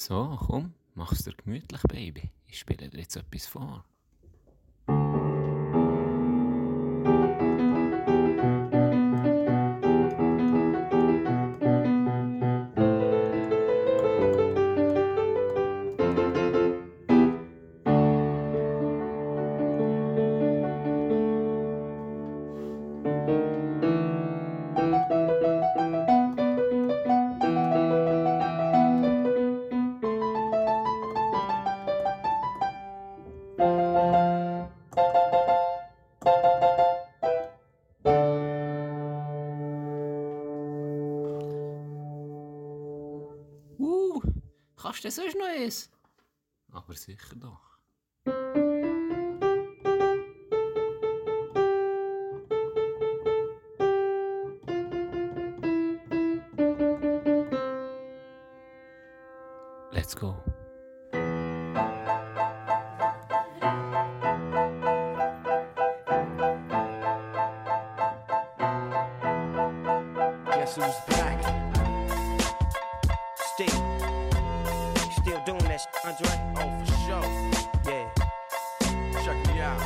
So, komm, mach's dir gemütlich, Baby. Ich spiele dir jetzt etwas vor. Kannst du sonst noch eins? Aber sicher doch. Let's go. Guess who's back? Steve. Still doing that shit, Andre? Oh, for sure. Yeah. Check me out.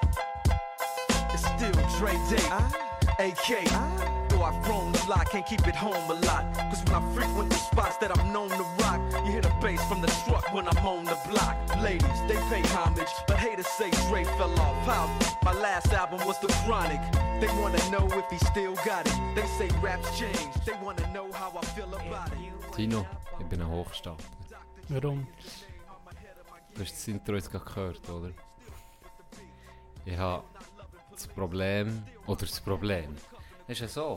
It's still Dre Day, AK. Though I've grown a lot, can't keep it home a lot. Cause when I frequent the spots that I'm known to rock, you hear the bass from the truck when I'm on the block. Ladies, they pay homage, but haters say Dre fell off. How? My last album was The Chronic. They wanna know if he still got it. They say raps change. They wanna know how I feel about it. Tino, ich bin ein Hochstapler. Warum? Du hast das Intro jetzt gerade gehört, oder? Ich habe das Problem. Es ist ja so.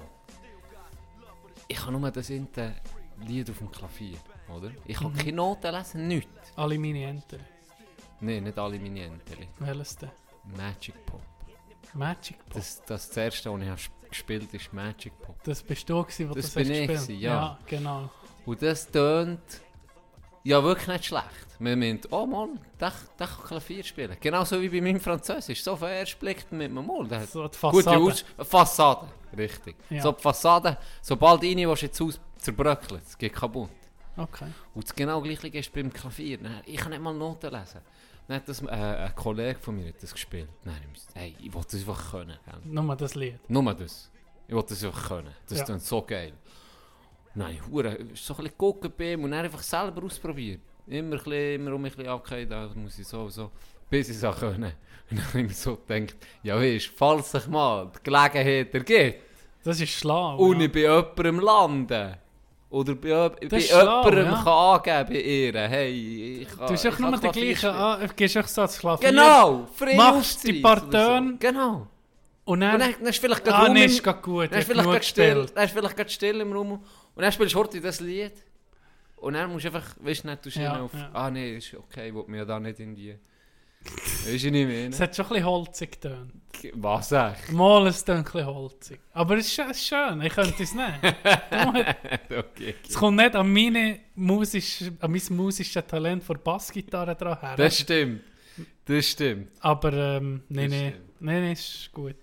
Ich habe nur das Lied auf dem Klavier, oder? Ich kann keine Noten lesen, nichts. Alle meine Enter. Nein, nicht alle meine Enteli. Welches denn? Magic Pop. Magic Pop? Das erste, was ich gespielt habe, ist Magic Pop. Das bist du gewesen, Das das bin hast ich gespielt? gewesen, ja. Genau. Und das tönt ja wirklich nicht schlecht. Man meint, oh Mann, der kann Klavier spielen. Genauso wie bei meinem Französisch. So auf den ersten Blick mit dem Mund. So die Fassade. Fassade, richtig. Ja. So die Fassade, sobald du rein willst, jetzt aus zerbröckelt, es geht kaputt. Okay. Und das genau gleiche ist beim Klavier. Ich kann nicht mal Noten lesen. Dann hat das, ein Kollege von mir hat das gespielt. Dann ich wollte das einfach können. Gell? Nur das Lied. Nur das. Ich wollte das einfach können. Das klingt so geil. Nein, hure, so ein bisschen gucken bei ihm und dann einfach selber ausprobieren. Immer ein bisschen, okay, da muss ich so, bis ich es auch können. Und dann habe ich mir so gedacht, ja weisst, falls sich mal die Gelegenheit ergibt Das ist schlau. und ich bei jemandem lande, oder bei jemandem schlau, kann angeben bei ihr, hey, ich kann. Du hast auch nur den gleichen, gehst auch so als Klavier. Genau, frei machst die paar so. Töne. Genau. Und Und dann dann ist vielleicht gerade nee, ist gerade gut. Dann ist vielleicht gerade still im Raum. Und dann spielst du heute das Lied. Und dann musst du einfach, weißt du, nicht, du Ja, auf, ja. Nee, ist okay, ich will mir ja da nicht in die... Weisst du nicht mehr, Es ne? hat schon ein bisschen holzig getönt. Was echt? Mal es tönt ein bisschen holzig. Aber es ist schön, ich könnte es nicht. Okay. Es kommt nicht an mein musisches Talent von Bassgitarre dran her. Das stimmt. Aber Das nein, stimmt. ist gut.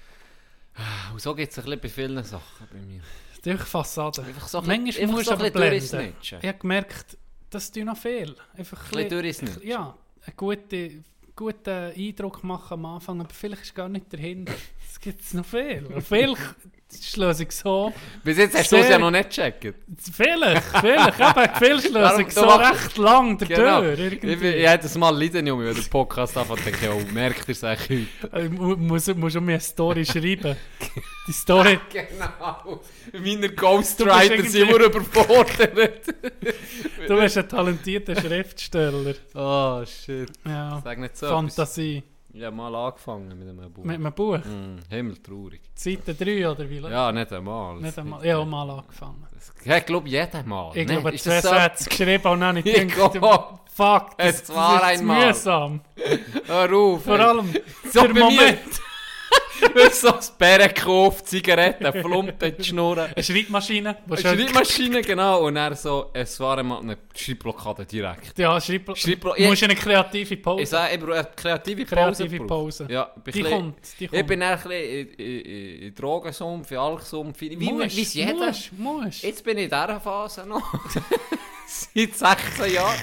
Und so geht es ein bisschen bei vielen Sachen bei mir. Die Fassade. Einfach so ein Manchmal bisschen- musst einfach du so aber ein bisschen blenden. durchsnitchen. Ich habe gemerkt, das tut noch viel. Einfach Ein bisschen durchsnitchen. Ja, einen guten Eindruck machen am Anfang, aber vielleicht ist gar nicht dahinter. Es gibt noch viel. Und vielleicht schlöse ich so. Bis jetzt hast du es ja noch nicht gecheckt. Vielleicht. Aber viel schlöse ich so Darum machst- recht lang der Genau. Tür. Ich Irgendwie. hätte es mal leiden, Junge, wenn der Podcast anfängt, denke ich, oh, merkt ihr es eigentlich heute? Muss auch mir eine Story schreiben. Die Story. Genau. Meine Ghostwriter irgendwie- sind immer überfordert. Du bist ein talentierter Schriftsteller. Oh, shit. Ja. Sag nicht so Fantasie. Ich habe mal angefangen mit einem Buch. Mit einem Buch. Himmeltraurig. Seite 3 oder wie? Ja, nicht einmal. Nicht einmal. Ich habe mal angefangen. Ich glaube, jeder Mal. Ich Ne? glaube, Ist zuerst das so? hat es geschrieben und dann habe ich Ich gedacht, glaube, fuck, es war ist einmal. mühsam. Hör auf. Vor ey. allem So der bei Moment. mir. So das Bärenkopf, Zigaretten, Flumpen, die Schnurren. Eine Schreibmaschine. wo Eine schön- Schreibmaschine, genau. Und er so, es war einmal eine Schreibblockade direkt. Ja, Schreibblockade. Du musst eine kreative Pause. Ich sage, ich brauche eine kreative Pause. Kreative gebraucht. Pause. Ja, Die kommt. Ich bin ein bisschen in Drogensumpf, in Alksumpf, wie es jeder. Musst. Jetzt bin ich in dieser Phase noch. Seit 16 Jahren.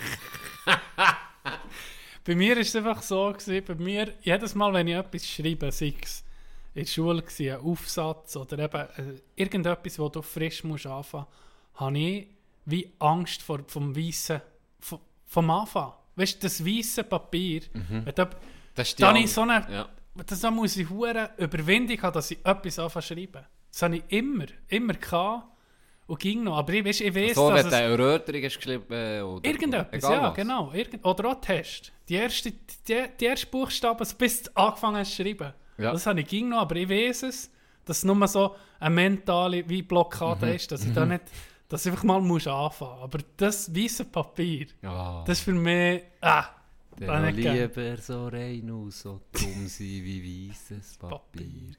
Bei mir war es einfach so, bei mir, jedes Mal, wenn ich etwas schreibe, sei es in der Schule, ein Aufsatz oder eben irgendetwas, wo du frisch musst anfangen musst, habe ich wie Angst vom Weissen, vom Anfang. Weißt du, das weisse Papier, Das ist da habe ich so eine, da muss ich hure Überwindung haben, dass ich etwas anfange zu schreiben. Das habe ich immer gehabt und ging noch. Aber ich weiss, so, dass wenn du eine Erörterung hast geschrieben oder irgendetwas, egal ja, was. genau. Oder auch Test. Die ersten Buchstaben, bis du angefangen hast zu schreiben. Ja. Das habe ich ging noch, aber ich weiss es, dass es nur so eine mentale wie Blockade ist, dass ich da nicht, dass ich einfach mal muss anfangen. Aber das weisse Papier, das ist für mich, Der noch lieber so rein und so dumm sein wie weisses Papier.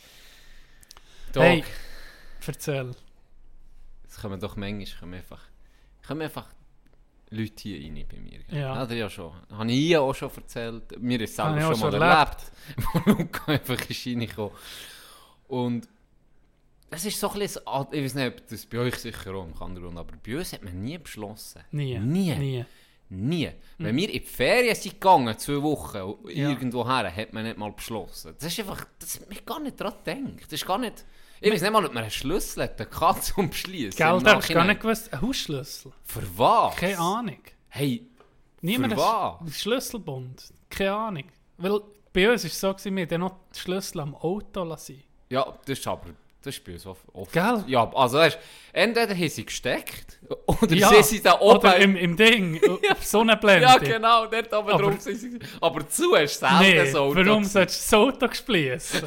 Hey, erzähl. Es kommen doch manchmal einfach Leute hier rein bei mir. Ja. Habe ich hier auch schon erzählt. Mir ist selber Habe ich schon auch mal erlebt, wo Luca einfach ist reingekommen. Und es ist so ein bisschen, ich weiß nicht, ob das bei euch sicher auch im Kanton, aber bei uns hat man nie beschlossen. Nie. Wenn wir in die Ferien sind gegangen, 2 Wochen, irgendwo her, hat man nicht mal beschlossen. Das ist einfach, das hat gar nicht daran gedacht. Das ist gar nicht, ich weiß nicht mal, ob man einen Schlüssel hat, eine Katze zum Beschließen. Gell, da hast du gar nicht gewusst, ein Hausschlüssel. Für was? Keine Ahnung. Hey, Niemand für was? einen Schlüsselbund. Keine Ahnung. Weil bei uns war es so, wir haben noch den Schlüssel am Auto lassen. Ja, das ist bei uns oft. Gell? Ja, also weißt, entweder haben sie gesteckt, oder Ja, sie sind da oben. Oder im Ding, auf Sonnenblende. Ja, genau, dort oben drauf sind sie. Aber zu hast du selten Nee, so. warum solltest du das Auto gespliessen?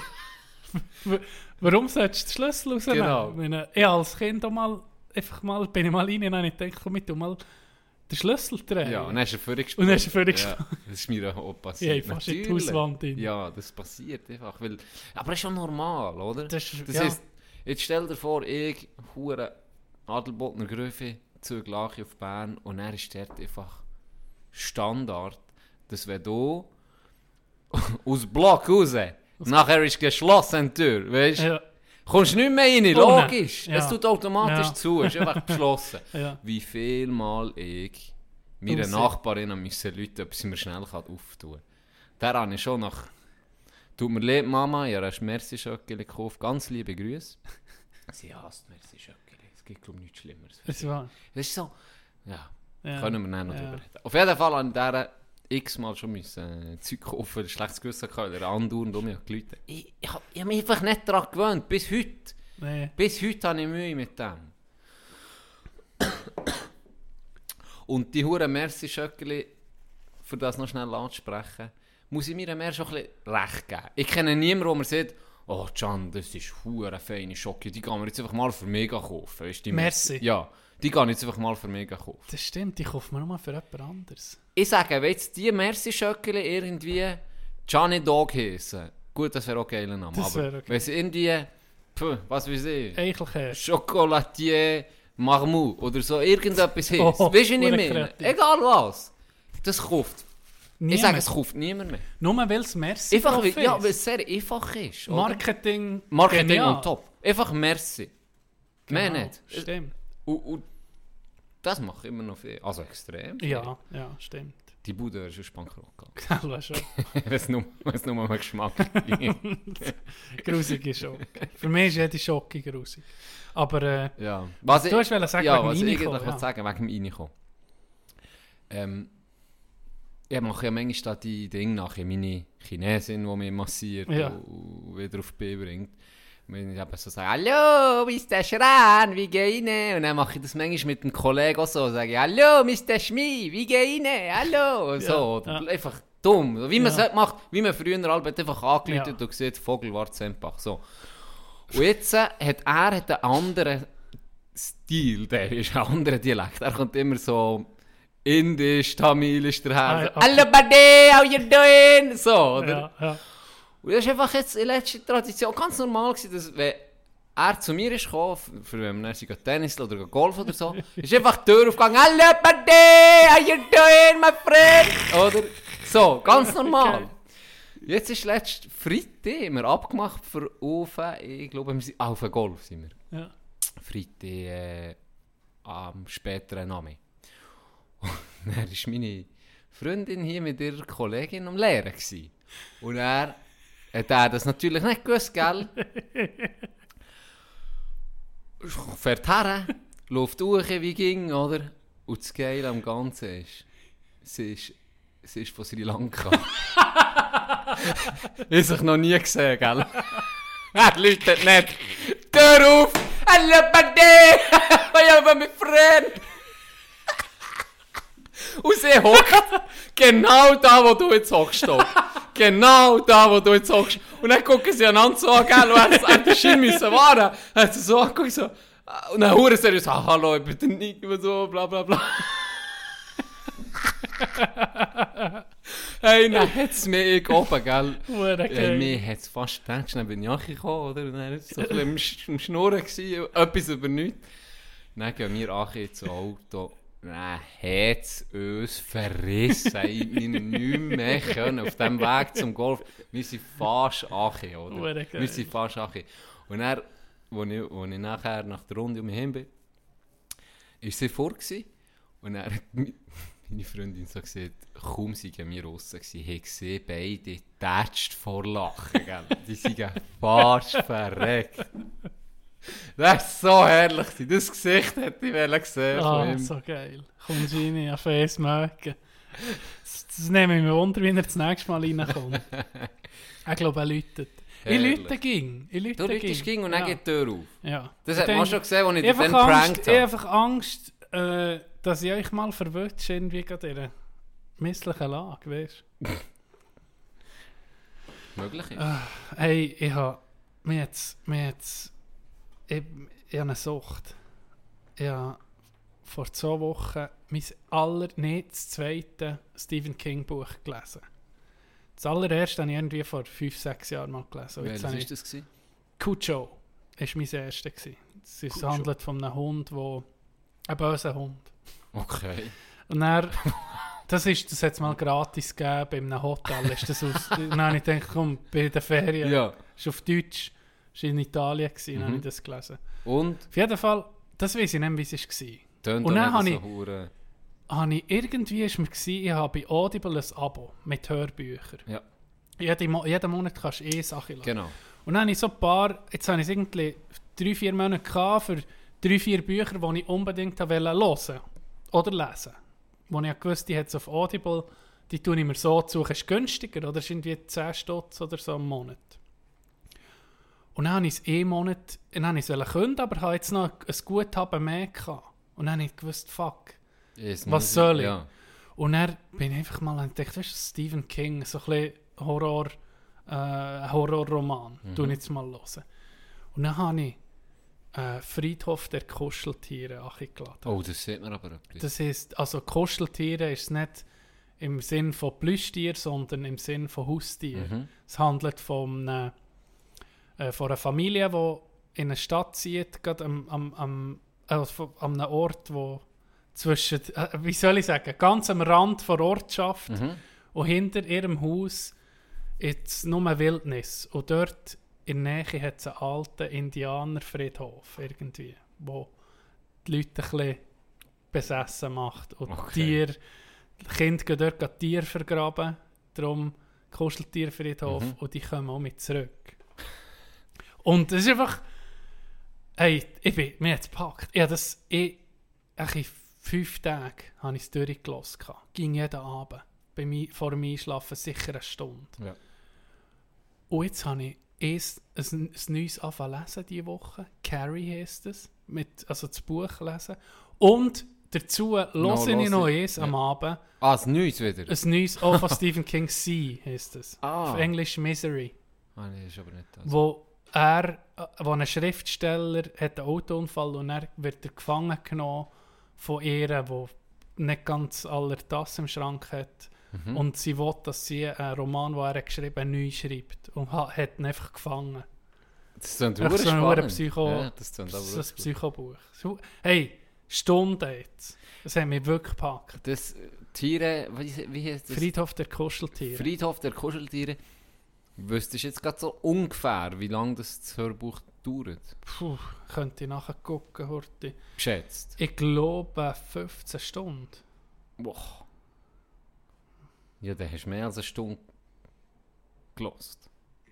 Warum solltest du den Schlüssel rausnehmen? Genau. Ich meine, ich als Kind auch bin ich mal rein und habe gedacht, komm mit, tu mal den Schlüssel drehen. Ja, und dann hast du vorher Und dann hast du vorher Ja, das ist mir auch passiert. Ich habe fast in die Hauswand rein. Ja, das passiert einfach. Aber das ist schon normal, oder? Das heisst, jetzt stell dir vor, ich, hure Adelbodner Gröfe, züge auf Bern und er ist dort einfach Standard, dass wenn du aus dem Block raus, nachher ist geschlossen die Tür, weißt du? Ja. Kommst nicht mehr rein, logisch. Ja. Es tut automatisch Ja. zu, ist einfach beschlossen. Ja. Wie viel Mal ich meiner Nachbarin müssen Leute, ob sie mir schnell auftun kann. Der habe ich schon nach... Tut mir leid, Mama, ich habe ein Merci-Schöckchen gekauft. Ganz liebe Grüße. Sie hasst Merci-Schöckchen. Es gibt, glaube ich, nichts Schlimmeres. Das war. Das ist so... Ja, Ja. können wir dann noch drüber reden. Auf jeden Fall habe ich dieser x-mal schon Zeug kaufen, ein schlechtes Gewissen gehabt, oder andauernd um mich geläutet. Ich habe mich einfach nicht daran gewöhnt, bis heute. Nee. Bis heute habe ich Mühe mit dem. Und die hure Merci-Schöckeli, für das noch schnell anzusprechen, muss ich mir mehr schon ein bisschen recht geben. Ich kenne niemanden, wo man sagt, oh Can, das ist hure feine Schocke, die kann man jetzt einfach mal für mega kaufen. Weißt, die Merci. Ja, die kann ich jetzt einfach mal für mega kaufen. Das stimmt, die kaufen wir nochmal für jemand anderes. Ich sage, wenn jetzt die Merci-Schöckeli irgendwie Johnny Dog heissen, gut, das wäre auch geil Name, Das aber wäre okay. wenn sie irgendwie, was weiß ich, Eichelkäse. Chocolatier Marmou oder so irgendetwas heisst. Oh, Weißt du nicht hure mehr? kreativ. Egal was. Das kauft. Niemand. Ich sage, es kauft niemand mehr. Nur weil es Merci Einfach, drauf ja, ist. weil es sehr einfach ist. Oder? Marketing On top. Einfach Merci. Mehr Genau, nicht. Stimmt. Und das mache ich immer noch viel. Also extrem. Ja, stimmt. Die Bude wäre schon bankrott gegangen. Das schon. Wenn es nur um den Geschmack geht. Grusig ist Schock. Für mich ist jede Schocke grusig. Aber Ja. du hast sagen, ja, wegen was ich Reinkommen, eigentlich wollte sagen, wegen dem Reinkommen. Ich mache ja manchmal da die Dinge nachher, meine Chinesin, die mich massiert Ja. und wieder auf die Beine bringt. Und ich eben so sage, hallo, Mr. Schran, wie geht's Ihnen? Und dann mache ich das manchmal mit einem Kollegen auch so, sage ich, hallo, Mr. Schmi, wie geht's Ihnen? Hallo, und so. Ja. Einfach dumm. Wie man es Ja. halt macht, wie man früher halt einfach angeläutet und gesagt, Vogel war Zempach. So. Und jetzt hat er einen anderen Stil, der ist ein anderer Dialekt. Er kommt immer so indisch, tamilisch daher. Ah, So, okay. hallo Bade, how you doing? So, oder? ja. Und das ist einfach jetzt in letzter Tradition ganz normal gewesen, dass wenn er zu mir ist gekommen, für wenn man dann Tennis oder Golf oder so, ist einfach die Tür aufgegangen, hallo Bade, how you doing, my friend? Oder so, ganz normal. Okay. Jetzt ist letztes Freitag, wir abgemacht für ich glaube, wir sind auf Golf sind wir. Ja. Freitag am späteren Namen. dann war meine Freundin hier mit ihrer Kollegin am Lehren gewesen. Und er hat das natürlich nicht gewusst, gell? Fährt her, läuft durch wie ging, oder? Und das Geile am Ganzen ist, sie ist von Sri Lanka. Ich habe noch nie gesehen, gell? Er läutet nicht. Tür auf! Hallo, Buddy! Ich habe meinen Freund! Und sie hockt genau da, wo du jetzt hockst. Genau da, wo du jetzt hockst. Und dann gucken sie einander so an, gell? Und er hat den Schein müssen wahren. Er hat sie so angeguckt, so. Und dann hure seriös, hallo, ich bin der Nick, so, bla bla bla. Hey, dann hat es mich oben, gell? Ja, mir hat es fast gedacht, dann bin ich gekommen, oder? Und dann war es so ein bisschen am Schnurren, etwas über nichts. Dann gehen wir ins Auto. Dann hat es uns verrissen. Wir nicht mehr können auf dem Weg zum Golf. Wir sind fast angekommen, oder? Wir sind fast angekommen. Und dann, als ich nachher nach der Runde um mich hin bin, war sie vor. Und dann hat meine Freundin so gesagt, kaum waren wir draussen, haben gesehen, beide tätscht vor Lachen. Gell? Die sind fast verreckt. Das war so herrlich. Das Gesicht hätte ich gesehen von ihm. So geil. Kommst du rein, auf Face mögen. Das nehme ich mir wunder, wie er das nächste Mal reinkommt. Ich glaube, er läutet. Ich läute ging. Du läutest ging und dann geht die Tür auf. Ja. Das hat man schon gesehen, als ich den dann prankt habe. Ich habe einfach Angst, dass ich euch mal verwünsche, irgendwie an dieser misslichen Lage, weißt du? Möglich ist. Hey, ich habe eine Sucht. Ich habe vor 2 Wochen das zweite Stephen King Buch gelesen. Das allererste habe ich irgendwie vor 5-6 Jahren mal gelesen. Welches war das? Cujo war mein erstes. Es handelt von einem Hund, ein böser Hund. Okay. Und dann, das hat es mal gratis gegeben bei einem Hotel. Und dann habe ich gedacht, komm, bei den Ferien. Ja. Ist auf Deutsch. Das war in Italien, dann habe ich das gelesen. Und? Auf jeden Fall, das weiß ich nicht, wie es war. Tönt und dann habe ich irgendwie, ich habe bei Audible ein Abo mit Hörbüchern. Ja. Jeden Monat kannst du Sachen lassen. Genau. Und dann habe ich so ein paar, jetzt habe ich irgendwie 3-4 Monate gehabt für 3-4 Bücher, die ich unbedingt hören wollte oder lesen. Wo ich wusste, die hat es auf Audible, die tue ich mir so zu, ist günstiger, oder ist irgendwie 10 Stutz oder so im Monat. Und dann habe ich es Monat, dann habe ich es künden, aber habe jetzt noch ein Guthaben mehr gehabt. Und dann habe ich gewusst, fuck, was soll ich? Ja. Und dann bin ich einfach mal gedacht, weißt du, Stephen King, so ein bisschen Horrorroman, tue ich jetzt mal hören. Und dann habe ich Friedhof der Kuscheltiere angeladen. Oh, das sieht man aber etwas. Das heisst, also Kuscheltiere ist nicht im Sinn von Plüschtier, sondern im Sinn von Haustier. Es handelt von einer Familie, die in eine Stadt zieht, gerade an einem Ort, wo zwischen, wie soll ich sagen, ganz am Rand der Ortschaft und hinter ihrem Haus ist nur Wildnis. Und dort in der Nähe hat es einen alten Indianerfriedhof, irgendwie, wo die Leute ein bisschen besessen macht. Und die Kinder gehen dort Tiere vergraben, darum Kuscheltierfriedhof, und die kommen auch mit zurück. Und das ist einfach, hey, mir hat es gepackt. In 5 Tagen habe ich es durchgelassen. Ging jeden Abend. Vor dem Einschlafen sicher eine Stunde. Ja. Und jetzt habe ich ein neues angefangen lesen diese Woche. Carrie heisst es. Also das Buch lesen. Und dazu höre ich noch eins am Abend. Das Neues wieder? Ein Neues, auch von Stephen King, C heisst es. Auf Englisch Misery. Nee, ist aber nicht das. Wo ein Schriftsteller hat einen Autounfall und er wird gefangen genommen von ihr, die nicht ganz alle Tassen im Schrank hat. Und sie will, dass sie einen Roman, den er geschrieben hat, neu schreibt. Und hat ihn einfach gefangen. Das ist so ein Psychobuch. Hey, Stunde jetzt. Das hat mich wirklich gepackt. Das Tiere, wie heißt das? Friedhof der Kuscheltiere. Friedhof der Kuscheltiere. Wüsstest du jetzt gerade so ungefähr, wie lange das Hörbuch dauert? Könnte ich nachher gucken, Horti. Geschätzt? Ich glaube 15 Stunden. Boah. Ja, dann hast du mehr als eine Stunde gelost.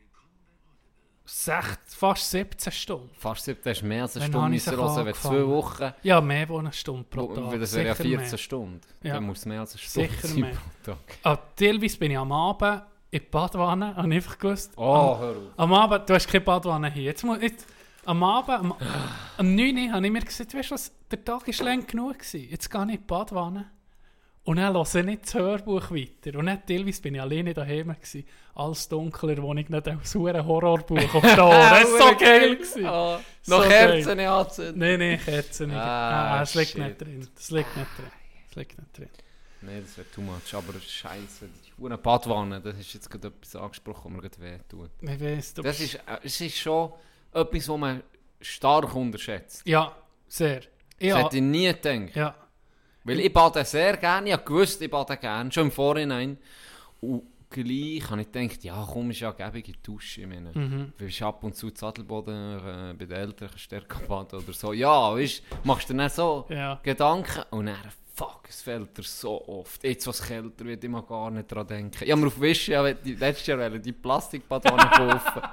Fast 17 Stunden. Fast 7, hast du mehr als eine Wann Stunde habe ich müssen sich hören, wenn 2 angefangen? Wochen... Ja, mehr als eine Stunde pro Tag. Das wäre ja Sicher 14 mehr. Stunden. Ja. Dann muss es mehr als eine Stunde Sicher sein mehr. pro Tag. Teilweise bin ich am Abend in die Badwanne, habe ich einfach gewusst. Oh, hör auf. Am Abend, du hast keine Badwanne hier. Am Abend, am 9 Uhr, habe ich mir gesagt, weißt du was, der Tag war lang genug gewesen. Jetzt gehe ich in die Badwanne. Und dann höre ich nicht das Hörbuch weiter. Und dann teilweise bin ich alleine daheim gewesen. Alles dunkler, wo ich nicht aus einem Horrorbuch auf die Ohren. Das war so geil gewesen. Oh, So noch geil. Kerzen nicht anzünden. Nein, Kerzen nicht. Es liegt shit. nicht drin. Es liegt nicht drin. Nein, das wäre too much. Aber scheiße, die Huren Badwanne, das ist jetzt gerade etwas angesprochen, was mir gerade wehtut. Ich weiss, du Das es ist schon etwas, was man stark unterschätzt. Ja, sehr. Das Ja, hätte ich nie gedacht. ja. Weil ich bade sehr gerne, ich wusste, ich bade gerne, schon im Vorhinein. Und gleich habe ich gedacht, ja komm, ist ja gäbig in die Dusche. Ich meine, du bist ab und zu Zadelboden bei den Eltern, kannst du dort baden oder so. Ja, weißt, machst du dann so Ja. Gedanken und dann, fuck, es fällt dir so oft. Jetzt, was kälter wird, ich mal gar nicht dran denken. Ich habe mir auf Wische ja, letztes Jahr die Plastikbadwanne kaufen.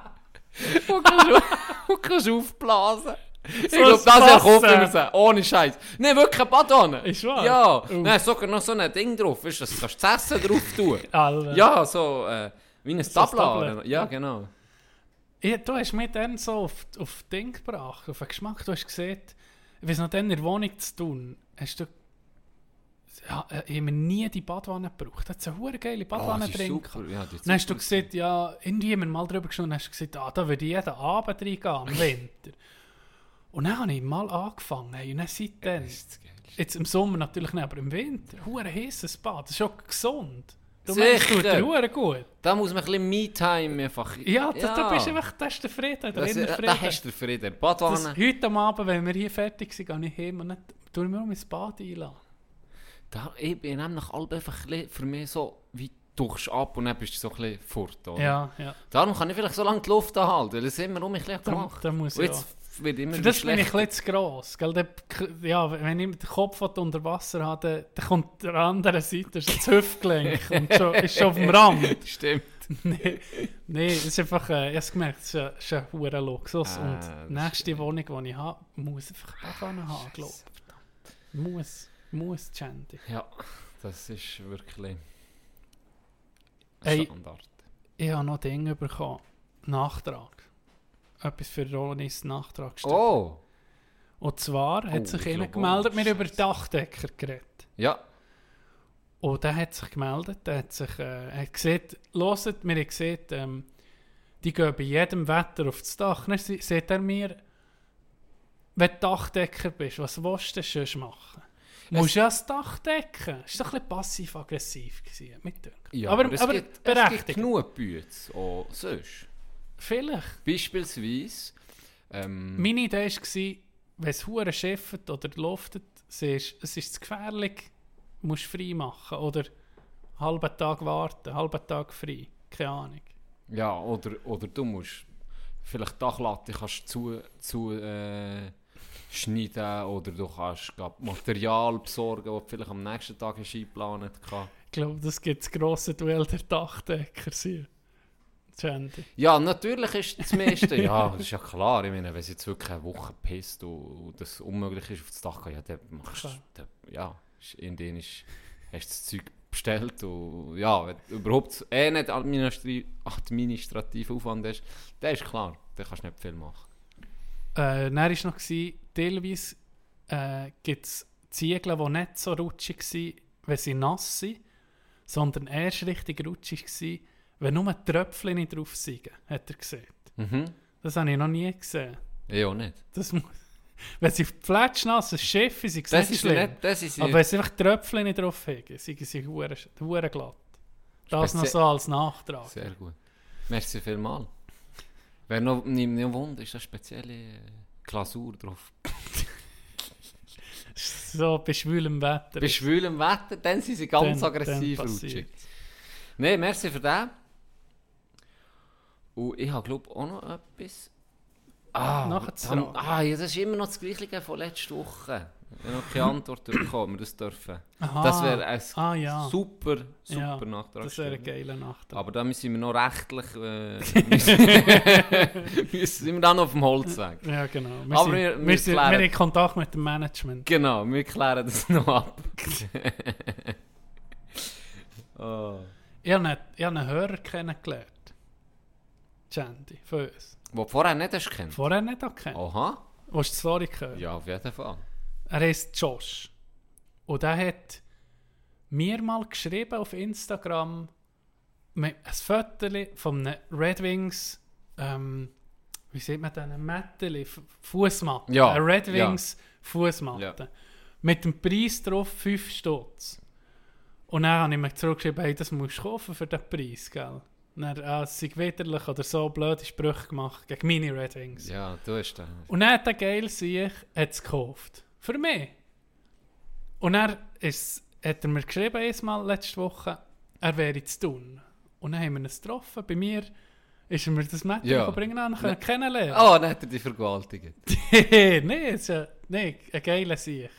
Und kannst aufblasen. Ich glaube, das Jahr kaufen wir sie. Ohne Scheiß. Nein, wirklich eine Badwanne. Ist wahr? Ja. Oh. Nein, sogar noch so ein Ding drauf. Weißt du, das kannst du das Essen drauf tun. Alter. Ja, so wie ein So ein Tabla. Tablet. Ja, genau. Ja, du hast mich dann so auf Ding gebracht, auf den Geschmack. Du hast gesehen, ich weiß noch, dann in der Wohnung zu tun, hast du... Ja, ich habe nie die Badwanne gebraucht. Da hat es eine verdammt geile Badwanne das ist drin. super. Ja, die Dann hast du super. gesagt, ja, irgendwie haben wir mal drüber gesprochen, hast du gesagt, da würde ich jeden Abend reingehen, im Winter. Und dann habe ich mal angefangen, und dann seitdem, Das ist das Geilste. jetzt im Sommer natürlich nicht, aber im Winter, verdammt heißes Bad, das ist auch gesund. Du Sicher. meinst, tut dir verdammt gut. Da muss man ein bisschen Me-Time einfach... Ja, da bist du einfach, das ist der Frieden, der Das, innere da Frieden. hast du den Frieden. Das, Badwanne. heute am Abend, wenn wir hier fertig sind, gehe ich heim und dann tue ich mir um ins Bad einladen. Ich bin nämlich halb einfach ein bisschen für mich so wie duschst ab und dann bist du so ein bisschen fort. Oder? Ja, ja. Darum kann ich vielleicht so lange die Luft anhalten, weil das immer um mich ein bisschen Da, gemacht. da muss Und ich jetzt wird immer Für das bin ich schlechter. ein bisschen zu gross. Gell? Ja, wenn ich den Kopf unter Wasser habe, dann kommt der andere Seite, das ist das Hüftgelenk und ist schon auf dem Rand. Stimmt. Nein, es ist einfach, ich habe es gemerkt, es ist ein hoher Luxus. Ah, Und das die nächste ist- Wohnung, die ich habe, muss einfach Badwanne haben, glaube ich. Muss Chandy. Ja, das ist wirklich ein Hey. Standard. Ich habe noch Dinge bekommen. Nachtrag. Etwas für Ronis Nachtragsstück. Oh! Und zwar hat sich ich einer glaube gemeldet, auch. wir haben über Dachdecker geredet. Ja. Und der hat sich gemeldet, der hat sich hat gesagt, hört, wir haben gesehen, die gehen bei jedem Wetter auf das Dach. Dann sagt er mir, wenn du Dachdecker bist, was willst du denn sonst machen? Musst du ja das Dach decken? Das war doch ein bisschen passiv-aggressiv gewesen, hat mich gedacht. Ja, aber es gibt berechtigt. genug Büts auch sonst. Vielleicht. Beispielsweise... Meine Idee war, wenn es hure schifft oder luftet, siehst, es ist zu gefährlich, musst du frei machen. Oder einen halben Tag warten, einen halben Tag frei. Keine Ahnung. Ja, oder du musst vielleicht die Dachlatte kannst schneiden oder du kannst Material besorgen, das du vielleicht am nächsten Tag hast eingeplant hast. Ich glaube, das gibt das grosse Duell der Dachdecker. Chandy. Ja, natürlich ist das meiste. Ja, das ist ja klar. Ich meine, wenn es jetzt wirklich eine Woche pisst und das unmöglich ist, auf das Dach zu gehen, ja, dann machst Klar. du... Ja, in denen hast du das Zeug bestellt und ja, wenn du überhaupt nicht administrativen Aufwand hast, dann ist klar, dann kannst du nicht viel machen. Dann war noch, teilweise gibt es Ziegel, die nicht so rutschig waren, wenn sie nass sind, sondern erst richtig rutschig waren, wenn nur Tröpfchen nicht drauf sind, hat er gesagt. Mhm. Das habe ich noch nie gesehen. Ich auch nicht. Das muss, wenn sie fletschnasses Schiff sind, ist es Das nicht ist schlimm. nicht... Das ist Aber wenn sie einfach Tröpfchen nicht drauf haben, sind sie hure glatt. Das noch so als Nachtrag. sehr gut. Merci vielmals. Wer noch nicht wundert, ist eine spezielle Glasur drauf. So bei schwülem Wetter. Bei schwülem Wetter, dann sind sie ganz Dann aggressiv passiert. rutschig. Nein, merci für das. Und ich habe glaube auch noch etwas. Nachher zu fragen. Ja, das ist immer noch das Gleiche von letzter Woche. Ich habe noch keine Antwort bekommen, wir das dürfen. Aha. Das wäre ein ja. super Ja, Nachtrag. Das wäre ein geiler Nachtrag. Aber da müssen wir noch rechtlich... müssen wir dann auf dem Holzweg. Ja, genau. Aber wir Wir haben in Kontakt mit dem Management. Genau, wir klären das noch ab. Oh. Ich habe einen Hörer kennengelernt. Chandy, von uns. Wo du vorher nicht hast kennt. Vorher nicht auch kennt. Aha. Hast du die Story gehört? Ja, auf jeden Fall. Er heisst Josh. Und er hat mir mal geschrieben auf Instagram mit ein Foto von einem Red Wings, wie sieht man das, ein Mätteli, Fußmatte. Ja, Eine Red ja. Wings Fußmatte. Ja. Mit dem Preis drauf 5 Stutz. Und dann habe ich mir zurückgeschrieben, hey, das musst du kaufen für den Preis, gell? Und dann es sei widerlich oder so blöde Sprüche gemacht gegen meine Red Wings. Ja, du hast das. Und dann hat der geil sich es gekauft. Für mich. Und dann hat er mir geschrieben, einmal letzte Woche, er wäre zu tun. Und dann haben wir uns getroffen. Bei mir ist er mir das Mädchen Ja. bringen und können kennenlernen. Oh, dann hat er dich vergewaltigt. Nein, es ist ein geiler Sieg.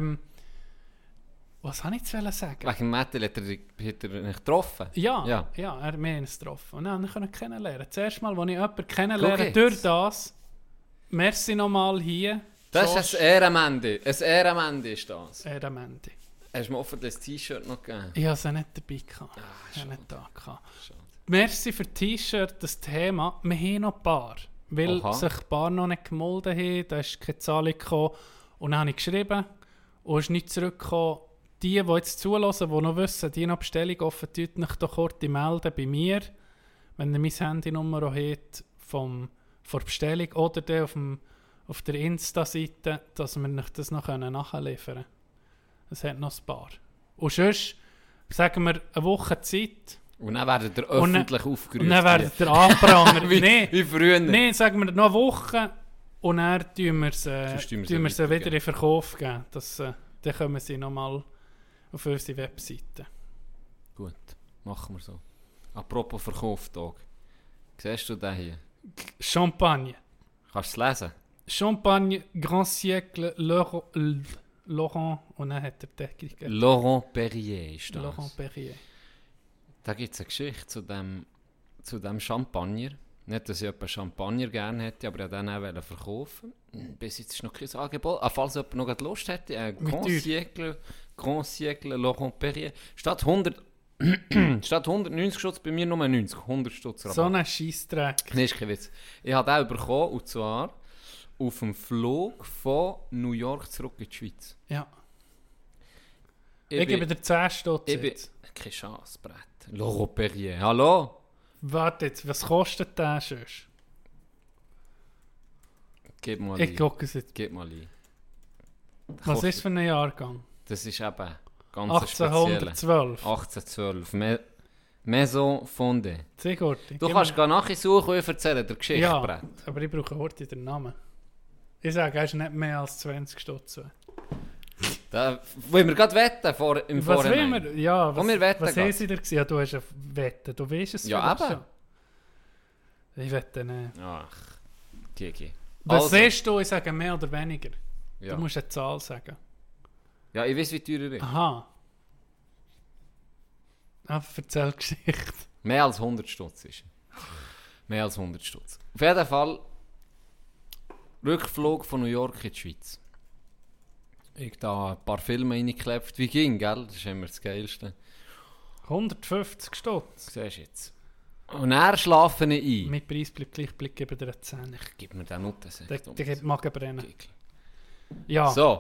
Was wollte ich jetzt sagen? Wegen dem Mädchen hat er dich getroffen? Ja, Ja. wir haben uns getroffen. Und dann können wir kennenlernen. Das erste Mal, als ich jemanden kennenlerne, Guck jetzt. durch das, merci nochmal hier. Das Josh. ist ein Ehrenmende. Ein Ehrenmende ist das. Mandy. Hast du mir offenbar das T-Shirt noch gegeben? Ich hatte es nicht dabei. Gehabt. Ich schade. habe nicht da gehabt. Schade. Merci für das T-Shirt, das Thema. Wir haben noch ein paar. Weil Oha. sich ein paar noch nicht gemolden haben. Da ist keine Zahlung gekommen. Und dann habe ich geschrieben und es ist nicht zurückgekommen. Die jetzt zulassen, die noch wissen, die noch Bestellung offen, tut mich doch kurz melden bei mir, wenn ihr meine Handynummer auch habt, von der Bestellung oder dann auf der Insta-Seite, dass wir euch das noch nachliefern können. Es hat noch ein paar. Und sonst, sagen wir, eine Woche Zeit. Und dann werdet ihr Und dann- öffentlich aufgerufen. Und dann werdet ihr angeprangert. wie früher. Nein, sagen wir noch eine Woche und dann tun wir Sonst tun wir sie sie wieder in Verkauf geben. Dann kommen sie nochmal auf unsere Webseite. Gut, machen wir so. Apropos Verkauftag. Siehst du den hier? Champagne. Kannst du es lesen? Champagne Grand Siècle Laurent und dann hat er Deckung gegeben. Laurent Perrier ist das. Laurent Perrier. Da gibt es eine Geschichte zu dem Champagner. Nicht, dass ich jemanden Champagner gerne hätte, aber ich wollte den auch verkaufen. Bis jetzt ist noch kein Angebot. Falls jemand noch Lust hätte, Grand Siècle Laurent Perrier. Statt 190 Stutz, bei mir nur 90. 100 Stutz Rabatt. So ein Scheissdreck. Nein, ist kein Witz. Ich habe den bekommen, und zwar auf dem Flug von New York zurück in die Schweiz. Ja. Ich gebe dir 10 Stutz Ich bin... jetzt. Keine Chance, Brett. Laurent Perrier. Hallo? Warte jetzt, was kostet der sonst? Gib mal Ich ein. gucke es jetzt. Gib mal ein. Was ist für ein Jahrgang? Das ist eben ganz speziell. 1812. 1812. Maison Fondée. Sehr gut. Du kannst gar nachher suchen und erzählen, der Geschichte, Ja, Brett. aber ich brauche heute den Namen. Ich sage, er ist nicht mehr als 20 Stutz. Da wollen wir gerade wetten im Was will Vorhinein. wir? Ja, Wollen wir wetten was grad? haben sie da gesehen? Ja, du hast eine Wette, du weißt es Ja, vielleicht eben. schon. Ich wette nicht. Ach, GG. Was Also, siehst du? Ich sage mehr oder weniger. ja. Du musst eine Zahl sagen. Ja, ich weiß, wie teuer er ist. Aha. Erzähl die Geschichte. Mehr als 100 Stutz ist er. Mehr als 100 Stutz. Auf jeden Fall Rückflug von New York in die Schweiz. Ich da ein paar Filme reingeklebt. Wie ging, gell? Das ist immer das Geilste. 150 Stutz. Siehst du jetzt. Und er schlafe ich ein. Mit Preis bleibt gleich, gebe dir eine 10. Gib mir den Nuttensekt. Der geht Magenbrennen. Gickel. Ja. So.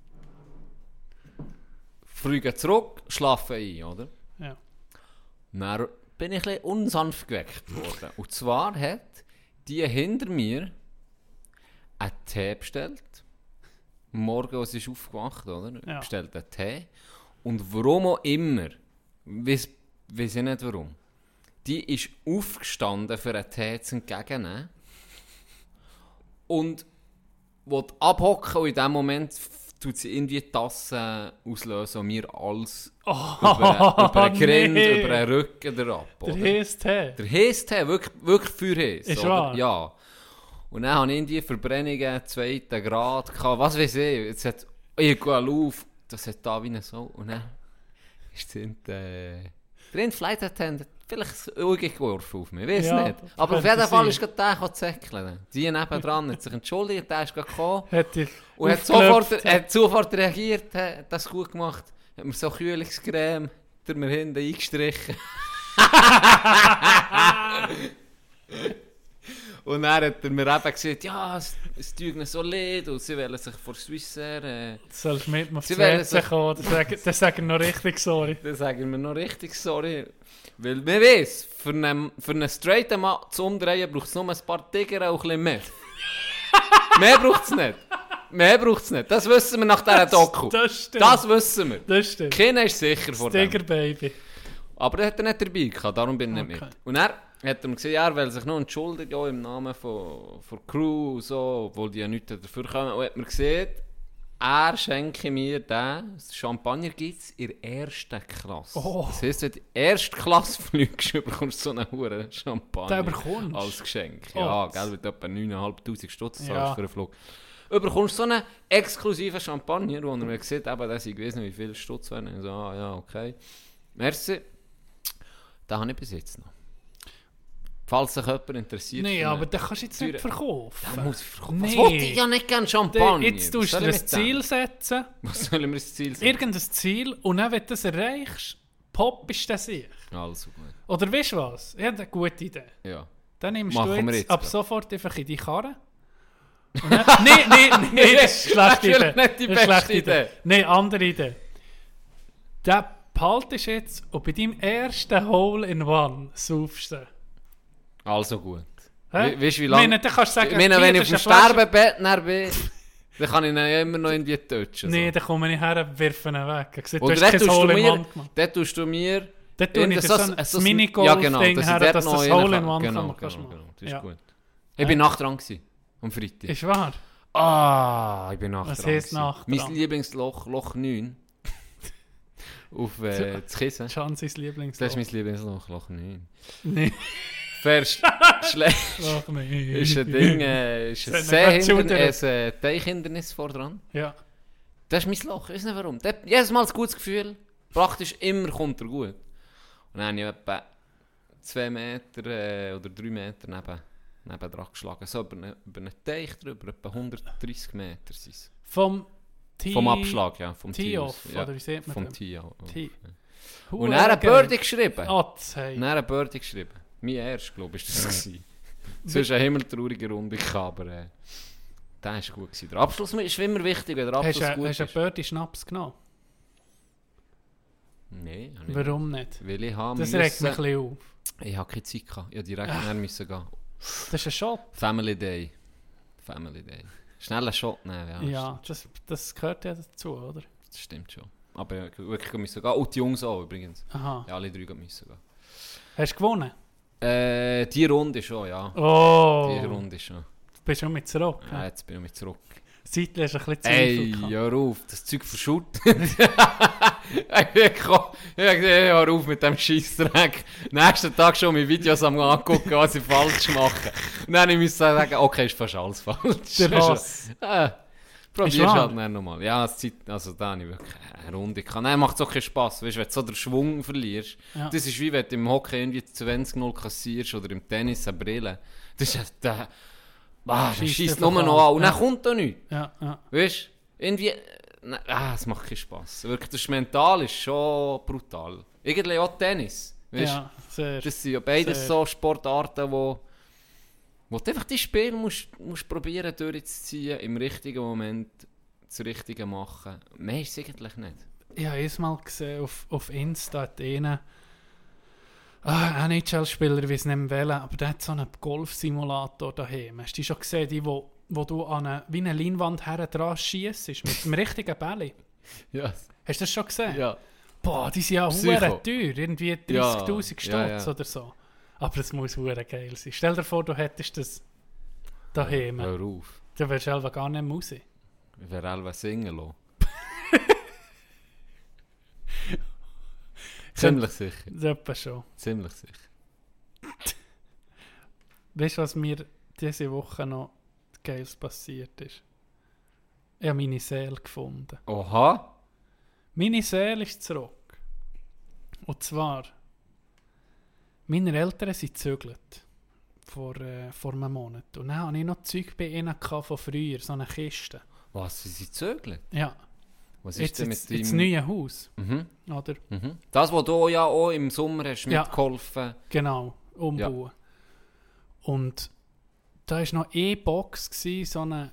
Früh zurück, schlafe ein, oder? Ja. Dann bin ich ein bisschen unsanft geweckt worden. Und zwar hat die hinter mir einen Tee bestellt. Morgen, als sie aufgewacht, oder? Ja. Bestellt einen Tee. Und warum auch immer, weiss ich nicht warum, die ist aufgestanden, für einen Tee zu entgegennehmen. Und wollte abhocken und in dem Moment tut sie irgendwie die Tasse auslösen und mir alles über den Grind, nee. über den Rücken drauf. Der heisst Tee. Der heiß Tee, wirklich für heiß. Ist oder? wahr? Ja. Und dann hatte ich irgendwie Verbrennungen 2. Grad gehabt. Was weiß ich. ich gehe auf, das hat da wie eine Sau. Und dann sind der Flight Attendant vielleicht ein Auge geworfen auf mich, ich weiß nicht. Aber auf jeden Fall ist gerade der gekommen zu zäckeln. Die nebendran hat sich entschuldigt, der ist gekommen. Und hat sofort reagiert, hat das gut gemacht. Hat mir so Kühlungscreme durch mir hinten eingestrichen. Und dann hat er mir eben gesagt, ja, es tut ihnen so leid und sie wollen sich vor Swissair... Sollst du mit mir auf die WC kommen? Dann sagen wir noch richtig sorry. Dann sagen wir noch richtig sorry. Weil man weiss, für einen straighten Mann zu umdrehen braucht es nur ein paar Tiger und ein bisschen mehr. Mehr braucht es nicht. Mehr braucht es nicht. Das wissen wir nach dieser Doku. Das stimmt. Das wissen wir. Das stimmt. Keiner ist sicher vor dem. Tiger Baby. Aber er hat er nicht dabei gehabt, darum bin ich nicht mit. Und er hat ihm gesagt, er will sich noch entschuldigen, auch im Namen von Crew und so, obwohl die ja nichts dafür kommen. Und hat mir gesagt, er schenke mir den Champagner gibt's in der ersten Klasse. Oh. Das heisst, wenn du erste Klasse fliegst, bekommst du so einen hohen Champagner bekommst als Geschenk. Oh. Ja, gell, wenn du etwa 9'500 Stutz zahlst Ja. für einen Flug. Du bekommst so einen exklusiven Champagner, wo er mir gesagt hat, das ist gewesen, wie viel Stutz wären. Ich so, ja, okay. Merci. Den habe ich bis jetzt noch. Falls sich jemand interessiert. Nein, aber den kannst du jetzt nicht verkaufen. Den muss ich verkaufen. Nee. Was wollte ich ja nicht gerne Champagner? Jetzt tust du dir ein Ziel setzen. Was soll ich mir das Ziel setzen? Irgendein Ziel. Und dann, wenn du das erreichst, Pop ist das sich. Also gut. Oder weißt du was? Ich habe eine gute Idee. Ja. Dann nimmst Machen du wir jetzt jetzt ab grad. sofort einfach in die Karre. Und dann, nein, das ist eine schlechte Idee. Nicht die Das ist eine beste schlechte Idee. Nein, andere Idee. Den behaltest du jetzt und bei deinem ersten Hole-in-One saufst du. Also gut. Hä? Weißt du, wie lange... Nein, dann kannst du sagen, Ich meine, wenn ich auf dem das ist eine Flasche- Sterbebett dann bin, dann kann ich ihn ja immer noch irgendwie touchen. Nein, dann komme ich her und werfe ihn weg. Ich sage, du Oder hast dann kein tust du Hole-in-One mir... gemacht. Dann tust du mir... Dann tue ich dir so ein ja, Minigolf-Ding dass ich her, dort dass noch das rein Hole-in-One kann. machen kannst. Genau. Das ist Ja. gut. Ich bin nach dran gewesen. Am Freitag. Ist wahr? Ah, ich bin nach Was dran heisst gewesen. nach Mein dran? Lieblingsloch, Loch 9. Auf das Kissen. Chances Das Lieblingsloch. ist mein Lieblingsloch, Loch 9. Nein, Fährst schlecht. Loch nicht. Ist ein Ding, ist ein Das hat nicht Seehindernis, ein Teichhindernis vor dran. Ja. Das ist mein Loch, ich weiß nicht warum. Jedes Mal ein gutes Gefühl, praktisch immer kommt er gut. Und dann habe ich etwa 2 Meter oder 3 Meter neben dran geschlagen. So über einen Teich drüber, etwa 130 Meter sind es. Vom Abschlag, ja. Vom Tee-Off, ja. oder wie sieht man Vom das? Tee-Off. Tee. Und er hat Birdie geschrieben. Hey. Dann hat Birdie geschrieben. Mein erster, glaube ich, war das. Sonst eine himmeltraurige Runde, aber der war gut gewesen. Der Abschluss ist immer wichtig, wenn der Abschluss Hast gut du ist. einen Birdie-Schnaps genommen? Nein, habe ich Warum nicht? nicht. Weil ich habe Das regt mich ein bisschen auf. Ich habe keine Zeit gehabt. Ich musste direkt nachher müssen gehen. Das ist ein Shot. Family Day. Schnell einen Shot nehmen, Ja, das gehört ja dazu, oder? Das stimmt schon. Aber ich wirklich müssen gehen. Und die Jungs auch übrigens. Aha. Ja, alle 3 müssen gehen. Hast du gewonnen? Die Runde schon, ja. Oh! Die Runde schon. Du bist schon mit zurück. Ja, jetzt bin ich mit zurück. Seitlich hast du ein bisschen Ey, Zweifel gehabt. hör auf, das Zeug verschüttet. Ich habe gesagt, hör auf mit dem Scheissdreck. Nächsten Tag schon meine Videos am angucken, was ich falsch mache. Und dann musste ich sagen, okay, ist fast alles falsch. Der Hass. Probierst Ist wahr? halt dann nochmal. Ja, also da habe ich wirklich eine Runde gehabt. Nein, macht es auch keinen Spass. Weißt, wenn du so den Schwung verlierst. Ja. Das ist wie wenn du im Hockey irgendwie 20-0 kassierst oder im Tennis eine Brille. Das ist der Scheisst schießt einfach nur noch an. Und an. dann kommt da nichts. Ja. Weißt du, irgendwie. Es macht keinen Spass. Wirklich, das mental ist schon brutal. Irgendwie auch Tennis. Weißt? Ja, sehr. Das sind ja beides sehr. so Sportarten, wo du einfach die Spiel musst probieren durchzuziehen, im richtigen Moment das Richtige machen. Mehr ist es eigentlich nicht. Ich habe mal gesehen, auf Insta hat einer ein NHL-Spieler, ich weiß nicht mehr wählen, aber der hat so einen Golf-Simulator daheim. Hast du die schon gesehen, die, wo du an wie eine Leinwand her dran schiessest, mit dem richtigen Bälle? Ja. Hast du das schon gesehen? Ja. Boah, die sind ja Psycho. verdammt teuer, irgendwie 30'000 Stutz ja. oder so. Aber das muss verdammt geil sein. Stell dir vor, du hättest das daheim. Hör auf. Du wärst selber gar nicht mehr raus. Ich werde selber singen lassen. Ziemlich sicher. Das etwa schon. Ziemlich sicher. Weißt du, was mir diese Woche noch Geiles passiert ist? Ich habe meine Seele gefunden. Oha. Meine Seele ist zurück. Und zwar, meine Eltern sind gezögert. Vor einem Monat. Und dann hatte ich noch Zeug bei ihnen von früher, so eine Kiste. Was, sie sind zögert? Ja. Was ist Jetzt denn mit das deinem... neue Haus. Mhm. Oder? Mhm. Das, was du ja auch im Sommer hast Ja. mitgeholfen. Genau, umbauen. Und da war noch eine Box, so eine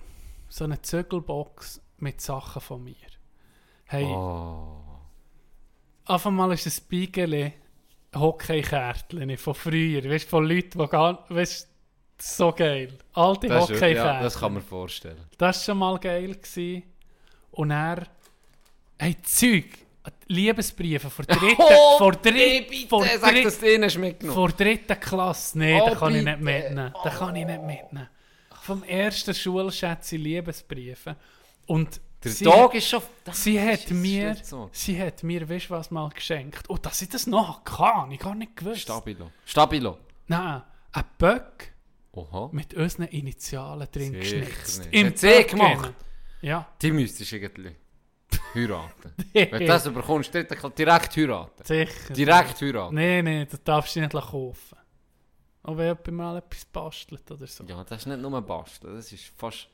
Zögelbox mit Sachen von mir. Hey, Oh. auf einmal ist ein Spiegel Hockeykärtchen von früher. Weißt du, von Leuten, die gar weißt, so geil. Alte Das ist, Hockeykärtchen. ja, das kann man vorstellen. Das war schon mal geil gewesen. Und er, hey, Zeug, Liebesbriefe vor dritten, Oh, vor dritt, bitte, vor sag, dritt, dass du ihn hast mitgenommen. vor dritter Klasse. Nein, Oh, den kann ich bitte. nicht mitnehmen. Den kann ich nicht mitnehmen. Vom ersten Schulschätze Liebesbriefe. Und Der sie Tag hat- ist schon... Sie hat ist mir, nicht so. weißt du was, mal geschenkt. Oh, dass ich das noch kann, ich gar nicht gewusst. Stabilo. Stabilo. Nein, ein Böck Oha. mit unseren Initialen drin Sicher geschnitzt. nicht. Im Hat sie Böck gemacht? innen. Ja. Die müsstest du irgendwie heiraten. Wenn du das bekommst, direkt heiraten. Sicher. Direkt heiraten. Nein, das darfst du nicht kaufen. Auch wenn jemand mal etwas bastelt oder so. Ja, das ist nicht nur basteln, das ist fast...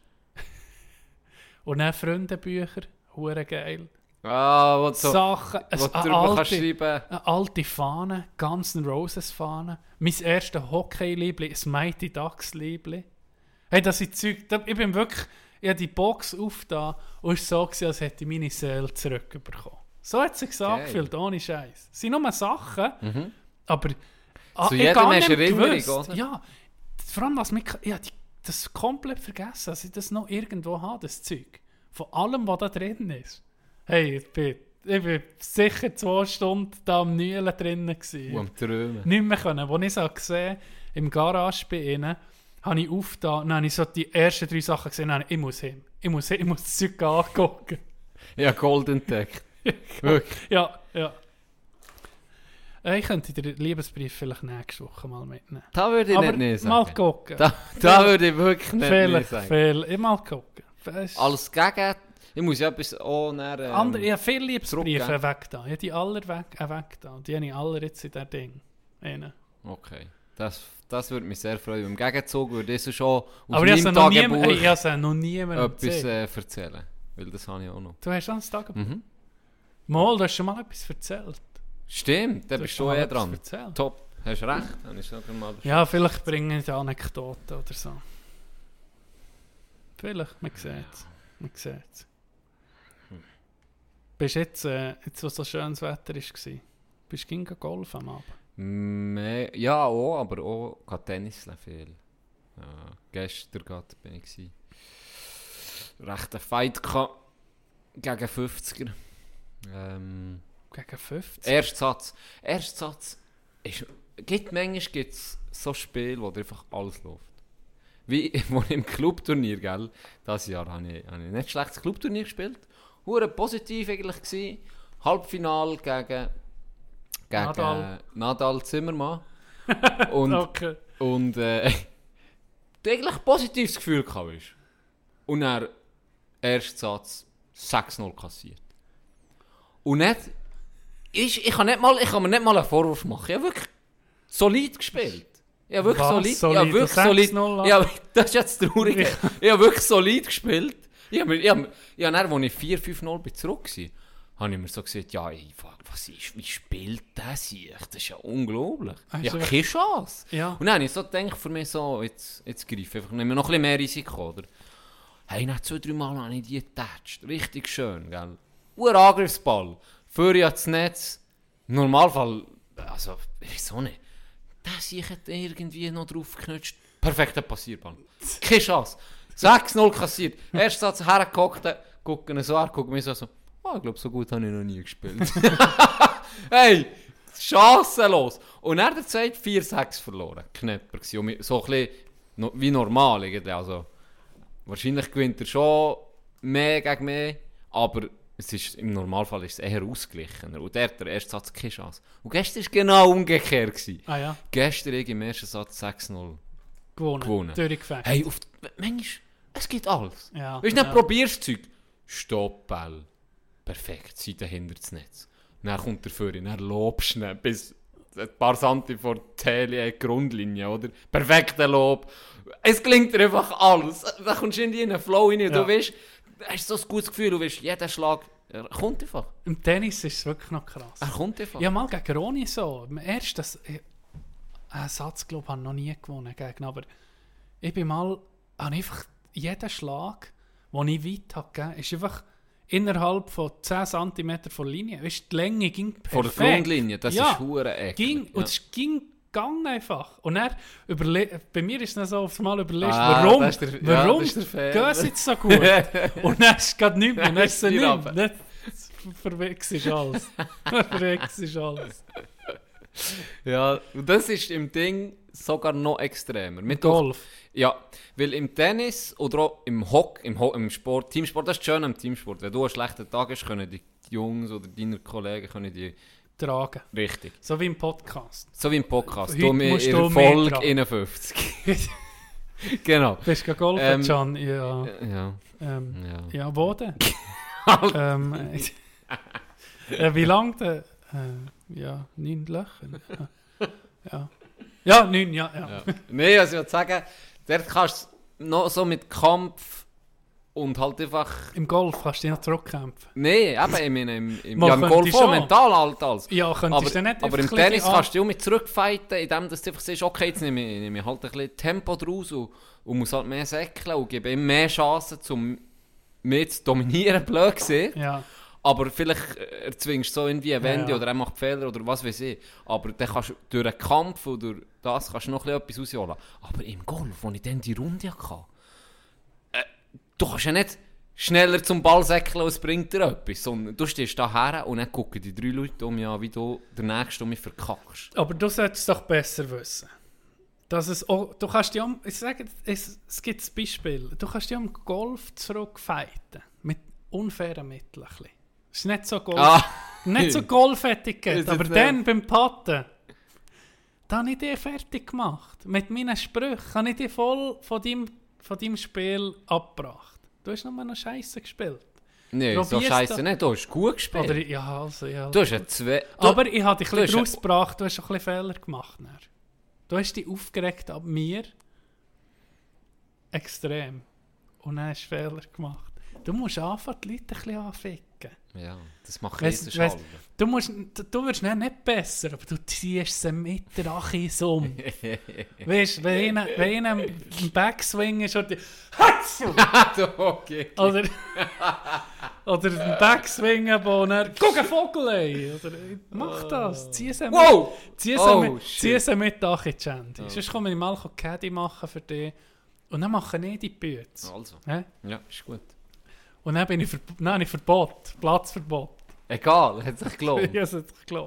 Und dann Freundenbücher, hure geil. Ah, was so... Sachen, Was du eine drüber kannst schreiben. eine alte Fahne, Guns N' Roses Fahne. Mein erstes Hockey-Liebli, ein Mighty Ducks Liebli. Hey, das sind Zeug, ich bin wirklich, ich habe die Box aufgetan und es war so, als hätte ich meine Seele zurückbekommen. So hat es sich angefühlt, ohne Scheiß. Es sind nur Sachen, aber Zu ich jedem gar hast du nicht Erinnerung, gewusst. oder? Ja, vor allem, was mich, ja, das komplett vergessen, dass ich das noch irgendwo habe, das Zeug. Von allem, was da drin ist. Hey, ich bin sicher 2 Stunden da am Nühlen drinnen gewesen. Am Träumen. Nicht mehr können. Als ich es gesehen im Garage bei ihnen, habe ich aufgetan, dann habe ich so die ersten 3 Sachen gesehen, dann, ich muss hin. Ich muss das Zeug angucken. Ja, Gold entdeckt. Wirklich. Ja. Ich könnte den Liebesbrief vielleicht nächste Woche mal mitnehmen. Da würde ich Aber nicht mal sagen. gucken. Da würde ich wirklich nicht Vielleicht, sagen. ich mal gucken. Weißt- Alles gegen... Ich muss ja etwas auch näher... Ich habe viele Liebesbriefe zurückgeben. weg da. Ich habe die alle weg da. Die habe ich alle jetzt in diesem Ding. Einen. Okay. Das würde mich sehr freuen. Im Gegenzug würde ich so schon aus Aber ich meinem habe Tagebuch es noch niemandem etwas erzählt. erzählen. Weil das habe ich auch noch. Du hast schon das Tagebuch? Mhm. Mal, du hast schon mal etwas erzählt. Stimmt, da Du bist hast du schon mal eh etwas dran. erzählt. Top. Hast recht. Dann ist das mal Ja, vielleicht bringe ich die Anekdoten oder so. Vielleicht, man sieht es. Bist jetzt, wo so schönes Wetter war, bist du Golf am Abend? Ja, auch, aber auch Tennis viel. Gestern bin ich gewesen. Recht ein Fight gehabt gegen 50er. Gegen 50? Erster Satz ist... Manchmal gibt es so Spiele, wo einfach alles läuft. Wie wo im Clubturnier, gell? Dieses Jahr habe ich nicht schlechtes Clubturnier gespielt. Hure positiv eigentlich gewesen. Halbfinal gegen Nadal Zimmermann. Und, Okay. und du eigentlich positives Gefühl gehabt hast. Und dann erster Satz 6-0 kassiert. Und nicht, ich kann mir nicht mal einen Vorwurf machen. Ich habe wirklich solid gespielt. Ich habe wirklich Was? solid. Solid? Ich habe wirklich Du solid. 6-0 Ja, das ist jetzt traurig. Ich habe wirklich solid gespielt. Dann, als ich 4-5-0 bin zurück war, habe ich mir so gesagt, ja, ey, wie spielt das hier? Das ist ja unglaublich. Hast Ja, du keine Chance. Ja. Und dann habe ich so gedacht, für mich so, jetzt greife ich einfach, nehme noch ein bisschen mehr Risiko, oder? Hey, nach 2-3 Mal habe ich die getatscht. Richtig schön, gell? Angriffsball. Für ja das Netz. Im Normalfall, also, wieso nicht? Das ich hätte irgendwie noch drauf geknutscht. Perfekter Passierball. Keine Chance. 6-0 kassiert. Erster Satz hergehockt, gucken so an, gucken mich so, ich glaube, so gut habe ich noch nie gespielt. Hey, chancenlos. Und er hat der Zeit 4-6 verloren. Knapper gewesen. Und so ein bisschen wie normal irgendwie. Also, wahrscheinlich gewinnt er schon mehr gegen mich, aber im Normalfall ist es eher ausgeglichener. Und der hat der erste Satz keine Chance. Und gestern war genau umgekehrt gewesen. Ah ja, Gestern ich im ersten Satz 6-0 gewonnen. gewonnen. Durchgefegt. Hey, manchmal Es gibt alles. Ja, Weißt du, dann probierst du das Zeug. Stopp, Ball. Perfekt, Seite hinter das Netz. Dann kommt er vor, dann lobst du ihn bis ein paar Santi vor die Grundlinie, oder? Perfekter Lob. Es gelingt dir einfach alles. Da kommst du in einen Flow rein und du weißt, du hast so ein gutes Gefühl, du weißt, jeder Schlag, er kommt einfach. Im Tennis ist es wirklich noch krass. Er kommt einfach. Ja, mal gegen Roni so. Erst einen Satz, glaube ich, habe ich noch nie gewonnen gegen, aber ich bin mal, habe einfach jeden Schlag, den ich weit habe gegeben, ist einfach innerhalb von 10 cm von der Linie. Weißt, die Länge ging perfekt. Vor der Grundlinie, das ja, ist hure Eck. Und es ging einfach. Und dann bei mir ist es dann so aufs Mal überlegt, das warum ist der Fehler. geht es jetzt so gut? Und dann ist es gerade nichts mehr. Dann ist es nicht mehr. Verwechselst alles. Verwechselst alles. Ja, und das ist im Ding sogar noch extremer. Mit Golf. Ja, weil im Tennis oder auch im Sport, Teamsport, das ist schön am Teamsport. Wenn du einen schlechten Tag hast, können die Jungs oder deine Kollegen können die tragen. Richtig. So wie im Podcast. So wie im Podcast. Heute Du mir musst in du Folge mehr 51. Genau. Bist du golfen, Can? Ja. Ja. Ja, wo denn? Wie lang denn? Ja, 9 Löcher. Ja. Ja, 9, ja. Nein, also ich würde sagen, dort kannst du noch so mit Kampf und halt einfach... Im Golf kannst du dich noch zurückkämpfen. Nein, eben im Man Golf könnte auch schon. mental halt alles. Ja, könntest du nicht aber einfach im ein Tennis bisschen kannst du auch mit zurückfighten, indem du einfach sagst, okay, jetzt nehme ich halt ein bisschen Tempo draus und muss halt mehr säckeln und gebe ihm mehr Chancen, um mich zu dominieren, blöd gesehen. Ja. Aber vielleicht erzwingst du so irgendwie eine Wende Ja. oder er macht Fehler oder was weiß ich. Aber dann kannst du durch einen Kampf oder durch das kannst du noch etwas rausholen. Aber im Golf, wo ich dann die Runde hatte, du kannst ja nicht schneller zum Ball säckeln, als bringt dir etwas. Sondern du stehst da her und dann gucken die 3 Leute um, ja, wie du der Nächste um mich verkackst. Aber du solltest doch besser wissen. Dass es auch, du kannst ja, ich sage, es gibt ein Beispiel. Du kannst ja am Golf zurückfighten. Mit unfairen Mitteln. Es ist nicht so nicht so Golfetikett, aber dann beim Putten, da habe ich dich fertig gemacht. Mit meinen Sprüchen habe ich dich voll von deinem Spiel abgebracht. Du hast nur noch Scheiße gespielt. Nein, so scheiße nicht. Du hast gut gespielt. Oder, ja, also, ja. Du hast ja zwei... Aber ich habe dich ein bisschen rausgebracht, du hast ein bisschen Fehler gemacht. Dann. Du hast dich aufgeregt ab mir. Extrem. Und dann hast du Fehler gemacht. Du musst anfangen, die Leute ein bisschen anficken. Ja, das macht ich jetzt du wirst nicht besser, aber du ziehst sie mit der Achis um. Weißt du, wenn einer im Backswing ist und okay. oder im Backswing, wo er guck, ein Vogel, ey. Oder mach das, zieh sie mit. Wow! Zieh sie mit der Achis, Chandy. Sonst kann ich mal Caddy machen für dich. Und dann mache ich die Bütze. Also. Ja, ist gut. Und dann habe ich Verbot, Platzverbot. Egal, hat sich gelohnt. Ja, es hat sich gelohnt.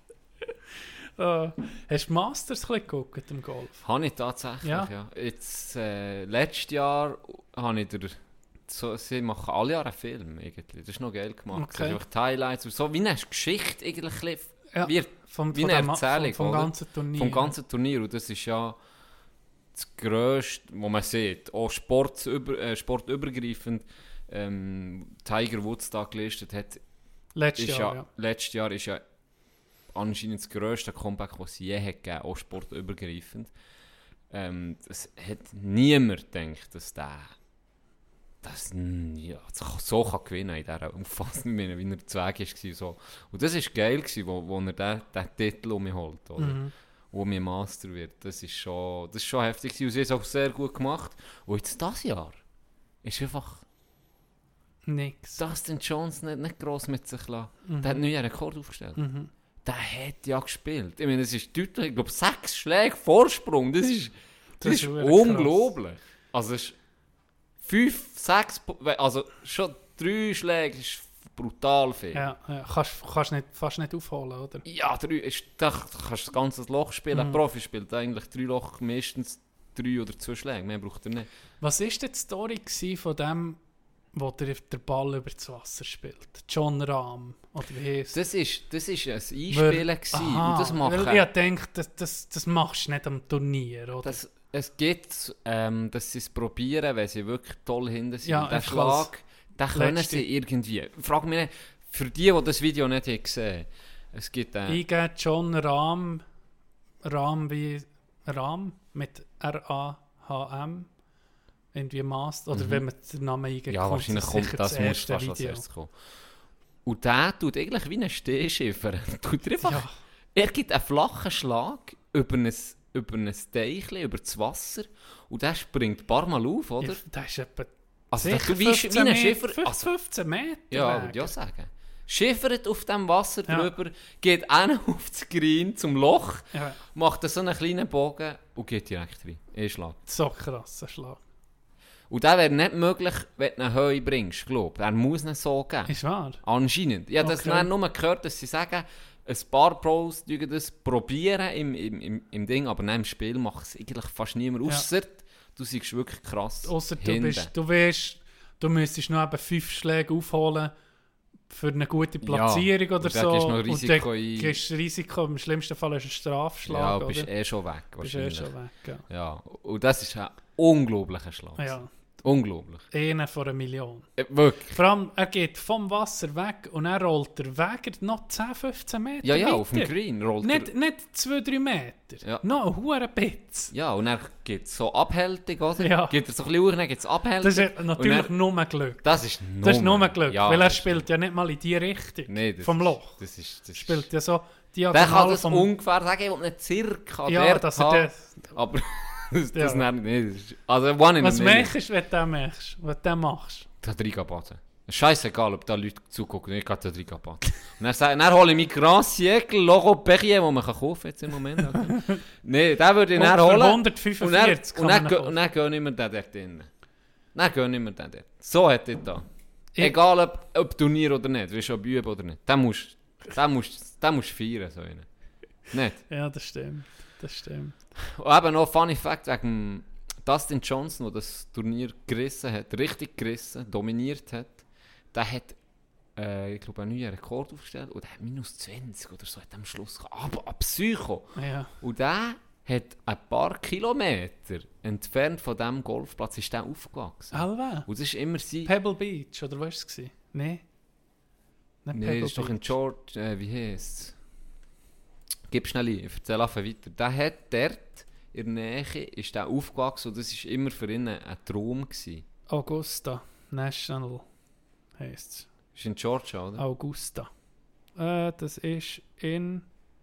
Hast du Masters geguckt im Golf? Habe ich tatsächlich, ja. Jetzt, letztes Jahr habe ich sie machen alle Jahre einen Film irgendwie. Das ist noch geil gemacht. Okay. Also die Highlights und so, wie eine Geschichte eigentlich, Ja, wie eine Erzählung. Vom ganzen Turnier. Vom ganzen Turnier. Und das ist ja das Grösste, was man sieht. Auch sportübergreifend. Tiger Woods da gelistet hat. Letztes Jahr ist ja anscheinend das grösste Comeback, das es je hat gegeben, auch sportübergreifend. Es hat niemand gedacht, dass der so kann gewinnen in dieser Auffassung, wie er zu Weg war. So. Und das war geil, wo er den Titel um mich holt, oder? Wo mir Master wird. Das ist schon heftig und sie hat es auch sehr gut gemacht. Und jetzt dieses Jahr ist einfach nix. Dustin Johnson nicht gross mit sich lassen. Der hat einen neuen Rekord aufgestellt. Der hat ja gespielt. Ich meine, es ist deutlich, ich glaube, 6 Schläge Vorsprung. Das ist unglaublich. Also es ist 5, 6, also schon 3 Schläge ist brutal viel. Ja. Kannst fast nicht aufholen, oder? Ja, 3 ist, da kannst du das ganze Loch spielen. Ein Profi spielt eigentlich 3 Loch, meistens 3 oder 2 Schläge. Mehr braucht er nicht. Was war denn die Story von dem, wo der Ball über das Wasser spielt? John Rahm, oder wie heisst das? Das ist ein Einspielen gewesen. Und das machen... Ich denke, das machst du nicht am Turnier, oder? es gibt, dass sie es probieren, wenn sie wirklich toll hinten sind. Ja, Und den Schlag, den können sie irgendwie. Frag mich nicht, für die das Video nicht haben gesehen, es gibt Eingeben John Rahm wie Rahm mit R-A-H-M, irgendwie Master, oder wenn man den Namen eingibt, ja, wahrscheinlich kommt das muss fast als erstes kommen. Und der tut eigentlich wie ein Stehschiffer. Er gibt einen flachen Schlag über ein Teichchen, über das Wasser, und der springt ein paar Mal auf, oder? Ja, das ist etwa Also wie ein Schiffer. 15 Meter. Ja, würde ich auch sagen. Schiffert auf dem Wasser drüber, geht auf das Green zum Loch, macht so einen kleinen Bogen und geht direkt rein. Schlag. So krass, ein Schlag. Und das wäre nicht möglich, wenn du einen Heu bringst, glaube ich. Er muss ihn so geben. Ist wahr? Anscheinend. Ich habe das nur gehört, dass sie sagen, ein paar Pros das probieren im Ding, aber im Spiel macht es eigentlich fast niemand. Ausser du siehst wirklich krass. Ausser du müsstest noch eben 5 Schläge aufholen für eine gute Platzierung oder so. Gehst noch Risiko und dann gehst du Risiko, im schlimmsten Fall ist ein Strafschlag. Ja, du bist schon weg. Ja. Und das ist ein unglaublicher Schlag. Ja. Unglaublich. Einer von 1 Million. Wirklich. Vor allem, er geht vom Wasser weg und er rollt der Weg noch 10, 15 Meter Ja, weiter. auf dem Green rollt nicht 2-3 Meter. Ja. Noch ein hoher Bitz. Ja, und dann gibt es so Abhältung, oder? Ja. Geht er so ein bisschen hoch, dann gibt es Abhältung. Das ist natürlich nur Glück. Das ist nur Glück, ja, weil er spielt ja nicht mal in die Richtung vom Loch. Das spielt ja so diagonal. Der kann das ungefähr sagen, ich will nicht circa dass er das... Aber... Das nicht. Also, was machst du, wenn du das machst? Da drin baden. Scheißegal, ob da Leute zugucken, ich kann da drin baden. Und dann hole ich mein Grand Siècle Logo Perrier, das man kaufen kann jetzt im Moment. Okay. Nein, den würde ich dann holen. 145 und dann gehen wir den dort drin. Dann gehen wir den dort. So hätte ich da. Egal ob Turnier oder nicht, willst du ob üben oder nicht. Den musst du feiern. So nicht? Ja, das stimmt. Und eben noch Funny Fact wegen Dustin Johnson, der das Turnier richtig gerissen, dominiert hat. Der hat, ich glaube, einen neuen Rekord aufgestellt und der hat -20 oder so hat am Schluss gehabt. Aber ein Psycho. Ja. Und der hat ein paar Kilometer entfernt von diesem Golfplatz ist der aufgewachsen. Alva? Und das ist immer sein... Pebble Beach, oder was war es? Nein, das ist doch in George, wie heisst es? Gib schnell ein, erzähl einfach weiter. Der hat dort in der Nähe ist der aufgewachsen und das war immer für ihn ein Traum gewesen. Augusta National heisst es. Ist in Georgia, oder? Augusta. Das ist in...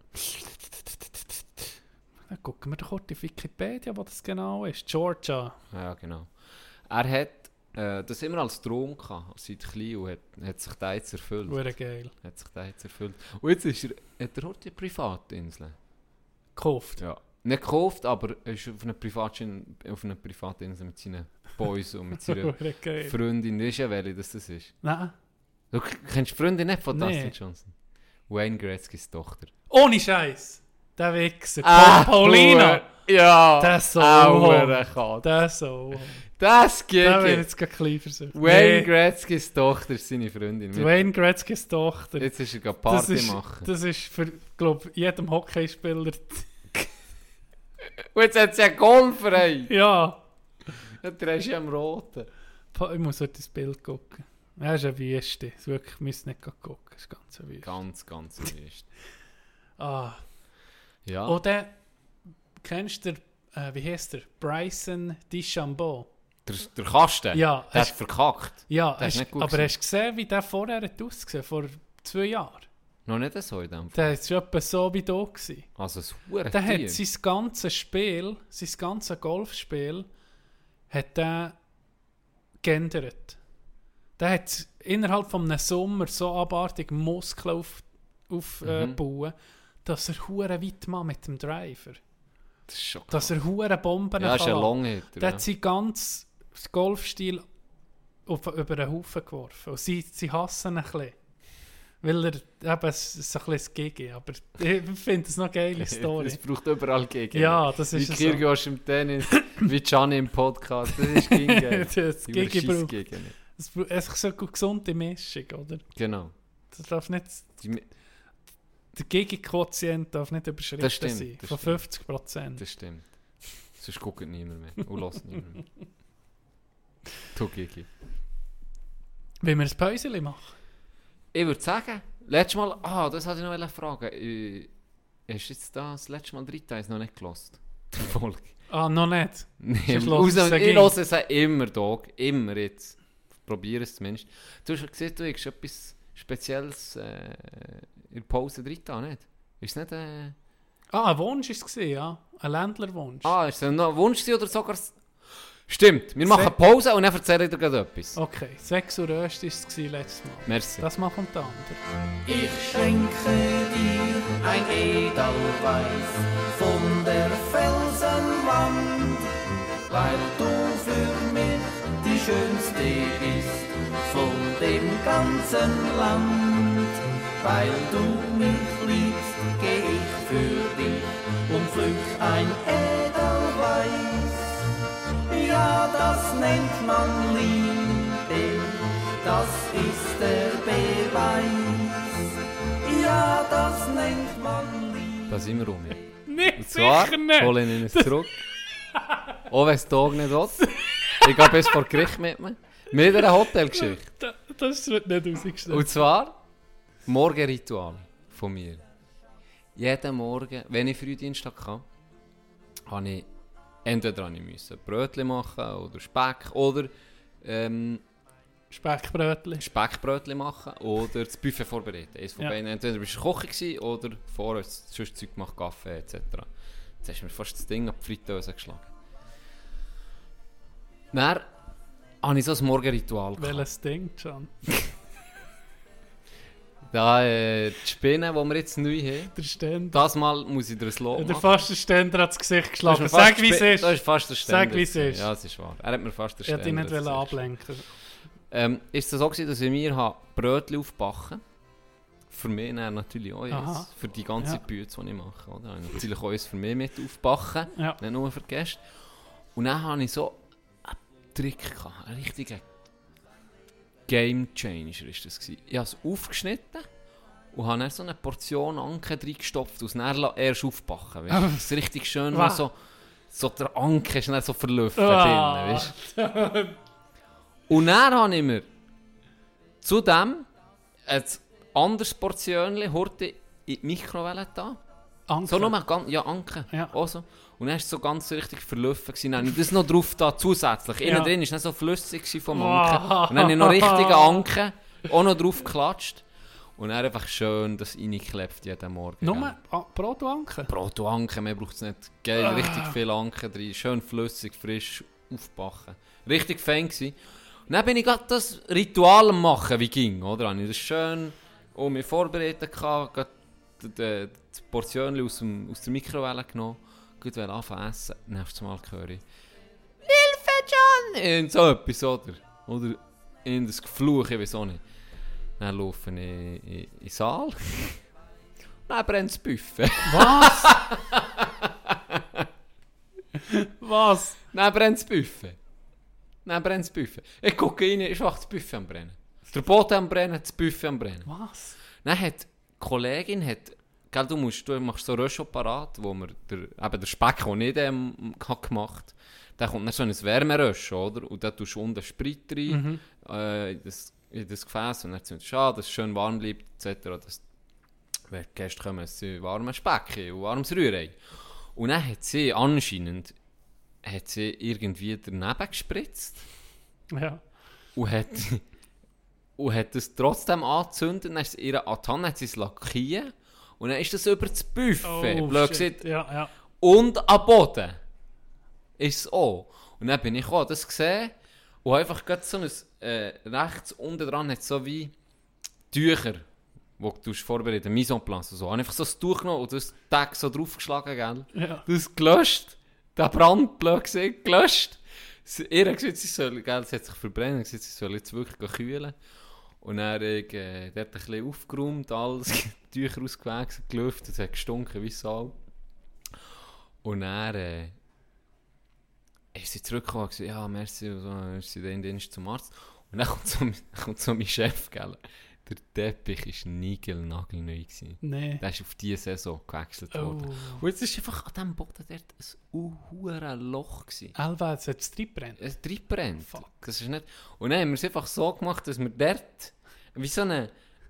Dann gucken wir doch kurz auf Wikipedia, wo das genau ist. Georgia. Ja, genau. Er hat das immer als Traum gehabt, seit klein, und hat sich das jetzt erfüllt. Wäre geil. Hat sich das jetzt erfüllt. Und jetzt hat er heute eine Privatinsel. Gekauft? Ja. Nicht gekauft, aber er ist auf einer Privatinsel mit seinen Boys und mit seiner Freundin. Weißt du ja, welche das ist? Nein. Du kennst die Freundin nicht von Dustin Johnson? Wayne Gretzkys Tochter. Ohne Scheiß! Der Wichser. Paulina! Ja! Das so. Das so. Das geht. Da wird jetzt gerade klein versucht. Wayne Gretzkys Tochter ist seine Freundin. Wayne Gretzkys Tochter. Jetzt ist er gerade Party machen. Das ist für, glaube ich, jedem Hockeyspieler. Und jetzt hat sie einen Golfverein. Ja. Ja, der ist ja am Roten. Ich muss heute das Bild gucken. Er ist eine Wüste. Wir müssen nicht gucken. Das ist ganz eine Wüste. Ganz Wüste. Ja. Oder kennst du, wie heißt der? Bryson DeChambeau. Der Kasten? Ja. Der hat verkackt. Ja, aber hast du gesehen, wie der vorher ausgesehen vor 2 Jahren? Noch nicht so in dem Fall. Der war etwa so wie da. Also ein der hat sein ganzes Spiel, sein ganzes Golfspiel, hat der geändert. Der hat innerhalb von einem Sommer so abartig Muskeln aufbauen, dass er hure weit macht mit dem Driver. Das ist schon dass er hure Bomben kann. Ja, ist ein Longhitter. Der hat sein ganzes Golfstil über den Haufen geworfen. Und sie hassen ihn ein bisschen. Weil er es ist ein bisschen das Gigi. Aber ich finde es noch eine geile Story. Es braucht überall Gigi. Ja, das ist wie Kyrgios im Tennis, wie Gianni im Podcast. Das ist Gigi. Das Gigi braucht. Es ist so eine gesunde Mischung, oder? Genau. Das darf nicht... Der Gigi-Quotient darf nicht überschritten sein. Von 50%. Das stimmt. Sonst guckt niemand mehr und hört niemand mehr. Du, Gigi. Wenn wir ein Päuschen machen? Ich würde sagen, letztes Mal, das wollte ich noch fragen. Hast du jetzt das letzte Mal 3 Teile noch nicht gehört? Die Folge. Noch nicht. Nee, Sonst hörst du es ich höre es immer, Dog. Immer jetzt. Probiere es zumindest. Du hast gesehen, du hast etwas Spezielles in der Pause 3 Teile, nicht? Ist es nicht... ein Wunsch war es, ja. Ein Ländlerwunsch. Ist es noch ein Wunsch oder sogar... Stimmt, wir machen Pause und dann erzähle ich dir gerade etwas. Okay, 6 Uhr Röst war es letztes Mal. Merci. Das macht der andere. Ich schenke dir ein Edelweiß von der Felsenwand, weil du für mich die schönste bist von dem ganzen Land. Weil du mich liebst, geh ich für dich und pflück ein Edelweiß. Ja, das nennt man Liebe, das ist der Beweis. Ja, das nennt man Liebe. Da sind wir rum. Nicht, Und zwar sicher nicht! hole ich ihn zurück. Auch wenn es Tag nicht will. Ich gehe bis vor Gericht mit mir. Mit einer Hotelgeschichte. Das wird nicht rausgestellt. Und zwar Morgenritual von mir. Jeden Morgen, wenn ich Frühdienst hatte, habe ich entweder Brötchen machen oder Speck oder Speckbrötchen machen oder das Buffet vorbereiten. Eines von beiden. Entweder bist du Koch gewesen oder vorher sonst Zeug gemacht, Kaffee etc. Jetzt hast du mir fast das Ding ab die Fritteuse geschlagen. Dann habe ich so ein Morgenritual gehabt. Welches Ding, Can? Da, die Spinne, die wir jetzt neu haben. Der Ständer. Das Mal muss ich dir ein Lob Der machen. fast der Ständer hat das Gesicht Das geschlagen. ist mir fast Sag, wie es ist. Das ist fast der Ständer. Sag, wie es ist. Ja, es ist wahr. Er hat mir fast den Ich Ständer. wollte dich nicht ablenken. Ist es so gewesen, dass ich mir Brötchen aufbacken habe? Für mich dann natürlich auch Aha. für die ganze Ja. Bütze, die ich mache. Oder? Ich habe natürlich auch eins für mich mit aufbacken, Ja. nicht nur für die Gäste. Und dann hatte ich so einen Trick gehabt, einen richtigen Game Changer ist das gewesen. Ich habe es aufgeschnitten und habe dann so eine Portion Anke reingestopft und dann erst aufbacken. Weißt? Das ist richtig schön, wenn so der Anke ist dann so verlaufen drin, weißt? Und dann habe ich mir zudem ein anderes Portionchen Horte in die Mikrowelle da. Anke. So nur Anke. Ja. Auch so. Und dann war es so ganz richtig verlaufen. Dann habe ich das noch drauf da zusätzlich. Ja. Innen drin war es nicht so flüssig vom Wow. Anke. Und dann habe ich noch richtige Anke auch noch drauf geklatscht. Und dann einfach schön das reingeklebt jeden Morgen. Nur Brot und Anke? Brot und Anke, mehr braucht es nicht. Geil, richtig viel Anke drin. Schön flüssig, frisch aufbacken. Richtig fein gewesen. Und dann bin ich gerade das Ritual am machen, wie ging, oder? Habe ich das schön mir vorbereitet gehabt, die Portion aus der Mikrowelle genommen, gut anfangen zu essen. Nächstes Mal höre ich «Hilfe, John!» Und so etwas, oder in das Gefluch, ich weiß auch nicht. Dann laufe ich in den Saal. Dann brennt das Buffet. Was? Was? Dann brennt das Buffet. Ich gucke rein, ist das Buffet am Brennen. Der Boden am Brennen, das Buffet am Brennen. Was? Dann hat die Kollegin, gell, du machst so Röschel parat, wo man der Speck, den ich gemacht habe, da kommt dann so ein Wärmeröschel, oder? Und da tust du unten Sprit rein, in das Gefäß, und dann zündest du an, dass es schön warm bleibt, etc. Wenn die Gäste kommen, es sind warme Speck und warmes Rührei. Und dann hat sie anscheinend irgendwie daneben gespritzt Ja. und hat es trotzdem angezündet, dann ist es ihr an die Hand, hat sie es lackiert und dann ist das über das Buffet, blöd gesagt, Ja. und am Boden ist es auch. Und dann bin ich auch das gesehen und einfach gerade so ein, rechts unten dran hat so wie Tücher, wo du vorbereiten, Mise en place, so. Ich habe einfach so ein Tuch genommen und das Tag so draufgeschlagen, gell? Ja. Das gelöscht, der Brand, blöd gesagt, gelöscht. Ihr hat gesagt, sie hat sich verbrennen, sie soll jetzt wirklich kühlen. Und dann hat er ein bisschen aufgeräumt, alles, Tücher ausgewechselt, gelüftet, es hat gestunken wie Sau. Und dann ist sie zurückgekommen und gesagt, ja, merci, und so, dann ist sie dann zum Arzt. Und dann kommt so mein Chef, gell. Der Teppich war nagelneu. Nee. Der ist auf diese Saison gewechselt worden. Und jetzt ist einfach an diesem Boden dort ein verdammtes Loch gewesen. Alva, jetzt hat es reingebrannt. Es brennt. Fuck. Das ist nicht... Und dann haben wir es einfach so gemacht, dass wir dort wie so einen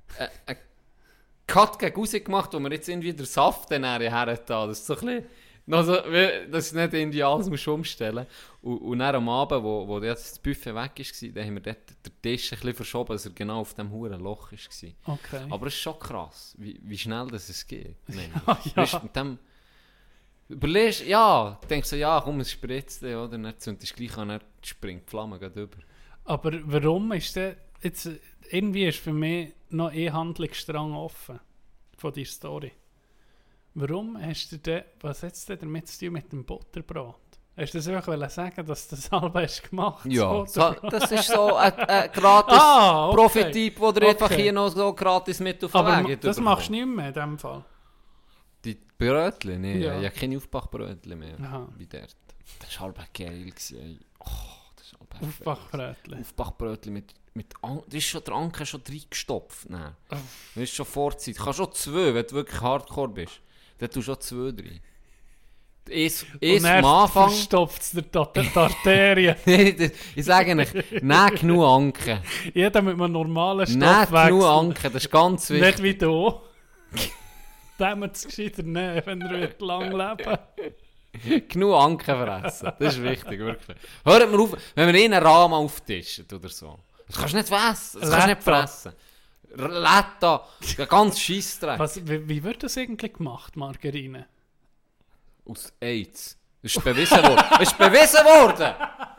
Cut gegen raus gemacht, wo wir jetzt irgendwie den Saft dann her da. Das ist so ein bisschen... Also, dass ich nicht irgendwie alles muss umstellen muss. Und dann am Abend, wo jetzt das Buffet weg war, dann haben wir dort den Tisch ein bisschen verschoben, dass er genau auf dem verdammten Loch war. Okay. Aber es ist schon krass, wie schnell das es geht. Ja. Weißt, mit dem überlegst, ja, denkst so, ja, komm, es spritzt, oder? Dann zündest du gleich an, dann springt die Flamme gerade über. Aber warum ist der jetzt... Irgendwie ist für mich noch ein Handlungsstrang offen von deiner Story. Warum hast du denn... Was hat es denn damit zu tun mit dem Butterbrot? Hast du das einfach sagen, dass du das selber hast gemacht hast? Ja, das ist so ein gratis okay. Profi-Typ, der dir einfach Okay. hier noch so gratis mit auf den Aber Weg das machst du nicht mehr in dem Fall. Die Brötchen? Nee, Ja. ich habe keine Aufbackbrötchen mehr. Aha. Wie dort. Das war halb geil. Ey. Oh, das war halb perfekt. Aufbackbrötchen. Aufbackbrötchen mit da ist schon der Anker schon reingestopft. Nein. Oh. Das ist schon Vorzeit. Du kannst schon 2, wenn du wirklich Hardcore bist. Dann tust du schon 2 rein. Erst Und am dann Anfang... verstopft es die Arterien. Ich sage nicht, nicht genug Anken. Jeder mit einem normalen Nicht Stoffwechsel. genug Anken, das ist ganz wichtig. Nicht wie du. Den wir es gescheiter nehmen, wenn er wird lang leben. Genug Anken fressen. Das ist wichtig, wirklich. Hört mal auf, wenn wir einen Rahmen auftischen oder so. Das kannst du nicht essen, das kannst du nicht fressen. Letta, der ganze Scheissdreck. Wie wird das eigentlich gemacht, Margarine? Aus AIDS. Das ist bewiesen worden. Das ist bewiesen worden!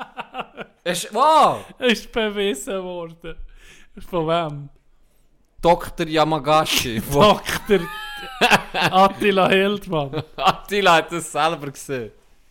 Wow! Ist bewiesen worden. Von wem? Dr. Yamagashi. Dr. Attila Hildmann. Attila hat das selber gesehen.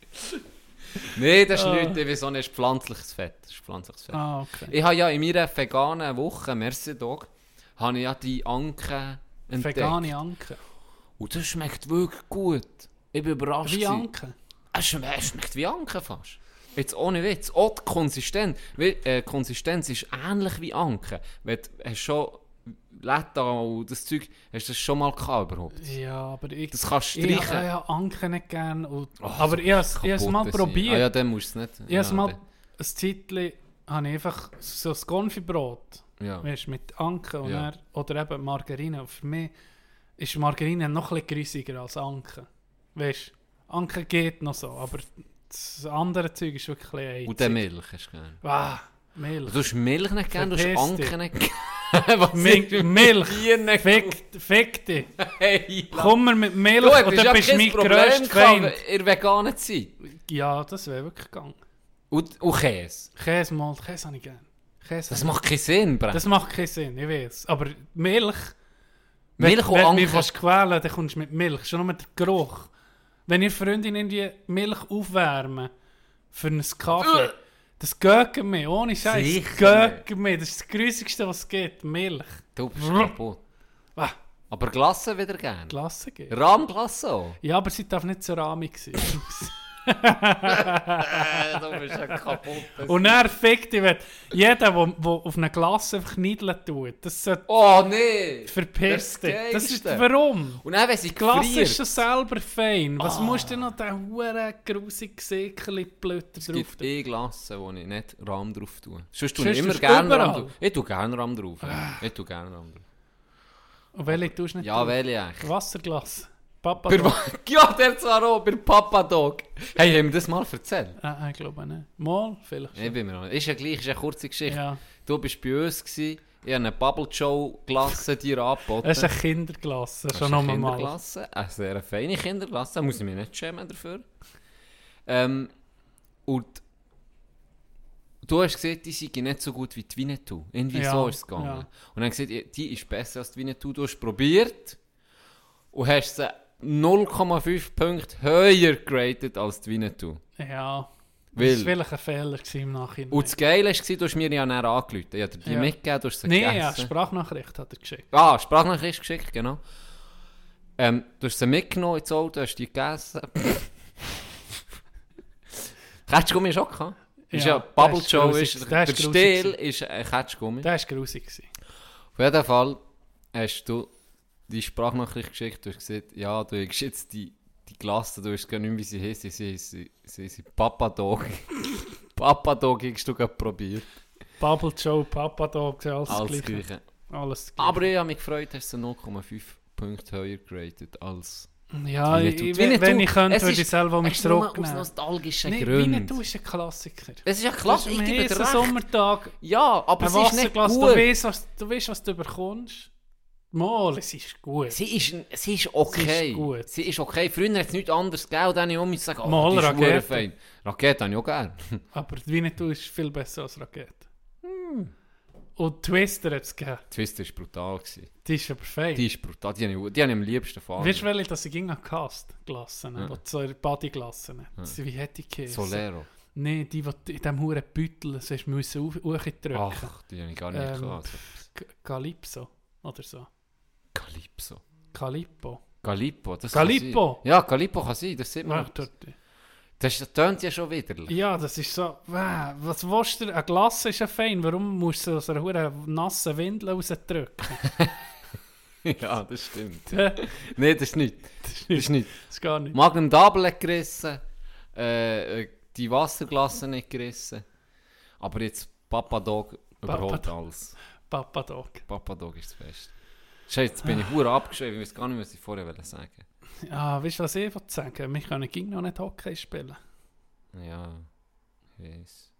Nein, das ist nichts, wieso nicht? Das ist pflanzliches Fett. Das ist pflanzliches Fett. Ah, okay. Ich habe ja in meiner veganen Woche, merci Dog, habe ich ja die Anken entdeckt. Vegane Anke. Und das schmeckt wirklich gut. Ich bin überrascht. Wie Anke? Es schmeckt wie Anken fast. Jetzt ohne Witz. Auch die Konsistenz. Konsistenz ist ähnlich wie Anken. Wenn du hast schon Letta und das Zeug, hast du das schon mal gehabt überhaupt? Ja, aber ich... Das kannst du Ich streichen. habe Anke nicht gern. Aber ich habe es mal probiert. Ah ja, dann musst du es nicht. Ich habe es mal... Ein Zeitchen habe ich einfach so ein Konfibrot. Ja. Weißt, mit Anke und Ja. dann, oder eben Margarine. Und für mich ist Margarine noch ein bisschen grüssiger als Anke. Weißt du, Anke geht noch so, aber das andere Zeug ist wirklich ein bisschen Und dann Milch hast du gerne. Ah, Milch. Du hast Milch nicht gerne, du hast Verpiss Anken dich. nicht gerne. Was Milch. Bier nicht Fick dich. Hey, Komm mir mit Milch du und hättest dann ja bist du kein mein Problem grösster gehabt Feind. in der veganen Zeit. Ja, das wäre wirklich gegangen. Und Käse. Käse habe ich gerne. Das macht keinen Sinn, Brett. Das macht keinen Sinn, ich weiß. Aber Milch... Milch und wenn du Anke. mich willst quälen, dann kommst du mit Milch. Schon nur mit dem Geruch. Wenn ihr Freundin irgendwie Milch aufwärmen für einen Kaffee, das geht mir, ohne Scheiß. Sicher Das geht mir. Das ist das Grüßigste, was es gibt. Milch. Du bist kaputt. Ah, Aber Glasse wieder gerne. Klasse geht. Rahmglasse auch. Ja, aber sie darf nicht so rahmig sein. Du bist ja kaputt. Und dann fickt dich, wenn jeder, der auf eine Glasse einfach Niedeln tut, das sollte Oh nee! verpisst dich. Das Das ist Geilste. warum? Und dann, wenn sie Glasse gefriert, ist schon selber fein. Was musst du noch den huren grusigen Säckchen-Blöter es drauf gibt tun? Glasse, wo ich nicht Rahm drauf tue. Sonst tue Sonst ich immer tust du gerne überall. Rahm drauf. Ich tue gerne Rahm drauf. Ich tue gerne Rahm drauf. Und welche tust du nicht Ja, drauf? welche eigentlich? Wasserglas. Papa. Ja, der zwar auch, bei Papa Dog. Hey, haben wir das mal erzählt? Ich glaube nicht. Mal, vielleicht. Ich bin mir noch nicht. Ist ja gleich, ist eine kurze Geschichte. Ja. Du bist bei uns gewesen, ich habe eine Bubble Show Glasse dir angeboten. Es ist eine Kinderglasse, Das schon ist noch eine mal. Kinderglasse, eine sehr feine Kinderglasse, da muss ich mich nicht schämen dafür. Und du hast gesehen, die sind nicht so gut wie die Winnetou. Irgendwie Ja, so ist es gegangen. ja. Und dann gesagt, die ist besser als die Winnetou. Du hast probiert und hast sie 0,5 Punkte höher geratet als die Winnetou. Ja. Weil- Das war vielleicht ein Fehler gewesen im Nachhinein. Und das Geile war, du hast mir ja näher angerufen. Ich habe dir die Ja. mitgegeben, du hast sie Nein, gegessen. ja, Sprachnachricht hat er geschickt. Ah, Sprachnachricht geschickt, genau. Du hast sie mitgenommen ins Auto, hast die gegessen. Ketschgummi ist auch gehabt. Ist ja Ja, Bubble das ist Show, grusig. ist, Das der ist grusig Stiel ist ein Ketschgummi. Das war grusig gewesen. Auf jeden Fall hast du die Sprachnachricht geschickt, du hast gesagt, ja, du hast jetzt die Klasse, du hast gar nicht, wie sie heisst, sie Papadog. Papadog hast du gerade probiert. Bubble Joe, Papadog, alles Alles Gleiche. Gleiche. Alles Gleiche. Aber ich habe mich gefreut, hast du 0,5 Punkte höher geratet als ja, Winnetou. wenn ich könnte, Es würde ich ist- selber mich es ist nur aus zurücknehmen. nostalgischen Nee, Gründen. Winnetou ist ein Klassiker. Es ist ja klasse, ich Am gebe dir heißen recht. Sommertag, Ja, aber ein es ist nicht Wasserglas, gut. du weißt, was du bekommst. Mal, es ist gut. Sie ist okay. gut. Sie ist okay. Früher hat es nichts anderes gegeben, dann habe ich sagen, Mal die ist Rakete. verdammt fein. Rakete habe ich auch gerne. Aber die Winnetou ist viel besser als Rakete. Hm. Und Twister hat es gegeben. Twister war brutal. Gewesen. Die ist aber fein. Die ist brutal. Die habe ich am liebsten fahren. Weißt du, welche, dass ich ging an Cast gelassen habe? Ja. So Bodyglassen. Ja. Wie hätte ich geheißen? Solero. Nein, die in diesem huren Beutel, das hast du hochdrücken. Ach, die habe ich gar nicht gehabt. Calypso oder so. Calypso. Calippo. Galippo, das Galippo? kann sein. Ja, Galippo kann sein, das sieht man. Ach, dort. Das tönt ja schon widerlich. Ja, das ist so. Was willst du? Eine Glasse ist ja fein. Warum musst du aus einer huren nassen Windel rausdrücken? Ja, das stimmt. Ja. Nein, das ist nicht. Das ist nicht. Das ist gar nicht. Magnum Double hat gerissen, die Wasserglasse nicht gerissen. Aber jetzt Papadog überholt alles. Papadog. Papadog ist das Beste. Scheiße, jetzt bin ich verdammt abgeschrieben, ich weiß gar nicht, was ich vorher sagen wollte. Ja, weißt du, was ich sagen will? Wir können gegen noch nicht Hockey spielen. Ja, ich weiss.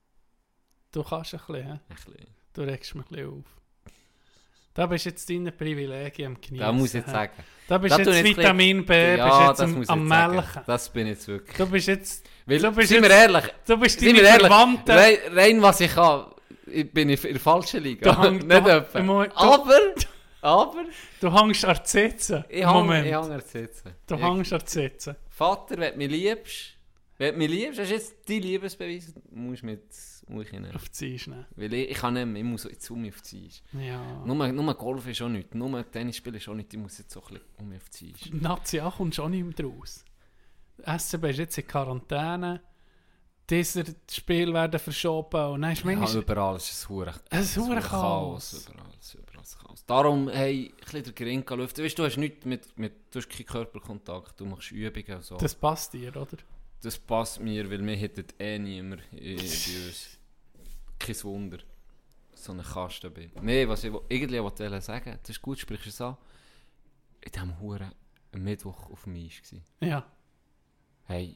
Du kannst ein bisschen, hä? Ein bisschen. Du regst mich ein bisschen auf. Da bist jetzt deine Privilegien am Genießen. Da muss ich jetzt hä? sagen. Da bist Da du tue jetzt ich jetzt Vitamin B, Ja, bist das jetzt muss am, ich am jetzt sagen. Melken. Das bin ich jetzt wirklich. Du bist jetzt... Weil, du bist sind wir jetzt- ehrlich, Du bist sind deine wir ehrlich, Verwandten... rein was ich kann, bin ich in der falschen Liga. Du Nicht etwa. Aber Du hängst an der Zitze. ich Moment. hänge an der Sitze. Du hängst an der Zitze. Vater, wenn du mich liebst, hast du jetzt deinen Liebesbeweis, musst du mich nehmen. Auf die Eis nehmen. Weil ich kann nicht mehr, ich muss jetzt um mich auf die Eis. Ja. Nur Golf ist auch nichts, nur Tennis spielen ist auch nichts, ich muss jetzt so ein bisschen um mich auf die Eis. Nazi auch kommst du auch nicht mehr raus. SCB ist jetzt in Quarantäne. Diese Spiele werden verschoben. Und dann ist Ja, manchmal... überall ist es hure Ein Chaos. Überall ist Chaos. Darum, hey, ein bisschen der Gerinke lüften. Weißt du, hast nichts du hast keinen Körperkontakt, du machst Übungen und so. Das passt dir, oder? Das passt mir, weil wir hätten niemand bei uns. Kein Wunder. So einen Kasten bin. Nein, was ich irgendwie wollte sagen, das ist gut, sprichst du es an. In diesem Huren am Mittwoch auf dem Eis gsi. Ja. Hey.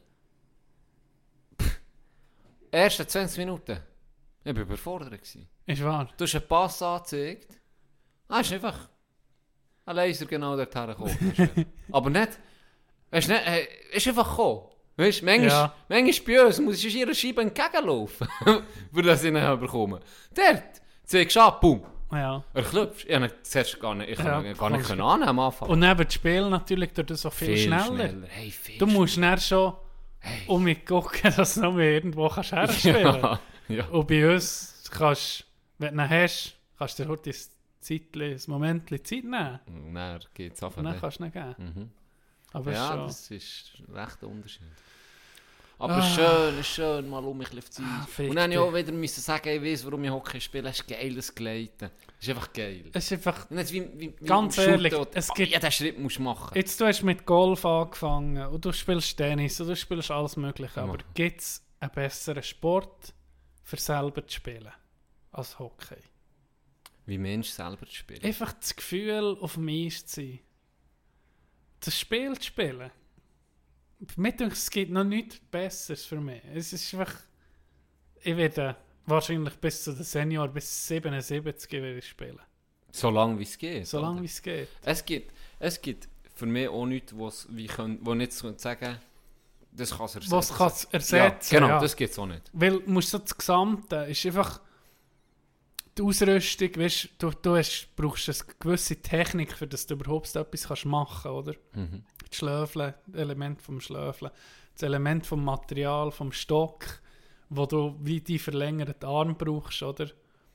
Erste 20 Minuten. Ich war überfordert gsi. Ist wahr. Du hast einen Pass angezeigt. Ist einfach ein Laser genau dorthin gekommen. Aber nicht. Ist einfach gekommen. Weißt du, manchmal bei uns muss ich ihrer Scheibe entgegenlaufen, für das ich nicht bekomme. Dort zeigst du ab, boom. Ja. Er klopft. Ich habe zuerst gar nicht annehmen am Anfang. Und neben dem Spiel natürlich durch das so viel schneller. Hey, viel Du musst dann schon um mich gucken, dass du noch irgendwo kannst herspielen kannst. Ja. Und bei uns kannst wenn du ihn hast, kannst du heute ein Moment Zeit nehmen. Und dann geht es einfach Und dann nicht. kannst du ihn geben. Mhm. Aber Ja, schon. das ist recht ein Unterschied. Aber schön, mal um mich auf die Eis. fick Und dann dich. auch wieder müssen sagen, ich weiss, warum ich Hockey spiele. Es ist geiles Gleiten. Es ist einfach geil. Es ist einfach... Nicht wie Ganz beim ehrlich, Shooten, es gibt- jeden Schritt musst du machen. Jetzt, du hast mit Golf angefangen und du spielst Tennis und du spielst alles Mögliche. Aber Ja. gibt es einen besseren Sport, für selber zu spielen, als Hockey? Wie Mensch selber zu spielen. Einfach das Gefühl, auf dem Eis zu sein. Das Spiel zu spielen. Mir denke, es gibt noch nichts Besseres für mich. Es ist einfach... Ich werde wahrscheinlich bis zu den Senior, bis 77 werde ich spielen. So lange wie es geht. So lange oder? wie es geht. Es gibt für mich auch nichts, wo nicht so sagen, das kann es ersetzen. Was kann es ersetzen? Ja, genau, ja. das gibt es auch nicht. Weil musst so das Gesamte ist einfach die Ausrüstung, weißt, du brauchst eine gewisse Technik, für dass du überhaupt etwas kannst machen, oder? Mhm. Das Schlöfeln, das Element vom Schlöfeln, das Element vom Material, vom Stock, wo du wie die verlängerten Arm brauchst, oder?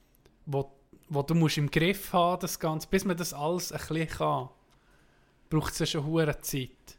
Wo du musst im Griff haben, das Ganze, bis man das alles ein bisschen kann, braucht es ja schon hure Zeit.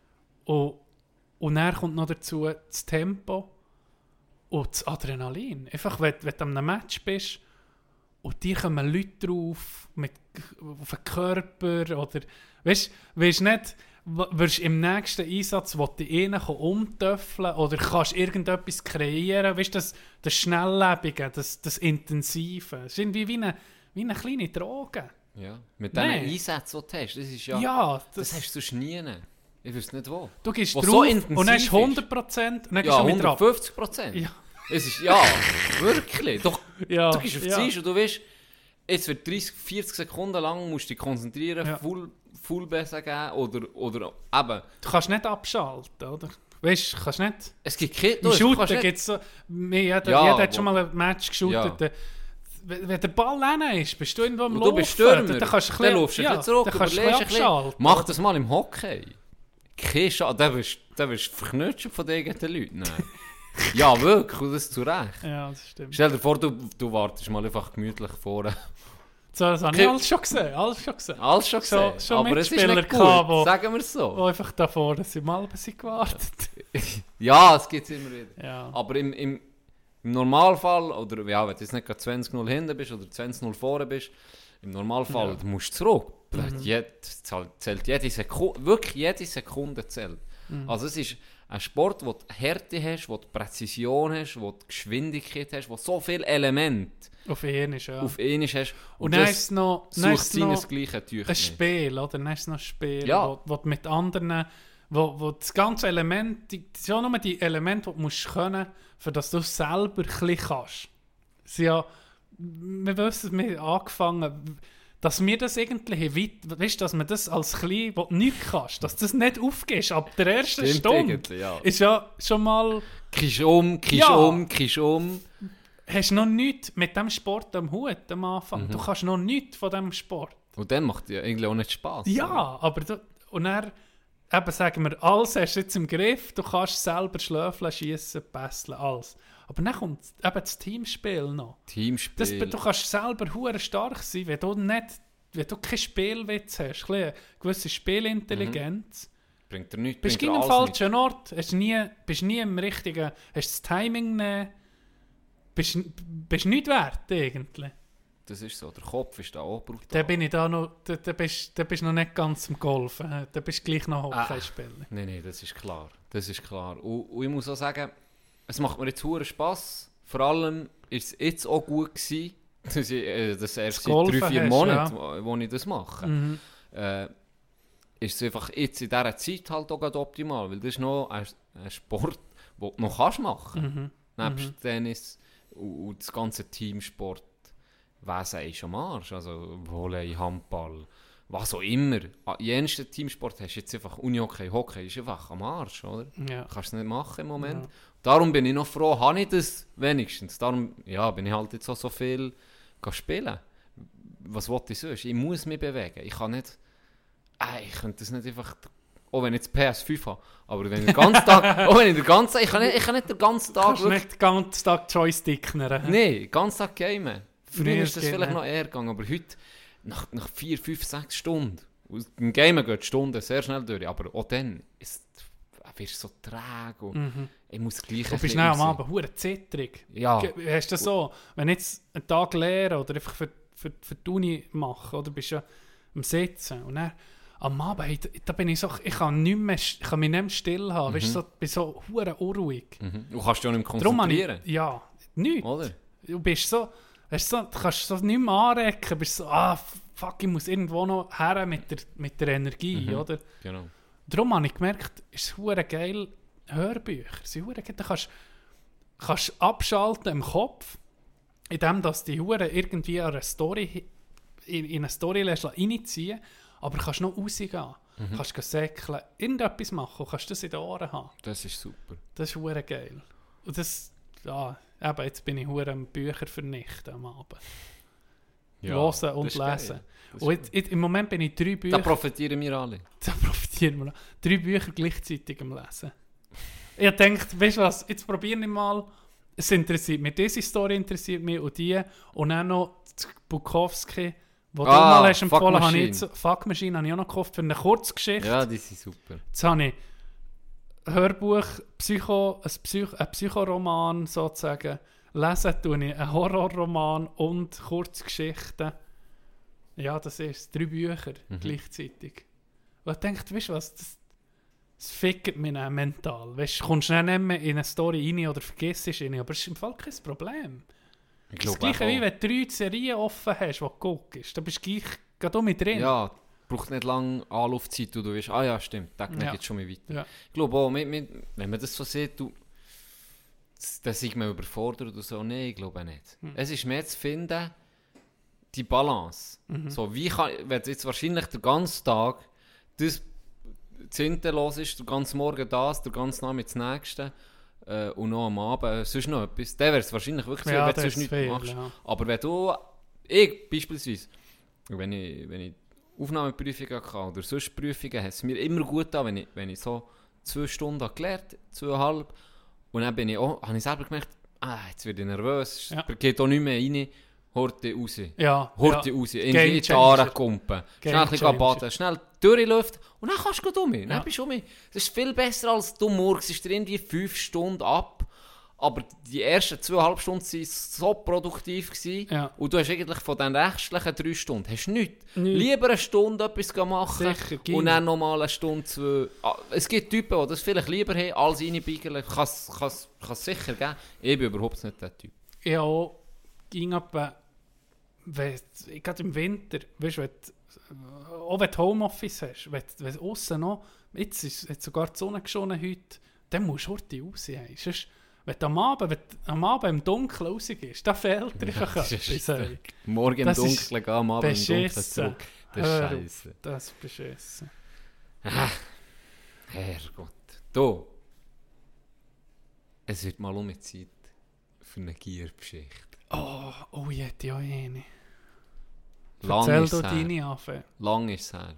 Und dann kommt noch dazu das Tempo und das Adrenalin. Einfach, wenn du an einem Match bist und die kommen Leute drauf, auf den Körper, oder, weißt nicht, wirst im nächsten Einsatz die einen umtöffeln oder kannst irgendetwas kreieren, weißt das Schnelllebige, das Intensive, das ist irgendwie wie eine kleine Droge. Ja, mit diesen Einsätzen, die du hast, das ist das hast du sonst nie. Ich weiß nicht wo. Du gehst wo drauf so intensiv und dann hast 100% und dann gehst du wieder ab. 150%. Ja. Es ist, wirklich. Doch, ja, du gehst auf die Seite und du weißt, jetzt wird 30-40 Sekunden lang musst du dich konzentrieren, Full besser geben oder eben. Du kannst nicht abschalten, oder? Weißt du, kannst nicht... Es gibt keine... Im Shooten gibt es so... Jeder hat schon mal ein Match geshootet. Ja. Wenn der Ball rein ist, bist du irgendwo am Laufen. Du bist Stürmer. Dann kannst du ein bisschen zurück, dann kannst du abschalten. Mach das mal im Hockey. Kein Schade. Da wirst du verknutscht von den Leuten. Ja, wirklich. Und das zu Recht. Ja, das stimmt. Stell dir vor, du wartest mal einfach gemütlich vorne. So, das habe ich alles schon gesehen. Alles schon gesehen. Schon aber es ist nicht gut, sagen wir es so. Wo einfach da vorne sind mal ein bisschen gewartet. Ja, es gibt es immer wieder. Ja. Aber im Normalfall, oder ja, wenn du jetzt nicht gerade 20-0 hinten bist oder 20-0 vorne bist, im Normalfall du musst du zurück. Zählt jede Sekunde, wirklich jede Sekunde zählt. Also es ist ein Sport, wo du Härte hast, wo du Präzision hast, wo du Geschwindigkeit hast, wo so viele Elemente auf ihn hast. Und dann ist es noch ein Spiel, oder? Dann ist es noch ein Spiel, ja. wo du mit anderen, wo das ganze Element, das sind ja nur die Elemente, die du musst können, für das du selber ein bisschen kannst. Ja, wir wissen, wir haben angefangen, dass wir das irgendwie, weißt, dass man das als Klein, wo du nichts kannst, dass du das nicht aufgehst ab der ersten Stunde, ist ja schon mal... Kisch um. Hast noch nichts mit dem Sport am Hut am Anfang. Du kannst noch nichts von diesem Sport. Und dann macht es ja eigentlich auch nicht Spass. Ja, aber und dann eben sagen wir, alles hast du jetzt im Griff, du kannst selber schlöfeln, schiessen, pässeln, alles. Aber dann kommt eben das Teamspiel noch. Du kannst selber hure stark sein, wenn du keinen Spielwitz hast, eine gewisse Spielintelligenz. Bringt dir nichts. Bist du in einem falschen Ort, bist nie im richtigen, hast das Timing nicht, bist nicht wert eigentlich. Das ist so, der Kopf ist da auch brutal. Dann bin ich da noch, da bist du noch nicht ganz im Golfen, da bist du gleich noch Hockeyspieler. Nein, das ist klar. Und ich muss auch sagen, es macht mir jetzt verdammt Spass. Vor allem war es jetzt auch gut gewesen, dass ich das erst seit 3-4 Monaten, wo ich das mache. Ist es einfach jetzt in dieser Zeit halt auch optimal, weil das ist noch ein Sport, den du noch kannst machen. Nebst Tennis und das ganze Teamsport. Wesen ist am Arsch, also Volley, Handball, was auch immer. Jensten Teamsport hast du jetzt einfach Unihockey, Hockey ist einfach am Arsch, oder? Ja. Kannst du nicht machen im Moment. Ja. Darum bin ich noch froh, habe ich das wenigstens. Darum bin ich halt jetzt auch so viel spielen. Was wollte ich sonst? Ich muss mich bewegen. Ich kann nicht... ich könnte das nicht einfach... Auch wenn ich jetzt PS5 habe. Aber wenn ich den ganzen Tag... Ich kann nicht den ganzen Tag... Du kannst nicht den ganzen Tag Joystickner. Nein, den ganzen Tag gamen. Früher ist das vielleicht nicht. noch eher gegangen, aber heute, nach 4, 5, 6 Stunden, im Gamen geht die Stunde sehr schnell durch, aber auch dann wirst du so träge und ich muss gleich... Du bist am Abend verdammt zittrig. Ja. Hast du das so, wenn ich jetzt einen Tag lehre oder einfach für die Uni mache, oder bist du am Sitzen und dann am Abend, da bin ich so, ich kann mich nicht mehr still haben, weißt du, bin so verdammt unruhig. Du kannst dich auch nicht mehr konzentrieren. Ja, nichts. Oder? Du bist so... du kannst so nicht mehr anrecken, du bist so, fuck, ich muss irgendwo noch her mit der Energie, oder? Genau. Darum habe ich gemerkt, es ist verdammt geil, Hörbücher. Du kannst abschalten im Kopf, indem dass die Hure irgendwie eine Story in eine Story reinziehen, aber kannst noch rausgehen. Kannst säckeln, irgendetwas machen und kannst das in den Ohren haben. Das ist super. Das ist verdammt geil. Und das, eben, jetzt bin ich am Bücher vernichten am Abend. Ja, Hören und lesen. Und im Moment bin ich 3 Bücher... Da profitieren wir alle. 3 Bücher gleichzeitig am Lesen. Ich dachte, weißt du was, jetzt probiere ich mal, es interessiert mich, diese Story interessiert mich und die, und dann noch Bukowski, wo du mal hast empfohlen, habe ich jetzt, Fuck Machine habe ich auch noch gekauft für eine Kurzgeschichte. Ja, die sind super. Jetzt habe ich Hörbuch, ein Psychoroman sozusagen, lesen tue ich einen Horrorroman und Kurzgeschichten. Ja, das ist 3 Bücher gleichzeitig. Und ich denke, weißt du was, das fickert mich dann mental. Weißt du, kommst schnell nicht mehr in eine Story rein oder vergisst es rein, aber es ist im Fall kein Problem. Das gleiche wie wenn du 3 Serien offen hast, die du guckst, da bist du gleich gerade mit drin. Ja, braucht nicht lange Anlaufzeit und du weißt, ja stimmt, da geht schon mal weiter. Ja. Ich glaube auch, wenn man das so sieht, dann sind wir überfordert oder so. Nein, ich glaube nicht. Es ist mehr zu finden, die Balance. So, wenn du jetzt wahrscheinlich den ganzen Tag das Zinte los ist, den ganzen Morgen das, den ganzen Abend das Nächste und noch am Abend sonst noch etwas, dann wäre es wahrscheinlich wirklich viel, wenn du sonst nichts machst. Ja. Aber wenn ich beispielsweise, wenn ich Aufnahmeprüfungen hatte oder sonst Prüfungen, hat es mir immer gut getan, wenn ich so 2 Stunden gelernt, 2,5, und dann habe ich selber gemerkt, jetzt werde ich nervös, es geht auch nicht mehr rein, Horte raus. Horte raus, in die Haare kumpen, schnell ein bisschen baden, schnell durchlüften und dann kannst du gut dann bist du Das ist viel besser als du morgens, irgendwie 5 Stunden ab, aber die ersten 2,5 Stunden waren so produktiv gewesen, und du hast eigentlich von den restlichen 3 Stunden hast nichts. Lieber eine Stunde etwas machen und dann nochmal eine Stunde, 2. Es gibt Typen, die das vielleicht lieber haben, als reinbeigeln. Kann es sicher geben. Ich bin überhaupt nicht der Typ. Ja, auch ging gerade im Winter, weißt du, auch wenn du Homeoffice hast, wenn du aussen noch, jetzt hat sogar die Sonne geschonen heute, dann musst du heute raus. Sonst, wenn du am Abend im Dunkeln rausgehst, dann fehlt dir einfach etwas. Morgen im Dunkeln gehen, am Abend im Dunkeln zurück. Das ist scheiße. Das ist beschissen. Herrgott. Du, es wird mal Zeit für eine Giergeschichte. Oh, ich hätte ja eine. Erzähl du deine anfangen. Lang ist es her.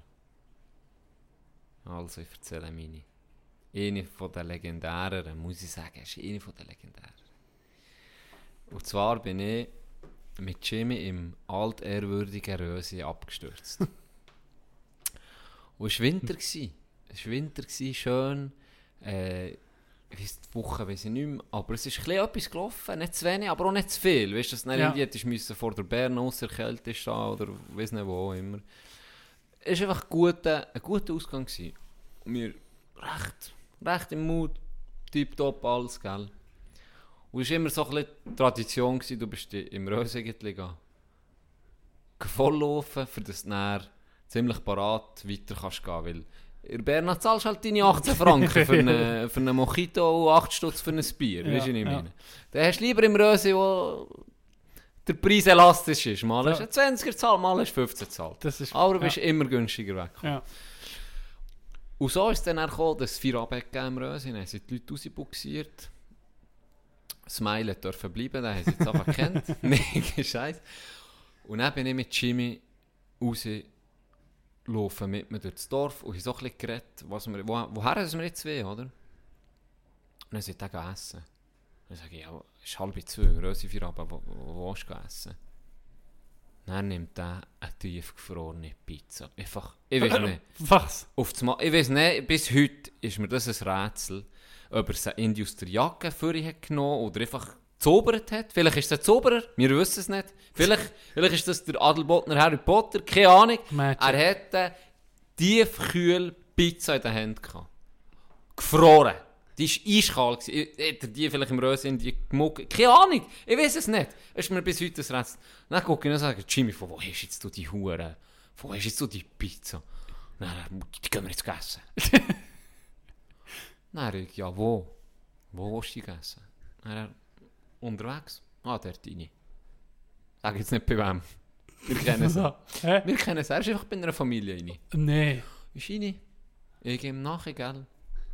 Also, ich erzähle meine. Eine von den legendären, muss ich sagen, ist eine von den legendären. Und zwar bin ich mit Jimmy im altehrwürdigen Rösi abgestürzt. Und es war Winter. Es war schön. Ich weiss, die Woche weiss ich nicht mehr, aber es ist etwas gelaufen, nicht zu wenig, aber auch nicht zu viel. Weißt du, dass du dann irgendwie vor der Bern ausser Kälte stehen oder weiss nicht wo immer. Es war einfach ein guter Ausgang gewesen. Und wir recht im Mut, tipptopp alles, gell. Und es war immer so ein bisschen Tradition gewesen, du bist im Rösegitli volllaufen, für das du dann ziemlich parat weiter kannst gehen, weil in Bern zahlst du halt deine 18 Franken für einen Mojito und 8 Stutz für ein Bier, weißt du, was ich meine? Dann hast du lieber im Röse, wo der Preis elastisch ist. Mal hast du 20er gezahlt, mal hast du 15 gezahlt. Aber du bist immer günstiger weg. Ja. Und so ist es dann gekommen, dass es 4 Abhänge im Röse, dann sind die Leute rausbuxiert. Smile dürfen bleiben, den haben sie jetzt einfach gekannt. Nein, Scheiße. Und dann bin ich mit Jimmy laufen mit mir durchs Dorf und haben so ein bisschen geredet, woher sind wir jetzt zwei, oder? Und dann sind sie essen. Dann sage ich, ja, es ist 1:30, Rösi 4 Abend, wo willst du essen? Dann nimmt er eine tiefgefrorene Pizza. Einfach, ich weiß nicht. Was? Ich weiß nicht, bis heute ist mir das ein Rätsel, ob er eine Industriejacke für ihn hat genommen oder einfach gezaubert hat. Vielleicht ist es ein Zauberer, wir wissen es nicht. Vielleicht ist das der Adelbodner Harry Potter, keine Ahnung. Magic. Er hatte tiefkühl Pizza in der Hand gehabt. Gefroren. Die war eiskalt. Hätte er die vielleicht im Röschen gemuckt? Keine Ahnung, ich weiß es nicht. Es ist mir bis heute ein Rätsel. Dann gucke ich und sage, Jimmy, von wo hast jetzt du die Hure? Von wo hast jetzt du die Pizza? Dann, die gehen wir jetzt essen. Dann sage ich, ja, wo? Wo willst du die essen? Dann, unterwegs? Dort rein. Sag jetzt nicht bei wem. Wir kennen es. Wir kennen es. Er ist einfach bei einer Familie rein. Nein. Ist rein. Ich gehe ihm nachher, gell?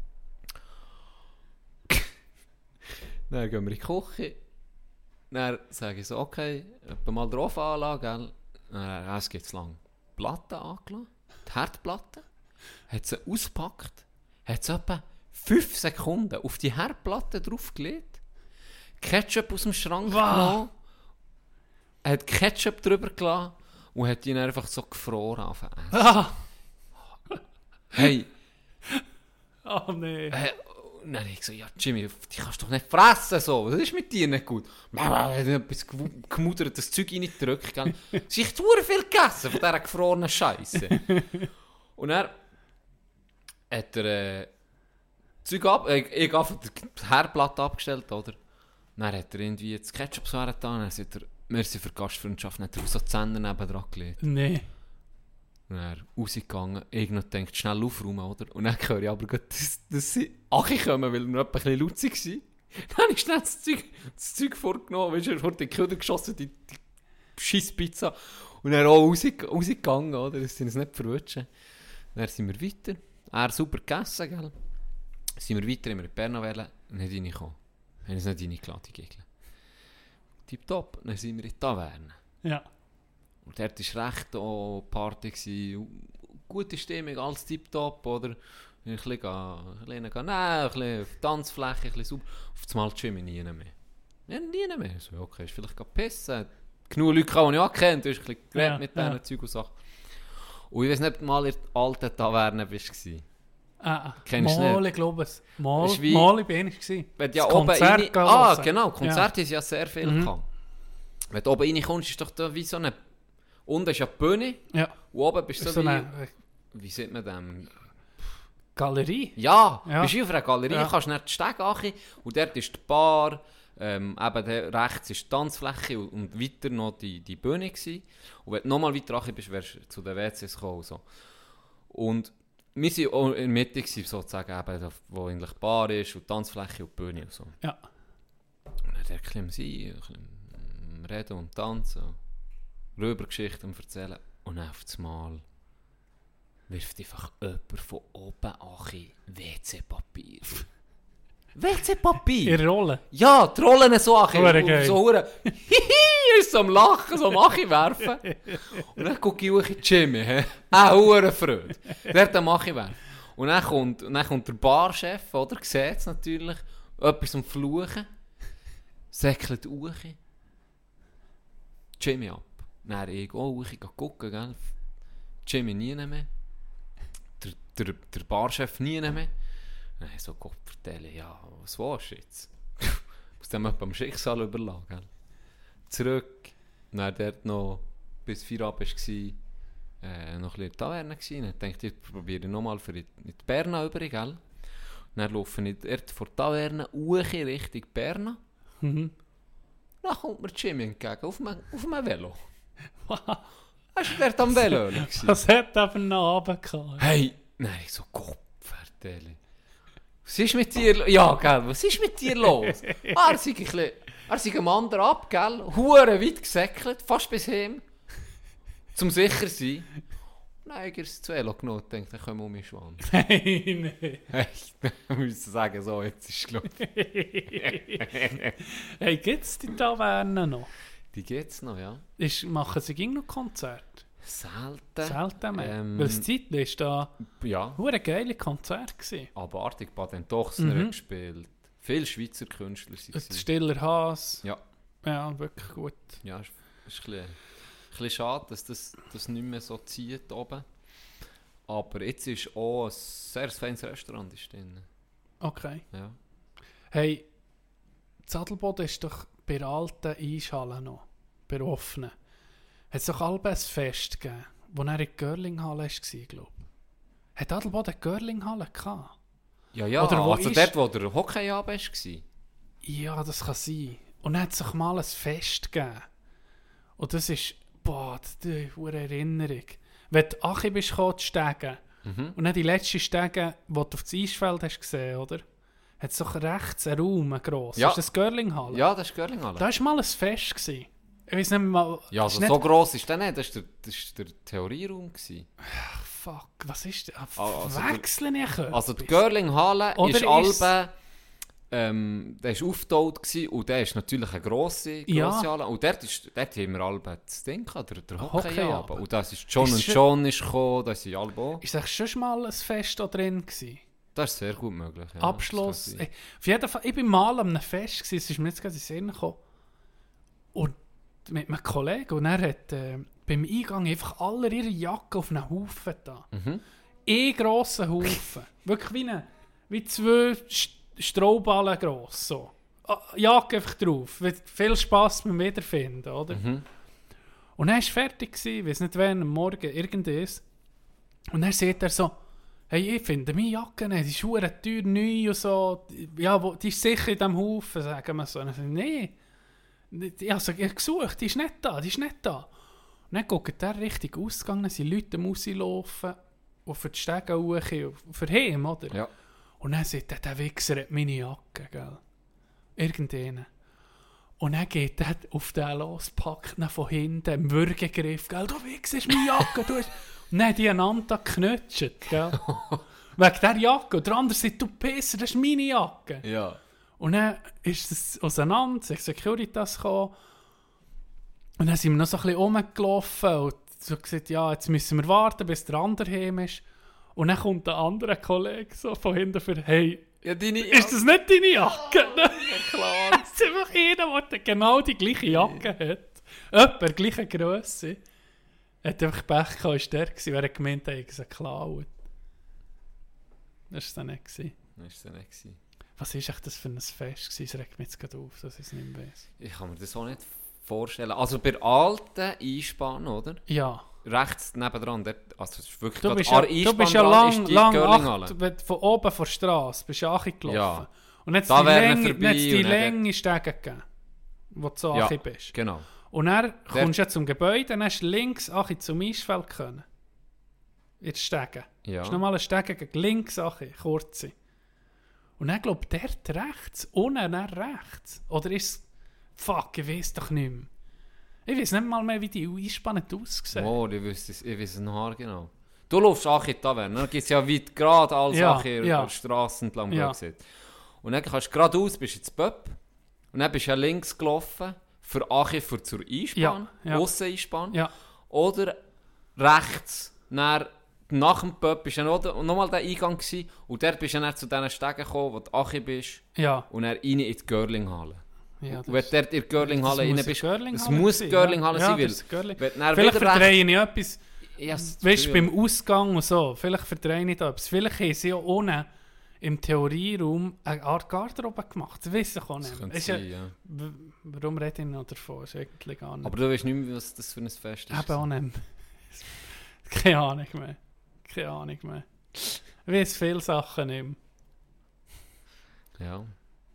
Dann gehen wir in die Küche. Dann sage ich so, okay, mal drauf anlassen, gell? Dann, es geht zu lang. Platte angelassen, die Herdplatte, hat sie ausgepackt, hat sie etwa 5 Sekunden auf die Herdplatte draufgelegt, Ketchup aus dem Schrank genommen, hat Ketchup drüber gelassen und hat ihn einfach so gefroren auf Essen. Hey! Oh nein. Und dann habe ich gesagt, ja Jimmy, die kannst du doch nicht fressen, so. Was ist mit dir nicht gut? Er hat etwas gemudert, das Zeug reingedrückt, gell. Sie hat verdammt viel gegessen von dieser gefrorenen Scheiße. Und er hat er Zeug ich habe die Herdplatte abgestellt, oder? Dann hat er irgendwie das Ketchup so hergetan, dann sagt er, merci für die Gastfreundschaft, dann hat er so die Zähne nebendran gelegt. Nee. Und er rausgegangen, irgendwann denkt, schnell aufräumen, oder? Und dann höre ich aber gerade, dass sie kommen, weil er noch ein bisschen laut war. Dann habe ich schnell das Zeug vorgenommen, weißt du, er vor die Küche geschossen, die Scheisspizza. Und er auch rausgegangen, oder? Das sind es nicht verwutschen. Dann sind wir weiter. Er super gegessen, gell? Sind wir weiter, immer in Bern wählen, nicht reingekommen. Haben uns nicht reingeladen, die Gegner. Tipptopp, dann sind wir in die Taverne. Ja. Und dort war recht auch Party gewesen. Gute Stimmung, alles tipptopp, oder? Ein bisschen gehen, ein bisschen auf die Tanzfläche, ein bisschen sauber. Auf das Mal Jimmy nie mehr. Ja, nie mehr. So, okay, ist vielleicht pissen. Genug Leute, die ich auch kenne, du hast ein bisschen geredet mit diesen Zeug und Sachen. Und ich weiß nicht, ob du mal in der alten Taverne warst. Kennst du nicht? Ich glaube es. Mal bin ich wenn ja Konzert genau, Konzerte haben ja sehr viel gehabt. Wenn du oben reinkommst, ist doch da wie so eine... Unten ist ja die Bühne. Ja. Und oben bist du so wie... eine wie sieht man das? Galerie? Ja, bist du auf einer Galerie, Ja. kannst nicht die Stege ankommen. Und dort ist die Bar, eben rechts ist die Tanzfläche und weiter noch die Bühne gewesen. Und wenn du nochmal weiter ankommen bist, wärst du zu den WCs gekommen. So. Und wir waren auch in der Mitte gewesen, sozusagen, eben, wo eigentlich die Bar ist und die Tanzfläche und die Bühne und so. Ja. Und dann dort ein bisschen reden und tanzen, Röbergeschichten erzählen. Und dann auf das Mal wirft einfach jemand von oben an WC-Papier. WC-Papier? In der Rolle? Ja, die Rollen so an. Geil. So hihi, ist so am Lachen, so am Achi werfen. Und dann gucke ich auch in Jimmy, hure Freude. Der hat am Achi werfen. Und dann kommt der Barchef, oder? Sieht es natürlich. Etwas am Fluchen. Säckelt Uchi. Jimmy ab. Dann ich, Uchi, gucken, gell. Jimmy nie mehr. Der Barchef nie mehr. Dann so Gott erzählen, ja, was willst du jetzt? Muss dem jemand am Schicksal überlassen, gell? Zurück. Dann dort noch bis 4 Uhr war, noch ein bisschen in der Taverne gewesen. Dann dachte ich, probiere nochmal für in die Berna über, gell? Dann laufe ich dort vor der Taverne Uchi Richtung Berna. Mhm. Dann kommt mir Jimmy entgegen, auf einem Velo. Hast du dort am Velo gewesen? Was hat er für einen Abend gehabt? Hey! Nein, ich so, Gott, erzähle. Was ist mit dir? Ja, gell, was ist mit dir los? Er ist am anderen ab, gell? Hure weit gesäckelt, fast bis heim. Zum sicher sein. Nein, ich habe es zu Elo genommen und dachte, dann können wir um mich schwamm. Nein. Hey, ich muss sagen, so, jetzt ist es glaube Hey, gibt es die Taverne noch? Die gibt es noch, ja. Machen sie gegen noch Konzerte? Selten mehr. Weil das Zeit ist da ja. hure geile Konzerte gewesen. Abartig, Baden Dochsner gespielt. Viele Schweizer Künstler sind Das Stiller Haas. Ja. Ja, wirklich gut. Ja, ist ein bisschen schade, dass das nicht mehr so zieht oben. Aber jetzt ist auch ein sehr feines Restaurant drin. Okay. Ja. Hey, Zadelboden ist doch bei der alten Eishalle noch. Bei der offenen. Hat es doch alle ein Fest gegeben, wo er in der Görlinghalle war, glaube ich. Hat Adelboden eine Görlinghalle gehabt? Ja, oder wo also ist... dort, wo der Hockeyabend war. Ja, das kann sein. Und dann hat es doch mal ein Fest gegeben. Und das ist, das ist eine Erinnerung. Wenn du Achi bist gekommen, die Stege, und dann die letzte Stege, die du auf das Eisfeld hast gesehen, oder? Hat es doch rechts einen Raum, einen grossen. Ja. Ist das Görlinghalle? Ja, das ist Görlinghalle. Da war mal ein Fest gewesen. Ich weiß nicht mal... Ja, also ist so nicht... gross ist der nicht. Das war der Theorieraum. Ach, fuck, was ist das? Also Wechseln ich etwas? Also die Görlinghalle Oder ist ist- Albe... der war aufgetaut und der ist natürlich eine grosse Ja. Halle. Und dort haben wir Albe das Ding gehabt, der Hockeyabend. Hockeyabend. Und das ist John Ist John ist gekommen, da sind Albe auch. Ist das schon mal ein Fest da drin gewesen? Das ist sehr gut möglich. Ja, Abschluss. das kann sein. Auf jeden Fall, ich war mal an einem Fest, gewesen, es ist mir jetzt gerade in den Sinn gekommen. Und mit einem Kollegen, und er hat beim Eingang einfach alle ihre Jacken auf einen Haufen da. Ein grosser Haufen. Wirklich wie 2 Strohballen gross, so. Jacke einfach drauf, viel Spass beim Wiederfinden, oder? Und dann war er fertig, ich weiß nicht wann, am Morgen, irgendwas. Und dann sagt er so, hey, ich finde meine Jacke nicht, die ist verdammt teuer, neu und so. Ja, die ist sicher in diesem Haufen, sagen wir so. Und er sagt, nee, ich habe gesucht, die ist nicht da. Und dann guckt er richtig ausgegangen, sind Leute rauslaufen und für die Stege hoch, für ihn, oder? Ja. Und dann sagt er, der Wichser hat meine Jacke, gell? Irgendeinen. Und dann geht er auf den los, packt ihn von hinten im Würgegriff, gell? Du Wichser, ist meine Jacke, du hast... Und dann haben die einander geknutscht, gell? Wegen dieser Jacke. Und der andere sagt, du Pisser, das ist meine Jacke. Ja. Und dann ist es auseinander, sind Securitas gekommen. Und dann sind wir noch so ein bisschen rumgelaufen und so gesagt, ja, jetzt müssen wir warten, bis der andere heim ist. Und dann kommt ein anderer Kollege so von hinten für, hey, ja, ist das nicht deine Jacke? Ja, klar. Es ist einfach einer, der genau die gleiche Jacke hat. Etwa der gleichen Grösse. Er hat einfach Pech gehabt, ist der gewesen, wer gemeint hat, er geklaut. Das war es dann nicht gewesen. Was war das für ein Fest gewesen? Das regt mich jetzt gerade auf, dass ich es nicht mehr weiss. Ich kann mir das auch nicht vorstellen. Also bei alten Einspann, oder? Ja. Rechts nebendran, dort, also das ist wirklich du bist ja lang von oben von der Straße bist ja gelaufen. Ja. Und jetzt die Länge Stege gegeben, wo du so bist. Genau. Und dann kommst du ja zum Gebäude, dann hast du links zum Eisfeld können. Jetzt Stege. Ja. Das ist nochmal eine Stege gegen links, kurze. Und dann glaube ich, dort rechts, unten dann rechts. Oder ist es... Fuck, ich weiß doch nicht mehr. Ich weiß nicht mal mehr, wie die Einspanne aussehen. Oh, ich weiß es noch genau. Du läufst auch in die Taverne, dann gibt es ja weit gerade alle Sachen der Straße entlang. Und dann kannst du geradeaus, bist ins Pub. Und dann bist du ja links gelaufen, für Achi zur Einspann, Ausseneinspann. Ja. Oder rechts, nach dem Pub bist du ja nochmal der Eingang gewesen. Und dort bist du dann zu diesen Stegen gekommen, wo du Achi bist. Ja. Und dann rein in die Görlinghalle. Ja, und wenn du dort in die Görlinghalle rein bist, es muss die Görlinghalle sein, weil... Vielleicht verdrehe ich etwas, weißt du, beim Ausgang und so, vielleicht verdrehe ich da etwas. Vielleicht haben sie ja ohne im Theorieraum eine Art Garderobe gemacht, das weiß ich auch nicht. Das sein, ja. Warum rede ich noch davon? Ist eigentlich gar nicht. Aber du weißt nicht mehr, was das für ein Fest ist. Eben auch nicht. Keine Ahnung mehr. Ich weiß viele Sachen nicht mehr. Ja.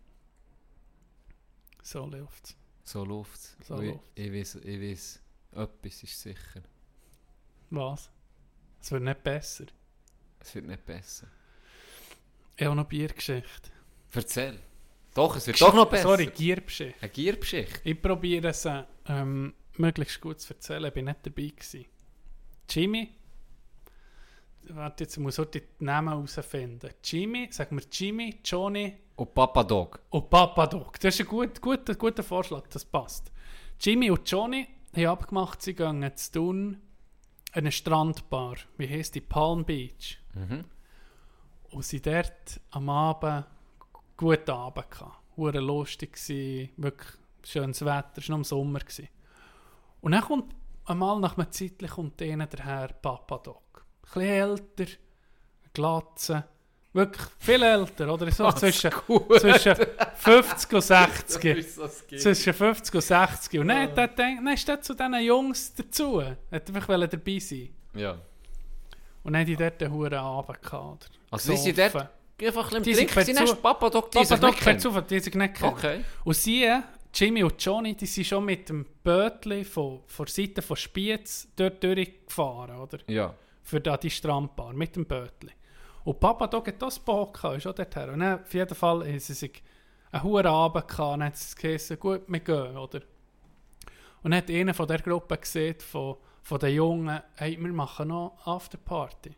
So läuft's. Ich weiß, etwas ist sicher. Was? Es wird nicht besser. Ich habe noch Biergeschichte. Erzähl. Doch, es wird doch noch besser. Sorry, Giergeschichte. Eine Giergeschichte? Ich probiere es möglichst gut zu erzählen. Ich war nicht dabei gewesen. Jimmy. Warte, jetzt muss ich die Namen herausfinden. Jimmy, sagen wir Jimmy, Johnny... Und Papa Dog. Das ist ein guter Vorschlag, das passt. Jimmy und Johnny haben abgemacht, sie gehen zu tun eine Strandbar. Wie heisst die? Palm Beach. Mhm. Und sie dort am Abend guten Abend gehabt. Hure lustig gsi, wirklich schönes Wetter, es war noch im Sommer gsi. Und dann kommt einmal nach einer Zeit kommt denen der Herr Papa Dog. Ein bisschen älter, Glatze. Wirklich viel älter, oder? So zwischen 50 und 60. Zwischen 50 und 60. Und dann ist er zu diesen Jungs dazu. Er wollte einfach dabei sein. Ja. Und dann haben die dort einen hohen Abend gehabt. Also die sind dort einfach ein bisschen trinken. Sie haben Papa Dog, die sich nicht kennen. Okay. Und sie, Jimmy und Johnny, die sind schon mit dem Bötli von der Seite von Spiez dort durchgefahren, oder? Ja. Für die Strandbar, mit dem Bötli. Und Papa Dog hat das Boot gehabt, ist auch dorthin. Und dann, auf jeden Fall haben sie sich einen hohen Abend gehabt und dann hat es geheißen, gut, wir gehen, oder? Und dann hat einer von der Gruppe gesehen, von den Jungen, hey, wir machen noch Afterparty.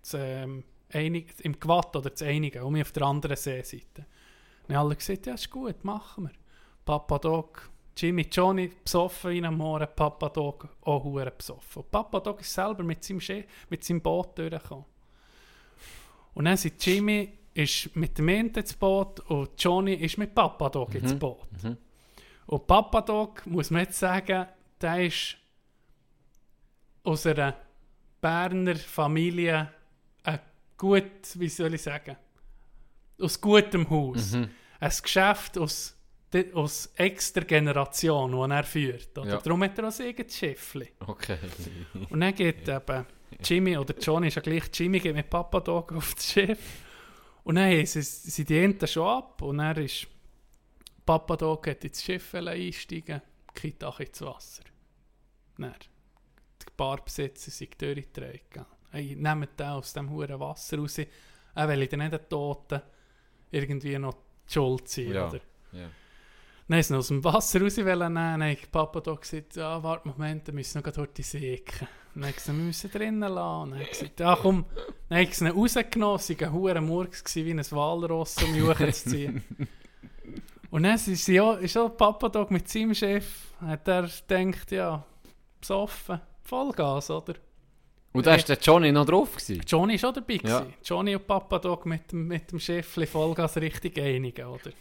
Im Gwatt oder das Einige, auf der anderen Seeseite. Und alle gesagt, ja, ist gut, machen wir. Papa Dog, Jimmy, Johnny besoffen in einem Moor, Papa Dog auch verdammt besoffen. Und Papa Dog ist selber mit seinem Boot durchgekommen. Und dann ist Jimmy mit dem Ente ins Boot und Johnny ist mit Papa Dog ins Boot. Mhm. Und Papa Dog, muss man jetzt sagen, der ist aus einer Berner Familie wie soll ich sagen, aus gutem Haus. Ein Geschäft aus extra Generation, das er führt. Oder? Ja. Darum hat er auch ein eigenes Schiffchen. Okay. Und dann geht eben Jimmy, oder Johnny ist ja gleich, Jimmy geht mit Papa Dog auf das Schiff. Und dann sind die Enten schon ab. Und dann ist Papa Dog ins Schiff einsteigen, kippt auch ins Wasser. Dann die Barbesitzer sind durchgetragen. Hey, nehmt den aus dem huren Wasser raus. Weil ich dann nicht den Toten irgendwie noch die Schuld sein, Ja. oder? Ja. Dann ist aus dem Wasser raus nehmen. Dann hat Papa da gesagt, ja, warte, Moment, wir müssen noch gerade durch die Säcke. Dann hat gesagt, wir müssen drinnen lassen. Dann hat gesagt, ja komm. Dann hat sie ihn rausgenommen, es war ein huren Murks wie ein Walross, um Juchen zu ziehen. Und dann ist auch Papa da mit seinem Chef, hat er gedacht, ja, besoffen, Vollgas, oder? Und da war der Johnny noch drauf gewesen? Johnny war auch dabei. Ja. Gewesen. Johnny und Papa Dog mit dem Schiffli Vollgas richtig einigen, oder?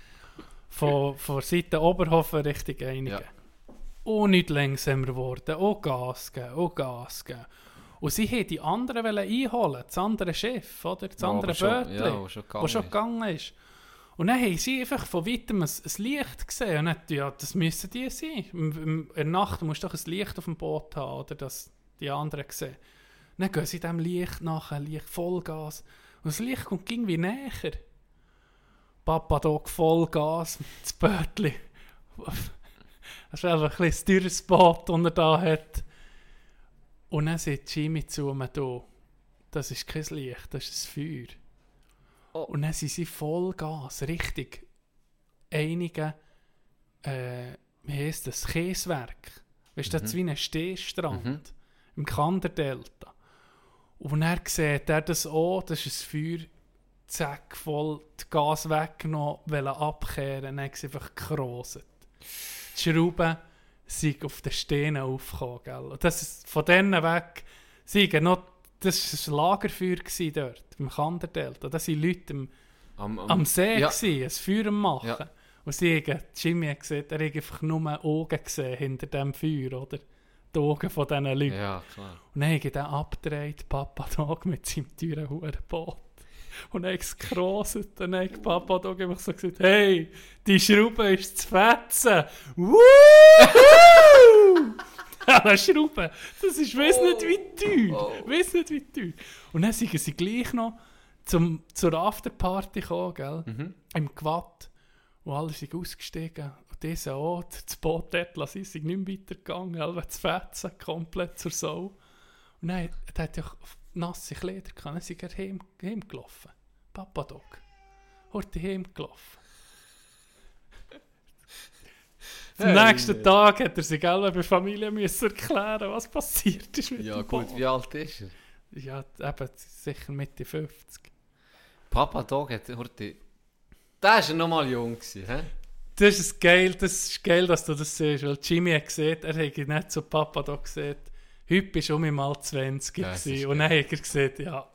Von Seite Oberhofen richtig einigen. Ja. Und nicht langsamer geworden. Und Gas geben. Und sie wollten die anderen einholen, das andere Schiff, oder? Das andere Bötchen, das schon gegangen ist. Und dann haben sie einfach von weitem ein Licht gesehen. Und dann, ja, das müssen die sein. In der Nacht musst du doch ein Licht auf dem Boot haben, oder? Das die anderen sehen. Dann gehen sie dem Licht nachher, Licht Vollgas. Und das Licht kommt irgendwie näher. Papa Dog Vollgas, das Bötchen. Das ist einfach ein bisschen teures Boot, das er da hat. Und dann sagt Jimmy zu mir, das ist kein Licht, das ist ein Feuer. Oh. Und dann sind sie Vollgas, richtig. Einige, wie heisst das, Käsewerk. Weißt du, das ist wie ein Stehstrand im Kanderdelta. Und er sieht das auch, das ist ein Feuer, zack, voll das Gas weggenommen, wollen abkehren, dann haben sie einfach gekroset. Die Schrauben sind auf den Steinen aufgekommen, gell? Und das ist von denen weg, das war ein Lagerfeuer dort, im Kanderdelta. Da waren Leute am See, ja. ein Feuer am machen. Ja. Und Jimmy hat gesagt, er hat einfach nur Augen gesehen hinter dem Feuer, oder? Die Augen von diesen Leuten. Ja, klar. Und dann hat er abgedreht, Papa Dog mit seinem teuren Hurenboot. Und dann hat es gekroset. Und dann hat Papa Dog einfach so gesagt, hey, die Schraube ist zu fetzen. Woohoo! Ja, Schraube, das ist, weiss nicht wie teuer. Weiss nicht wie teuer. Und dann sind sie gleich noch zur Afterparty gekommen, gell? Im Quad. Und alle sind ausgestiegen. Und dieser auch, das Boot dort lassen, sind nicht mehr weitergegangen, weil zu fetzen, komplett zur Sau. Und dann hat er nasse Kleider gehabt, dann ist er heimgelaufen. Papa Dog. Heute heimgelaufen. Am nächsten Tag hat er sich bei der Familie müssen erklären, was passiert ist mit Ja dem gut, Boot. wie alt ist er? Ja, eben sicher Mitte 50. Papa Dog hat heute... Da war er noch mal jung gewesen, hä? Das ist geil, dass du das siehst, weil Jimmy hat gesehen, er hat nicht zu Papa Dog gesagt, heute war um mal 20 Ja, gewesen. Und dann hat er gesagt, ja.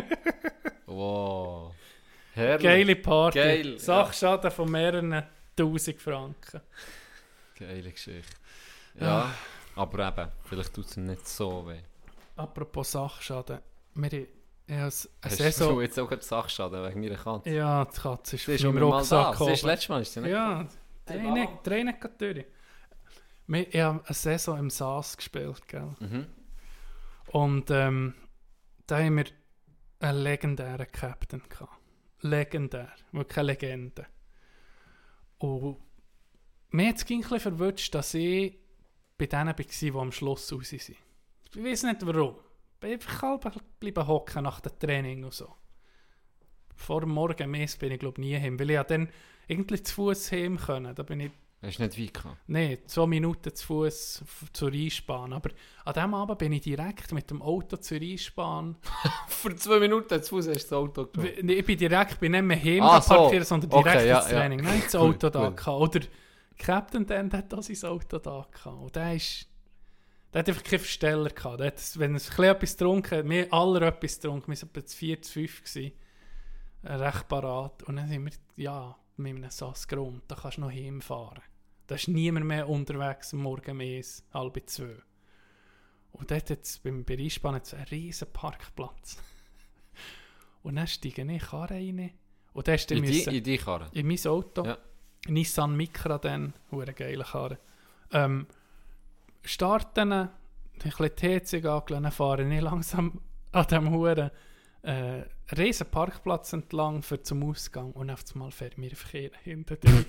Wow. Herrlich. Geile Party. Geil, Sachschaden von mehreren 1000 Franken. Geile Geschichte. Ja, aber eben, vielleicht tut es ihm nicht so weh. Apropos Sachschaden, wir haben eine Hast Saison... du jetzt auch gerade Sachschaden wegen meiner Katze? Ja, die Katze ist Sie auf ist meinem schon mal Rucksack da. gekommen. Das letzte Mal ist sie nicht. Ja, drei nicht durch. Wir haben eine Saison im Saas gespielt, gell? Und da haben wir einen legendären Captain gehabt. Legendär, wirklich eine Legende. Und mir hat es ein bisschen verwünscht, dass ich bei denen war, die am Schluss raus sind. Ich weiß nicht warum. Ich bin einfach halb bleiben hocken nach dem Training und so. Vor dem Morgenmess bin ich glaube nie heim, weil ich dann irgendwie zu Fuß heim können. Da bin ich... Hast du nicht weit gehabt? Nein, 2 Minuten zu Fuß zur Einsbahn. Aber an diesem Abend bin ich direkt mit dem Auto zur Einsbahn. Für 2 Minuten zu Fuß hast du das Auto genommen? Ich bin nicht mehr heim so. parkiert, sondern direkt ins Training. Ja. Nein, das Auto da gehabt. Oder Captain Dan hat auch sein Auto da gehabt. Und der hat einfach keinen Versteller gehabt. Der hat, wenn er etwas getrunken hat, wir alle etwas getrunken, wir waren 4 zu 5 gewesen, recht parat. Und dann sind wir, mit einem Sassgrund, da kannst du noch hinfahren. Da ist niemand mehr unterwegs am Morgen mehr, 1:30. Und dort hat es beim Einspannen einen riesen Parkplatz. Und dann steige ich Karre rein Und dann hast du In die Karre? in mein Auto, Ja. Nissan Micra dann, eine geile Karre, starten, ein bisschen TC angelassen, fahren nicht langsam an diesem Huren riesen Parkplatz entlang für zum Ausgang und auf einmal fährt mir Verkehr hinter dir.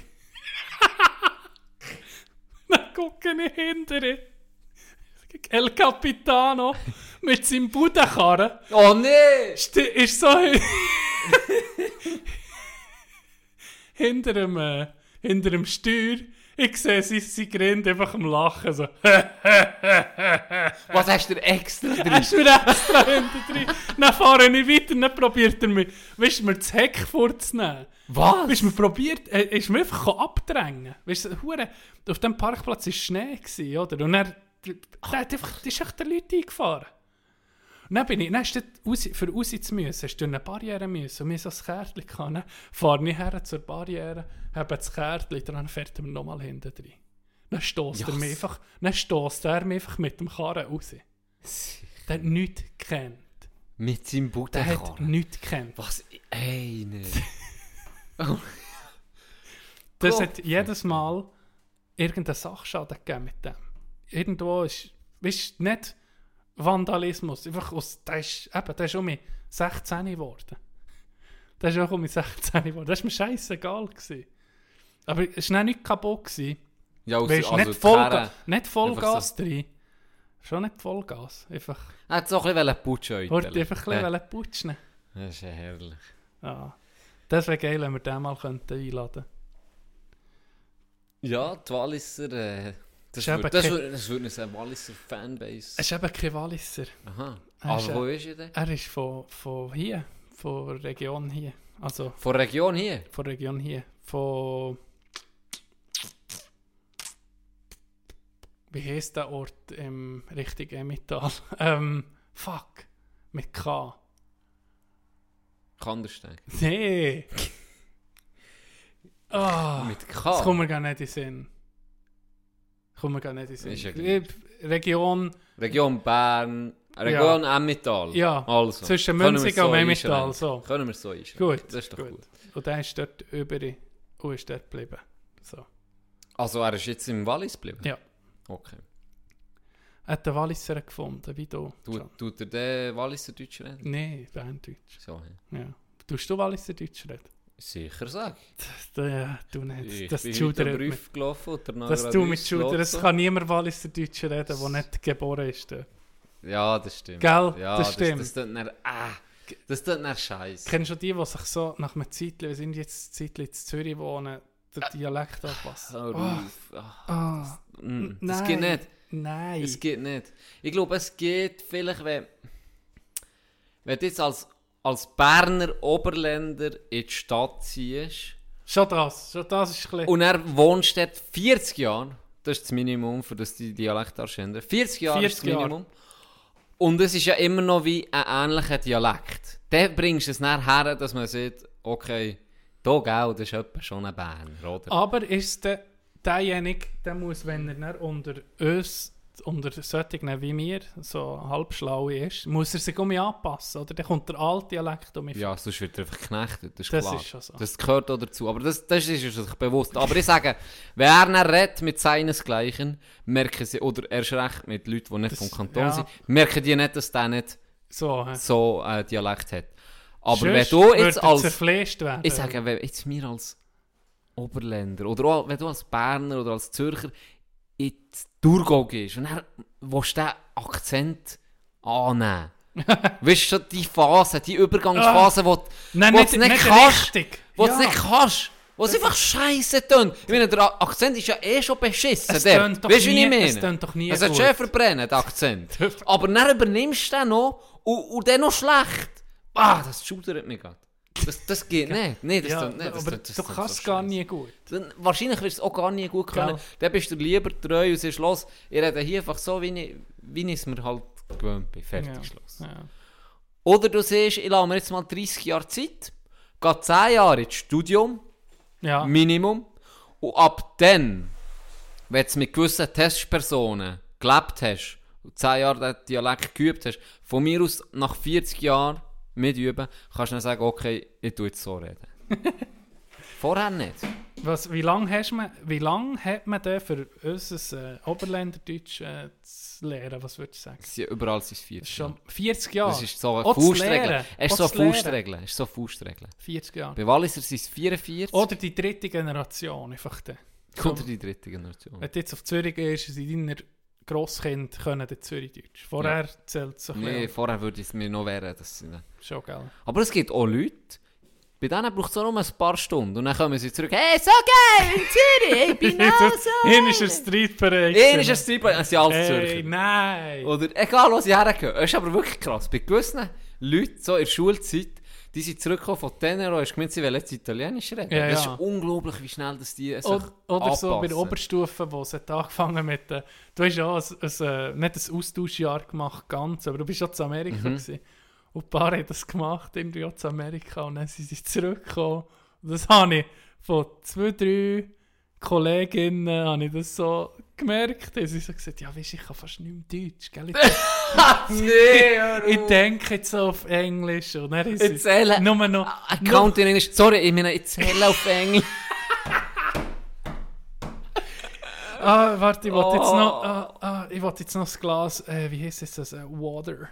Dann gucke ich hinterher. El Capitano mit seinem Budenkarren Oh nee! ist so hinter dem Steuer. Ich sehe sie grinnt einfach am Lachen. So. Was hast du extra drin? Hast du mir extra hinter drin? Dann fahre ich weiter, dann probiert er mich, weißt du, mir das Heck vorzunehmen. Was? Weißt du, mir probiert, ist mir einfach abdrängen. Weißt du, auf dem Parkplatz war Schnee, gewesen, oder? Und er ist echt der Leute eingefahren. Und dann hast du für raus zu müssen, hast du eine Barriere müssen, und mir so ein Kärtchen gehabt, dann fahre ich her zur Barriere, habe das Kärtchen, dann fährt er mir nochmal hinten rein. Dann stösst er mich einfach mit dem Karren raus. Der hat nichts gekannt. Mit seinem Der Budenkarren? hat nichts gekannt. Was? Ey, nee. Das hat jedes Mal irgendeinen Sachschaden gegeben mit dem. Irgendwo ist, weißt du, nicht Vandalismus, einfach der ist um mich 16 geworden. Der ist auch um mich 16 geworden. Das war mir scheissegal gewesen. Aber es war nicht kaputt gewesen. Ja, Weißt, also nicht Vollgas einfach so- drin. Schon nicht Vollgas. Einfach, Er hat so ein bisschen putschen wollte heute. einfach ein bisschen putschen. Das ist ja herrlich. Ja. Das wäre geil, wenn wir den mal einladen könnten. Ja, die Walliser, das Ist eben würde eine Walliser Fanbase. Es ist eben kein Walliser. Aha. Er ist, Aber wo ist er denn? Er ist von hier, von der Region hier. Also Von der Region hier? von der Region hier. Von... Wie heisst der Ort im richtigen Emmental? Fuck. Mit K. Kandersteg. Nee. Ah, Mit das K? kommt mir gar nicht in den Sinn. Ist ja gleich. Region... Region Bern, Region Emmental. Ja, Also, zwischen können wir Münzigen und Emmental. einschränken. So. Können wir so einschränken. Gut, Das ist doch gut. Und der ist dort über und ist dort geblieben. So. Also er ist jetzt im Wallis geblieben? Ja. Okay. Er hat den Walliser gefunden, wie du. Tut er den Walliser Deutsch reden? Nein, Berndeutsch. So, ja. Ja. Tust du Walliser Deutsch reden? Sicher sag Du nicht. ich. Das bin Schulter heute am Brief gelaufen und danach Das gerade du mit uns Schulter. Es gelassen. kann niemand Walliser Deutsch reden, der nicht geboren ist. Dort. Ja, das stimmt. Gell? Ja, Das stimmt. Das tut dann, das tut dann scheiße. Kennst du die sich so nach einem Zeitchen, wir sind jetzt ein Zeitchen in Zürich wohnen, der Dialekt anpassen? Hör auf. Ah, Das geht nicht. Nein. Es geht nicht. Ich glaube, es geht vielleicht, wenn du jetzt als Berner Oberländer in die Stadt ziehst Schon das ist ein bisschen... und er wohnst dort 40 Jahre, das ist das Minimum, für das die Dialekt ändern. 40 Jahre ist das 40 Jahre. Minimum. Und es ist ja immer noch wie ein ähnlicher Dialekt. Dann bringst du es nachher her, dass man sieht, okay, da gell, das ist etwa schon ein Berner, oder? Aber ist derjenige, der muss, wenn er dann unter solchen wie mir, so halbschlau ist, muss er sich um mich anpassen, oder? Dann kommt der alte Dialekt um mich. Ja, sonst wird er einfach geknechtet, das ist Das klar. ist schon so. Das gehört auch dazu, aber das ist sich bewusst. Aber ich sage, wenn er dann redet mit seinesgleichen, merken sie, oder erst recht mit Leuten, die nicht Das- vom Kanton ja. sind, merken die nicht, dass der nicht So, so einen Dialekt hat. Aber Sonst wenn du jetzt wird er als... zerfleischt werden. Ich sage, wenn jetzt wir als Oberländer, oder auch wenn du als Berner oder als Zürcher in die Thurgau gehst und dann willst du diesen Akzent annehmen. Weißt du, schon die Phase, die Übergangsphase, wo Nein, wo nicht, du nicht nicht kannst. richtig. Wo Ja. du nicht kannst. Wo es einfach scheiße tönt. Ich meine, der Akzent ist ja schon beschissen. Es dort. tönt doch Weißt du, wie nie- ich meine? es tönt doch nie Es hat gut. schon verbrennen, der Akzent. Aber dann übernimmst du den noch und dann noch schlecht. Das schudert mich gerade. Das geht nicht. Nee, das Ja, tönt nicht. Das aber tönt- das du tönt kannst so gar scheisse. nie gut. Dann, wahrscheinlich wirst du es auch gar nie gut können. Gell. Dann bist du lieber treu und sagst, los, ich rede hier einfach so, wie ich es mir halt gewöhnt bin. Fertig, Ja. Schluss. Ja. Oder du siehst, ich lasse mir jetzt mal 30 Jahre Zeit, gehe 10 Jahre ins Studium, Ja. Minimum, und ab dann, wenn du mit gewissen Testpersonen gelebt hast und 10 Jahre den Dialekt geübt hast, von mir aus nach 40 Jahren mitüben, kannst du dann sagen, okay, ich tue jetzt so reden. Vorher nicht. Wie lange hat man denn für unser Oberländerdeutsch zu lernen? Was würdest du sagen? Es sind überall sind es 40 Schon 40 Jahre? Das ist so eine Auch zu Faustregel. lernen. Es ist Auch so zu lernen. Faustregel. Es ist so Faustregel. 40 Jahre. Bei Walliser sind es 44. Oder die dritte Generation. Einfach dann. Oder die dritte Generation. Wenn du jetzt auf Zürich gehst, sind deine Grosskinder können den Zürichdeutsch. Vorher zählt es so ein Nee, bisschen. vorher würde es mir noch wehren. Schon geil. Aber es gibt auch Leute, bei denen braucht es auch nur ein paar Stunden. Und dann kommen sie zurück. Hey, so geil, in Zürich, ich bin auch so. Hier ist ein Streetbereich. Hier ist ein Streetbereich. Es sind alles Hey, Zürcher. nein. Oder egal, wo sie hergehen. Es ist aber wirklich krass. Bei gewissen Leuten, so in der Schulzeit, die sind zurückgekommen von Tenero, hast du gemeint, sie wollen jetzt Italienisch reden. Ja, das ja. ist unglaublich, wie schnell das die sich Oder so bei der anpassen. Oberstufe, wo es hat angefangen mit du hast ja nicht ein Austauschjahr gemacht, ganz, aber du bist ja zu Amerika gewesen. Und ein paar haben das gemacht, irgendwie auch zu Amerika, und dann sind sie zurückgekommen. Und das habe ich von 2, 3 Kolleginnen habe ich das so gemerkt. Sie haben so gesagt, ja weisst, ich kann fast nicht mehr Deutsch, gell? Ich denke jetzt so auf Englisch. Und dann ist es Erzähle. nur noch... Account in Englisch. Sorry, ich meine, ich zähle auf Englisch. Warte, ich wollte jetzt noch... ich wollte jetzt noch das Glas... wie heisst es das? Water.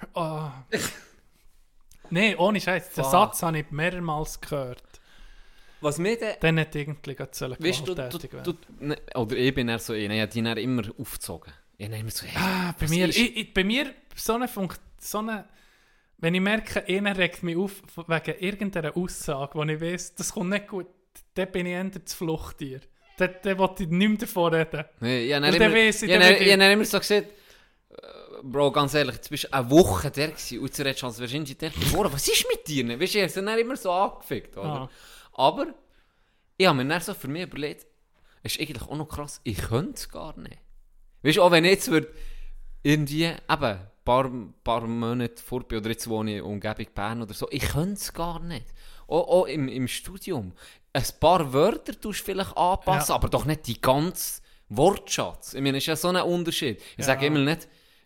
Nein, ohne Scheiß. Den Satz habe ich mehrmals gehört. Was mir denn... Dann hat irgendwie gerade Weißt du, gewalttätig werden. oder ich bin eher so einer, ich habe die dann immer aufgezogen. Ich habe immer so, hey, Bei mir so eine... Wenn ich merke, einer regt mich auf wegen irgendeiner Aussage, wo ich weiss, das kommt nicht gut, dann bin ich eher das Fluchttier. Dann will ich nicht mehr davon reden. Nee, ich habe Und dann dann immer, weiss ich, ich dann habe will ich- dann immer so gesagt, Bro, ganz ehrlich, jetzt bist du eine Woche der gewesen und du redest, als wärst du der geworden. Was ist mit dir? Weißt du, ich habe es dann immer so angefickt, oder? Aber ich habe mir dann so für mich überlegt, es ist eigentlich auch noch krass, ich könnte es gar nicht. Weißt du, auch wenn ich jetzt irgendwie, eben, ein paar Monate vor bin, oder jetzt wohne ich in Umgebung Bern oder so, ich könnte es gar nicht. Auch im Studium. Ein paar Wörter tust du vielleicht anpassen, aber doch nicht die ganze Wortschatz. Ich meine, es ist ja so ein Unterschied. Ich sage immer nicht,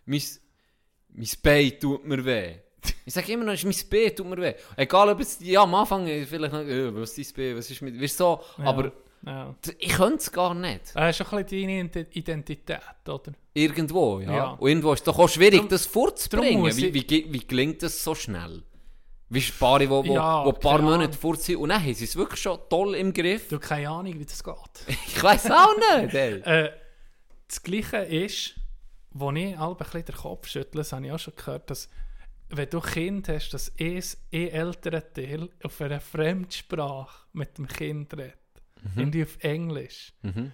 mein Bein tut mir weh. Ich sage immer noch, mein Bein tut mir weh. Egal, ob es am Anfang vielleicht noch, was ist dein Bein, was ist mit... Weißt du, so, aber ich könnte es gar nicht. Das ist schon ein bisschen deine Identität, oder? Irgendwo, ja. Ja. Und irgendwo ist es doch auch schwierig, Drum- das drum vorzubringen. muss Wie ich- gelingt das so schnell? Wie ist Paare, die Ja, ein paar keine Monate Ahnung. fort sind und dann haben sie es wirklich schon toll im Griff. Du hast keine Ahnung, wie das geht. Ich weiss auch nicht, ey. Das Gleiche ist, wo ich ein bisschen den Kopf schüttle, das habe ich auch schon gehört, dass wenn du Kind hast, dass ältere Teil auf einer Fremdsprache mit dem Kind redet, irgendwie auf Englisch.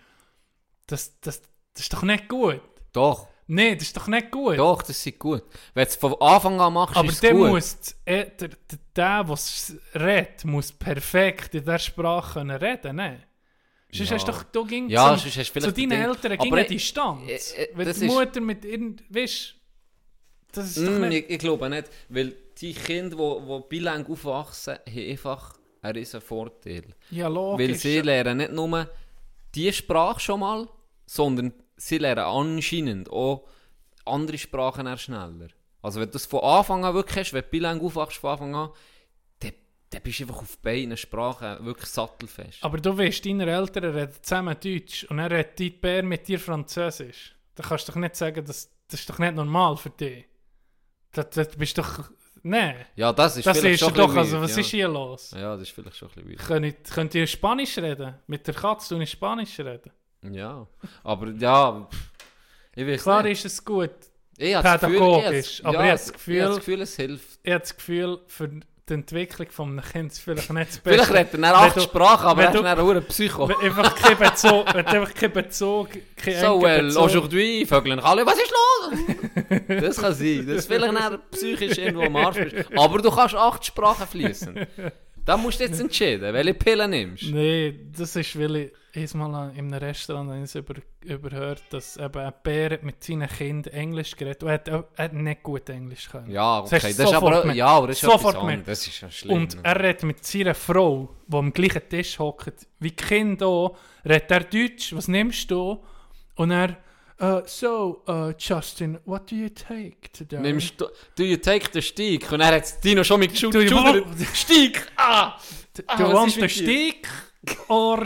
Das ist doch nicht gut. Doch, Nein, das ist doch nicht gut. doch, das ist gut. Wenn du es von Anfang an machst, Aber ist es der gut. muss, der redet, muss perfekt in dieser Sprache können reden, ne? Sonst Ja. hast du doch, du ging Ja, zu sonst hast du vielleicht deinen das Ding- Eltern Aber ging eine ich- Distanz. Wenn das die ist- Mutter mit weißt, das ist doch nicht... Ich glaube nicht, weil die Kinder, die bilang aufwachsen, haben einfach einen riesen Vorteil. Ja, logisch. Weil sie lernen nicht nur die Sprache schon mal, sondern sie lernen anscheinend auch andere Sprachen eher schneller. Also wenn du das von Anfang an wirklich hast, wenn du bilang aufwachst von Anfang an, dann bist du einfach auf beiden Sprachen wirklich sattelfest. Aber du weißt, deine Eltern reden zusammen Deutsch und dann redet dein Bär mit dir Französisch. Da kannst du doch nicht sagen, das ist doch nicht normal für dich. Das bist doch... Nein. Ja, das ist Das vielleicht ist schon doch, ein bisschen also was weird, ist hier los? ja, das ist vielleicht schon ein bisschen weird. Könnt ihr Spanisch reden? Mit der Katze tun ich Spanisch reden? Ja, aber ja, ich weiß Klar nicht. ist es gut, Ich habe das Gefühl, pädagogisch, aber ja, ich habe das ich habe das Gefühl, es hilft. ich habe das Gefühl, für die Entwicklung eines Kindes vielleicht nicht das Vielleicht Beste. redet er dann 8 Wenn du- Sprachen, aber wenn er ist du- dann ein Psycho. Wenn einfach kein Bezug, wenn du einfach keinen Bezug, keinen So, engen Bezug- aujourd'hui, Vögeln alle, was ist los? Das kann sein, dass du vielleicht dann psychisch irgendwo am Arsch bist. Aber du kannst 8 Sprachen fließen. Da musst du jetzt entscheiden, welche Pille nimmst. Nein, das ist, weil ich einmal in einem Restaurant habe ich es überhört, dass eben ein Bär mit seinen Kindern Englisch geredet und er hat nicht gut Englisch können. Ja, Das okay, hast das du ist aber sofort auch, gemerkt. ja, aber das ist Sofort etwas anderes. gemerkt. Das ist ja schlimm. Und er redet mit seiner Frau, die am gleichen Tisch hockt, wie die Kinder auch, redet er Deutsch, was nimmst du? Und er, Justin, what do you take today? Do you take the Steak? Und er hat Dino schon mit Do you want Steak! do you want the stick or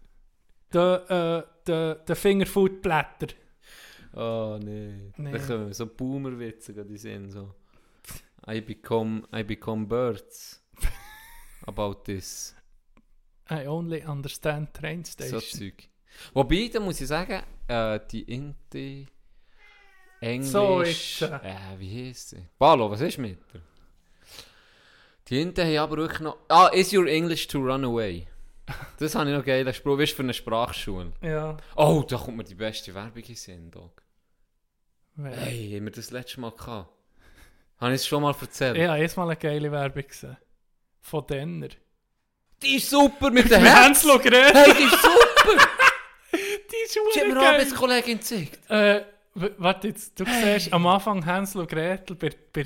the Fingerfood Platter? Oh nee. Da kommen so Boomer-Witze die sind so. I become birds. About this. I only understand train station. So Zeug. Wobei, da muss ich sagen, die Inti Englisch... So ist wie heisst sie? Palo, was ist mit dir? Die Inti haben aber wirklich noch... is your English to run away? Das habe ich noch geil. Spruch. Wie ist für eine Sprachschule? Ja. Oh, da kommt mir die beste Werbung in den Sinn, Dog. Wer? Hey, haben wir das letzte Mal gehabt? Habe ich es schon mal erzählt? Ja, erstmal eine geile Werbung gesehen. Von Denner. Die ist super mit den Mit Händen. Hänsel und Gretel. Hey, die ist super! Die ist Die hat mir eine geil. Arbeitskollegin gezeigt. Warte jetzt, du siehst am Anfang Hänsel und Gretel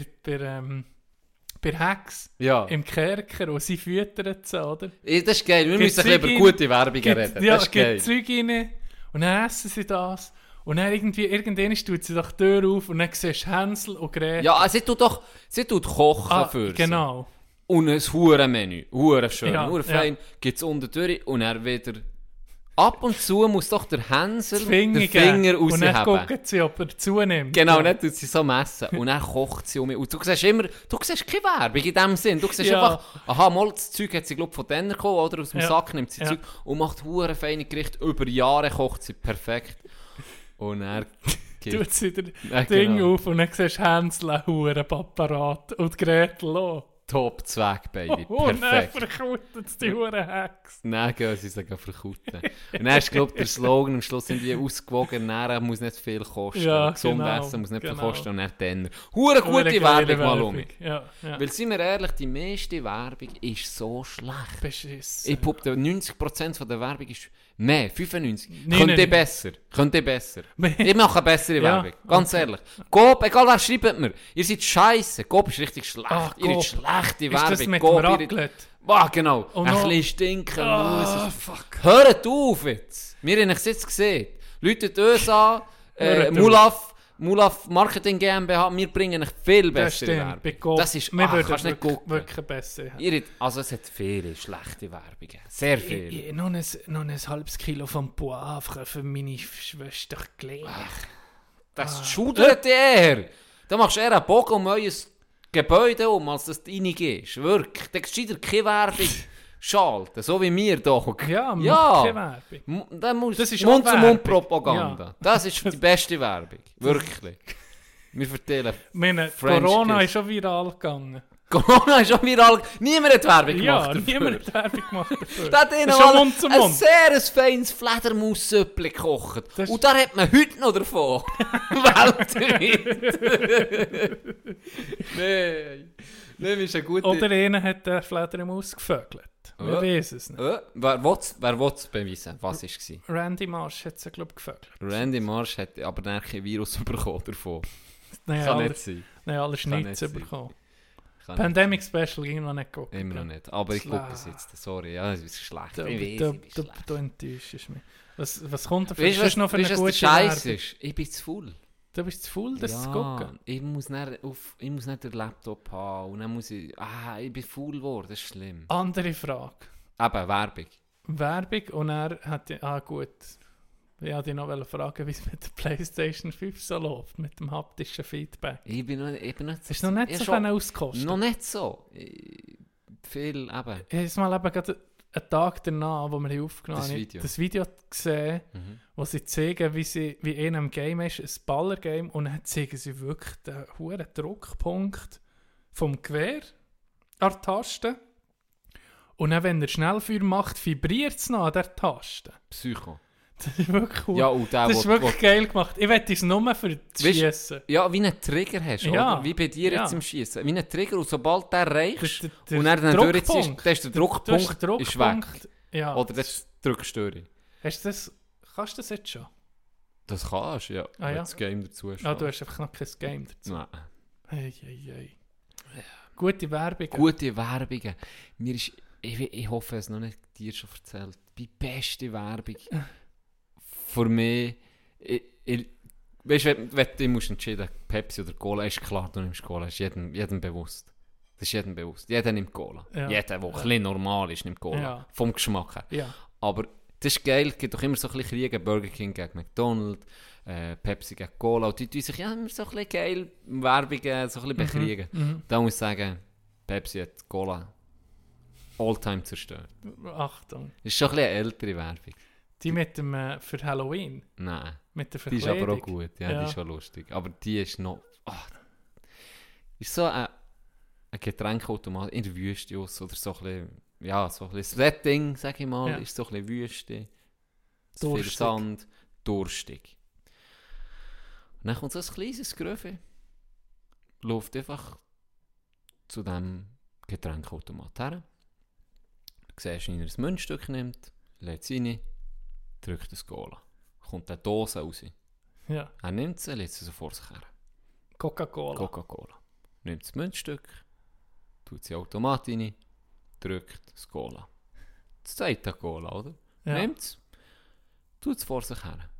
bei Hex Ja. im Kerker und sie füttern sie, oder? Das ist geil. Wir Gibt müssen ein bisschen Zeug über gute Werbungen reden. Ja, Das ist geil. gibt Zeug rein und dann essen sie das. Und dann irgendwann tut sie doch die Tür auf und dann siehst du Hänsel und Gretel. Ja, sie tut kochen für sie. Genau. Und ein Hurenmenü. Huren schön, Ja, huren fein. Gibt es unten durch und er wieder... Ab und zu muss doch der Hänsel den Finger und dann rausheben. gucken sie, ob er zunimmt. Genau, ja. dann tut sie so messen. Und dann kocht sie um mich. Und du siehst keine Werbung in dem Sinn. Du siehst Ja. einfach, aha, mal das Zeug hat sie, glaube ich, von denen gekommen, oder aus dem Ja. Sack nimmt sie Ja. Zeug und macht hure feine Gerichte. Über Jahre kocht sie perfekt. Und er Tut sie das Ja, Ding genau. auf und dann siehst du Hänsel, ein Hurenapparat und Gretel auch. Top Zweck, Baby. Und dann Perfekt. verkutet es die Hurenhex. Dann gehen sie sich verkuten. Und dann ist, glaube ich, der Slogan am Schluss irgendwie ausgewogen, ernähren muss nicht viel kosten. Ja, Gesund genau, essen muss nicht viel genau. kosten und dann Denner. Hure gute Werbung mal um. Ja, ja. Weil, sind wir ehrlich, die meiste Werbung ist so schlecht. Beschissen. Ich behaupte, 90% von der Werbung ist... Nein, 95%. Nein, Könnte nein. besser. Könnte besser. Nein. Ich mache eine bessere Ja, Werbung. Ganz ehrlich. Coop, egal wer schreibt mir. Ihr seid scheisse. Coop ist richtig schlecht. Ah, Ihr Coop. habt schlechte Ist Werbung. das mit Coop, dem ihr- Raclette? Genau. Und Ein noch- bisschen stinken Ah, muss. fuck. Hört auf jetzt. Wir haben es jetzt gesehen. Läutet uns an. Hört auf. Mulaf Marketing GmbH. Wir bringen euch viel Das bessere stimmt. Bei Werbung. Coop. Das ist... Wir Ach, würden kannst nicht wirklich, gucken. wirklich besser haben. Also es hat viele schlechte Werbungen. Sehr viele. Noch ein halbes Kilo vom Poivre für meine Schwester gleich. Das schudert er. Da machst du eher einen Bogen um euer Gebäude um, als dass du reingehst. Wirklich. Da ist wieder keine Werbung schalten, so wie wir hier. Ja, mach Ja. keine Werbung. Da muss Das ist auch Mund-zu-Mund-Propaganda. Werbung. Das ist die beste Werbung. Wirklich. Wir vertellen. Meine French Corona Kiss. ist schon viral gegangen. Corona ist schon viral. Niemand hat Werbung Ja, gemacht. niemand hat Werbung gemacht dafür. Da hat ihnen Das ist schon mal Mund zu ein Mund. sehr feines Fledermaussüppli gekocht. Das- Und da hat man heute noch davon. Weltweit. Nein. Nein, ist eine gute... Oder einer hat den Fledermaus gefögelt. Wir Ja. wissen es nicht. Wer will es beweisen? Was war es? Randy Marsh hat sie, glaube ich, gefögelt. Randy Marsh hat aber dann kein Virus bekommen davon. Nein, Kann alle, nicht sein. nein, alle Kann nicht Schnitz sein. bekommen. Kann Pandemic Special ging noch nicht gucken. nicht. Immer noch nicht. Aber ich gucke es Schlecht. jetzt. Sorry, ja, es ist schlecht. Du, Ich du, weiß, ich bin du, schlecht. du enttäuschst mich. Was kommt da für, Weißt du, sonst noch für eine was gute der Scheiß Werbung? ist? Ich bin zu faul. Du bist zu faul, das zu gucken. Ich muss nicht den Laptop haben und dann muss ich... ich bin faul geworden, das ist schlimm. Andere Frage. Eben, Werbung. Werbung und er hat... gut. Ich wollte dich noch fragen, wie es mit der PlayStation 5 so läuft, mit dem haptischen Feedback. Ich bin noch nicht Ist noch nicht so schon- ausgekostet. Noch nicht so. Viel, eben. Ich habe jetzt mal eben gerade einen Tag danach, wo wir hier aufgenommen Das haben, Video. das Video gesehen, wo sie zeigen, wie in einem Game ist, ein Ballergame, und dann zeigen sie wirklich den hohen Druckpunkt vom Gewehr an der Taste. Und dann, wenn er Schnellfeuer macht, vibriert es noch an der Taste. Psycho. Das ist wirklich cool. Ja, und der, das ist wirklich geil gemacht. Ich wette es nur für das Weißt- Schiessen. Ja, wie einen Trigger hast, Ja, oder? Wie bei dir ja. jetzt im Schießen. Wie einen Trigger, und sobald der erreichst Der und dann durch ist, Druckpunkt. dann ist der Du hast Druckpunkt den ist weg. Druckpunkt. Ja. Oder das drückst du durch. Hast du das, kannst du das jetzt schon? Das kannst du, ja. Ah, wenn ja. das Game dazu ist. Ah, du hast einfach noch kein Game dazu. Nein. Hey, hey, hey. Gute Werbung. Gute Werbungen. Ich hoffe, es noch nicht dir schon erzählt. Die beste Werbung für mich, weißt du, wenn du musst entscheiden, Pepsi oder Cola, ist klar, du nimmst Cola, ist jedem bewusst. Das ist jedem bewusst. Jeder nimmt Cola. Ja. Jeder, der ein bisschen normal ist, nimmt Cola. Ja. Vom Geschmack her. Ja. Aber das ist geil, es gibt doch immer so ein bisschen Kriege, Burger King gegen McDonald's, Pepsi gegen Cola. Und die tun sich ja immer so ein bisschen geil Werbungen so ein bisschen bekriegen. Da muss ich sagen, Pepsi hat Cola all-time zerstört. Achtung. Das ist schon ein bisschen eine ältere Werbung. Die mit dem für Halloween. Nein, Mit der die ist Verkleidung. aber auch gut. Ja, Ja. die ist schon lustig. Aber die ist noch... ist so ein Getränkautomat in der Wüste aus, oder so ein bisschen... Ja, so ein bisschen Setting, sag ich mal, Ja. ist so ein bisschen Wüste. Viel Durstig. Sand, durstig. Und dann kommt so ein kleines Gröfe, läuft einfach zu diesem Getränkautomat her. Du siehst, wie er ein Münzstück nimmt, lädt es rein, drückt das Cola. Kommt eine Dose raus. Ja. Er nimmt sie, lädt sie so vor sich her. Coca-Cola. Coca-Cola. Nimmt das Münzstück, tut sie in den Automat rein, drückt das Cola. Das zweite Cola, oder? Ja. Nimmt es, tut es vor sich her.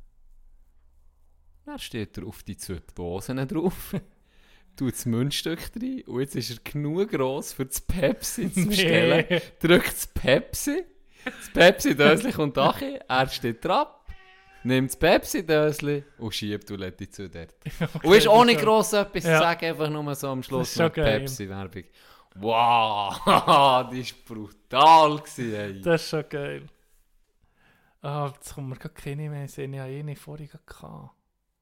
Dann steht er auf die zwei Dosen drauf, tut das Münzstück rein und jetzt ist er genug gross für das Pepsi zu bestellen. Nee. Drückt das Pepsi-Döschen kommt nachher, er steht dran, nimmt das Pepsi-Döschen und schiebt und lädt die zu dort. Und ist auch nicht gross etwas zu Ja. sagen, einfach nur so am Schluss Das ist schon mit geil. Pepsi-Werbung. Wow, die war brutal gewesen, ey. Das ist schon geil. Ah, jetzt kommen wir gar keine mehr sehen. Ich habe eine vorhin gehabt.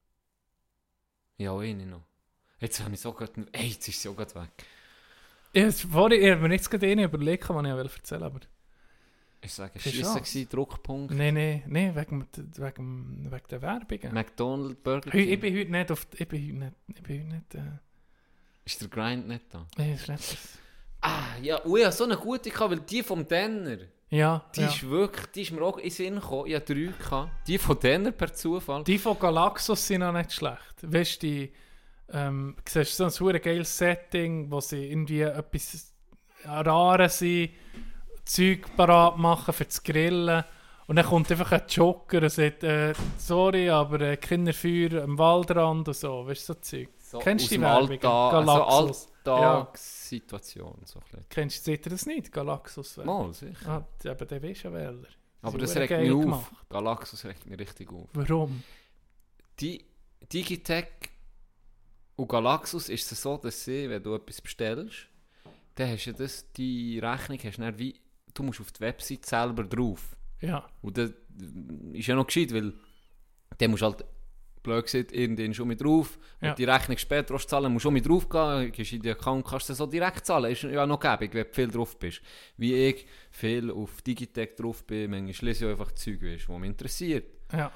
Ja, eine noch. Jetzt habe ich so gut... Ey, jetzt ist sie auch gerade weg. Ich habe mir jetzt gerade eine überlegt, was ich erzählen wollte, aber... Ich sage, Hast du Schisse Chance? gewesen, Druckpunkt. Nein, wegen der Werbungen. McDonald's, Burger Ich King. bin heute nicht auf... Ich bin heute nicht... Ist der Grind nicht da? Nee, das ist nicht das. Ah, ja, ui, ja, so eine gute gehabt, weil die vom Denner, Ja, die ist wirklich, die ist mir auch in den Sinn gekommen. Ich hatte 3 gehabt. Die von Denner per Zufall. Die von Galaxus sind auch nicht schlecht. Weißt du, die... siehst du so ein geiles Setting, wo sie irgendwie etwas Rares sind, Zeug parat machen für das Grillen. Und dann kommt einfach ein Joker und sagt, sorry, aber Kinderfeuer am Waldrand und so. Weißt du, so Zeug. So Kennst du aus die dem Werbung? Galaxus. Ja. Alltagssituation. So ein bisschen. Kennst du das nicht? Galaxus? Mal, sicher. Ah, aber der weiß ja welcher. Aber Sie das wurden regt geil mich auf. gemacht. Galaxus regt mich richtig auf. Warum? Die Digitec und Galaxus ist es so, dass sie, wenn du etwas bestellst, dann hast du das, die Rechnung hast du dann wie, du musst auf die Website selber drauf. Ja. Und das ist ja noch gescheit, weil dann musst du halt, blöd gesagt, irgendwann schon mit drauf. Ja. Und die Rechnung später willst du zahlen, musst du schon mit drauf gehen, gehst in den Account, kannst du so direkt zahlen. Ist ja noch gäbig, wenn du viel drauf bist. Wie ich viel auf Digitec drauf bin, manchmal lese ich einfach Zeug, weißt, was mich interessiert. Ja.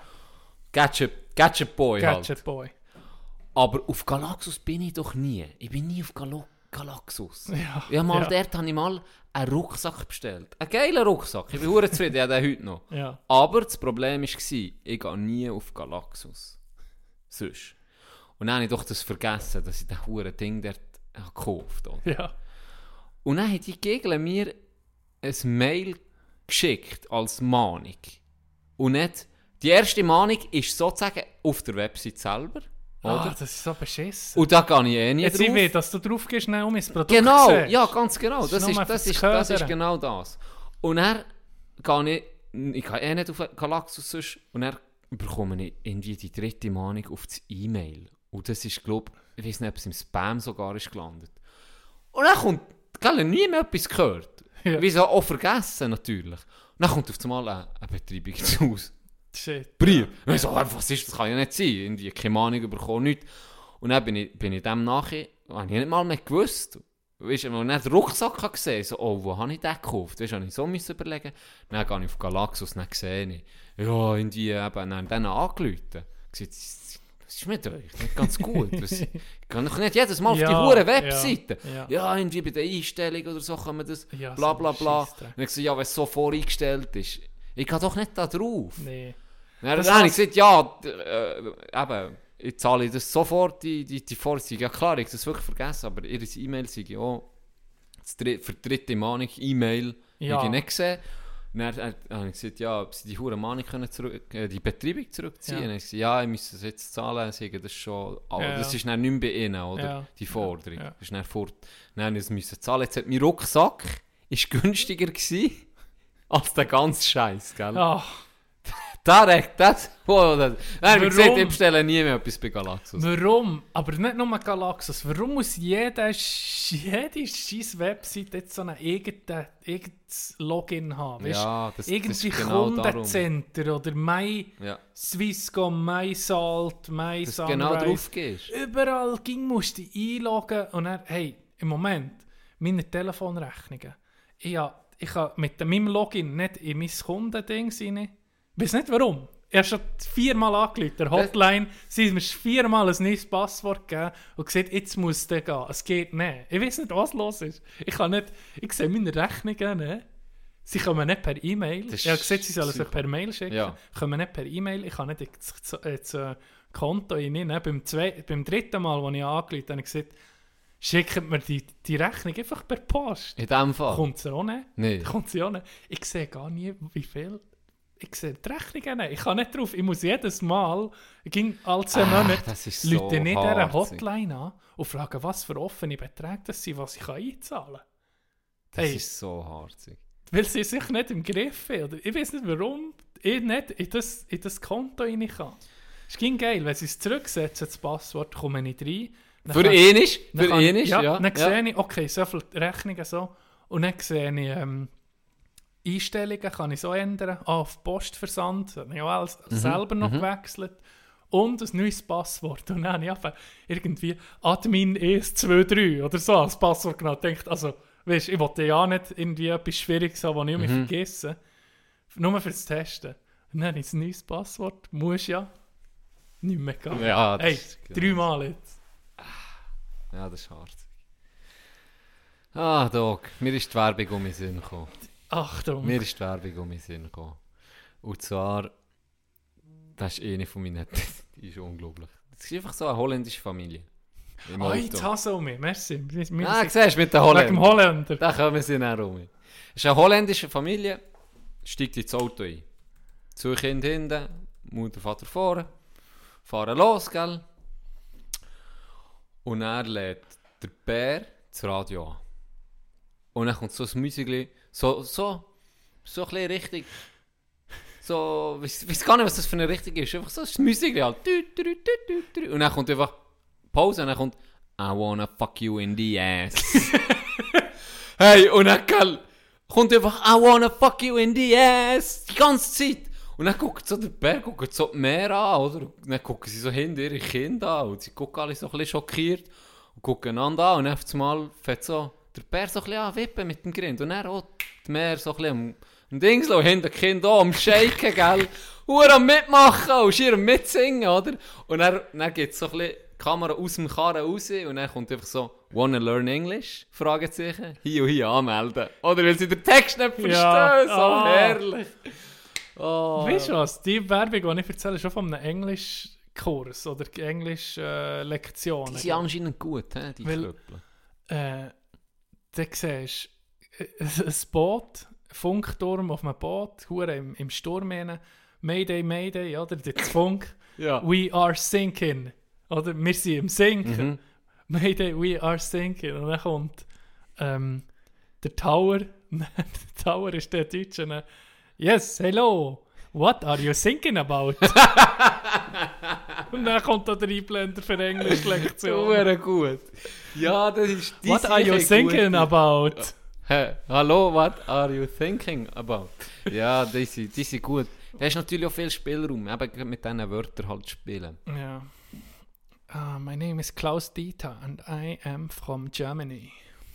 Gadget Boy halt. Gadget Boy. Aber auf Galaxus bin ich doch nie. Ich bin nie auf Galaxus. Ja. Ja, mal Ja. dort habe ich mal einen Rucksack bestellt. Einen geilen Rucksack. Ich bin verdammt zufrieden, ich habe den heute noch. Ja. Aber das Problem war, ich gehe nie auf Galaxus. Sonst. Und dann habe ich doch das vergessen, dass ich das verdammt Ding dort gekauft habe. Ja. Und dann hat die Gegner mir ein Mail geschickt als Mahnung. Und nicht... Die erste Mahnung ist sozusagen auf der Website selber. Ah, Oder? das ist so beschissen. Und da gehe ich eh nicht Jetzt drauf. ich will, dass du drauf gehst, schnell um ins Produkt Genau, siehst. ja, ganz genau. Das Das ist ist, nur das, fürs ist, das ist Ködern. genau das. Und dann gehe ich gehe eh nicht auf Galaxus sonst, und dann bekomme ich irgendwie die 3. Mahnung auf das E-Mail. Und das ist, glaube ich weiß nicht, ob es im Spam sogar ist gelandet. Und dann kommt, gell, nie mehr etwas gehört. Ja. Wieso auch vergessen, natürlich. Und dann kommt auf einmal eine Betreibung zu Hause. Shit. Brief. Und ich so, was ist das? Kann ja nicht sein. Irgendwie keine Mahnung bekommen, nichts. Und dann bin ich dem nachher, habe ich nicht mal mehr gewusst. Weißt du, wenn ich den Rucksack gesehen so, oh, wo habe ich den gekauft? Weißt du, habe ich so müssen überlegen. Dann gehe ich auf Galaxus, dann sehe ich, ja, irgendwie eben, dann angerufen. Gesagt, was ist mit euch? Nicht ganz gut. Ich kann doch nicht jedes Mal auf die Ja, hure Webseite. ja. Ja, irgendwie bei der Einstellung oder so kann man das, Ja, bla so bla bla. Scheissdreck. Und ich so, ja, wenn es so voreingestellt ist, ich gehe doch nicht da drauf. Nee. Dann Das habe ich heißt- gesagt, ja, eben, ich zahle das sofort, die Vorzüge. Ja klar, ich habe das wirklich vergessen, aber ihre E-Mail sei auch für die 3. Mahnung, E-Mail, Ja. habe ich nicht gesehen. Und dann habe ich gesagt, ja, ob sie die hure Money können die Betreibung zurückziehen. Ja. Und ich gesagt, ja, ich müsste es jetzt zahlen, sagen, das ist schon, Ja. das ist dann nicht mehr bei ihnen, oder? Ja. Die Forderung. Ja. Das ist dann fort. Dann musste ich es zahlen. Jetzt hat mein Rucksack ist günstiger gewesen als der ganze Scheiß, gell? Ach, Da regt das. Oh, das. Nein, wie gesagt, Warum? ich bestelle nie mehr etwas bei Galaxus. warum? Aber nicht nur Galaxus. Warum muss jede scheiß Website jetzt so ein eigenes Login haben? Weisst, Ja, das irgendwie ist genau darum. Kundencenter oder My Ja, Swisscom, My Salt, My dass du Sunrise. genau drauf gehst. Überall musst du dich einloggen und dann, hey, im Moment, meine Telefonrechnungen, ich habe mit meinem Login nicht in mein Kundending rein. Ich weiß nicht warum. Ich habe schon 4-mal angerufen, der Hotline, sie haben mir 4-mal ein neues Passwort gegeben und gesagt, jetzt muss der gehen. Es geht nicht. Ich weiß nicht, was los ist. Ich sehe meine Rechnungen nicht. Sie kommen nicht per E-Mail. Das Ich habe gesagt, sie sollen super. sich per Mail schicken. Ja. Kommen nicht per E-Mail. Ich kann nicht ins Konto rein. Beim dritten Mal, als ich angerufen habe, ich gesagt, schickt mir die Rechnung einfach per Post. In dem Fall. Kommt sie auch nicht? Nee. Kommt sie auch nicht? Ich sehe gar nie, wie viel. Ich sehe die Rechnungen nicht. Ich kann nicht drauf. Ich muss jedes Mal, ich ging alle 2 Monate, das ist so Leute nicht dieser harzig. Hotline an und fragen, was für offene Beträge das sind, was ich einzahlen kann. Das Hey. ist so harzig. Weil sie sich nicht im Griff haben. Oder ich weiß nicht, warum ich nicht in das Konto rein kann. Es ging geil, wenn sie es zurücksetzen, das Passwort, komme ich nicht rein. Dann Für kann- ihn ist, dann für kann- ihn ist, ja. ja. Dann sehe ich, okay, so viele Rechnungen so. Und dann sehe ich Einstellungen, kann ich so ändern. Auf Postversand, das habe ich auch alles selber noch gewechselt. Und ein neues Passwort. Und dann habe ich einfach irgendwie Admin 123 oder so als Passwort genommen. Ich dachte, also, weißt, ich wollte ja nicht irgendwie etwas Schwieriges haben, was ich mich vergesse. Nur fürs Testen. Und dann habe ich ein neues Passwort. Muss ja nicht mehr gehen. Ja, das Hey, ist genau 3-mal jetzt. Ja, das ist harzig. Ah, Doc, mir ist die Werbung um den Sinn gekommen. Achtung. Mir ist die Werbung um den Sinn gekommen. Und zwar, das ist eine von meinen, die ist unglaublich. Das ist einfach so eine holländische Familie. Im Oh, Auto. jetzt hasse ich mich. Merci. Wir Ah, sind siehst du, mit den wegen Holländern. dem Holländer. Da kommen sie dann rum. Es ist eine holländische Familie, steigt ins Auto ein. 2 Kinder hinten, Mutter, Vater vorne, fahren los, gell? Und er lädt der Bär das Radio an. Und dann kommt so ein Musikli, so ein bisschen richtig, so, ich weiß gar nicht, was das für eine Richtung ist, einfach so ein Musikli halt. Und dann kommt einfach Pause und dann kommt I wanna fuck you in the ass. Hey, und dann gell, kommt einfach I wanna fuck you in the ass die ganze Zeit. Und dann guckt so der Bär, guckt so die Meer an, oder? Und dann gucken sie so hinter ihre Kinder an und sie gucken alle so ein bisschen schockiert und gucken einander an und dann auf einmal fängt so der Bär so ein bisschen an wippen mit dem Grind und dann auch die Meer so ein bisschen am Dingslo, hinter die Kinder auch am Shaken, gell? Am Mitmachen und schier am Mitsingen, oder? Und dann geht so ein bisschen die Kamera aus dem Karren raus und dann kommt einfach so «Wanna learn English?» Fragezeichen. Hier und hier anmelden. Oder weil sie den Text nicht verstehen. Ja. So Ah. herrlich. Oh. Weißt du was? Die Werbung, die ich erzähle, ist schon von einem Englischkurs oder Englisch-Lektionen. Die sind anscheinend gut, he, die Weil- Klöppel. Da siehst du ein Boot, Funkturm auf einem Boot, hure im Sturm rein. Mayday, Mayday, oder? Das Funk. Ja. We are sinking. Oder? Wir sind im Sinken. Mayday, we are sinking. Und dann kommt der Tower. Der Tower ist der Deutsche. Yes, hello. What are you thinking about? Und dann kommt da der Einblender für Englisch-Lektion. Sehr gut. Ja, das ist die What are you thinking about? Hey, hallo, what are you thinking about? Ja, die sind gut. Da ist natürlich auch viel Spielraum, eben mit diesen Wörtern halt spielen. Ja. My name is Klaus Dieter and I am from Germany.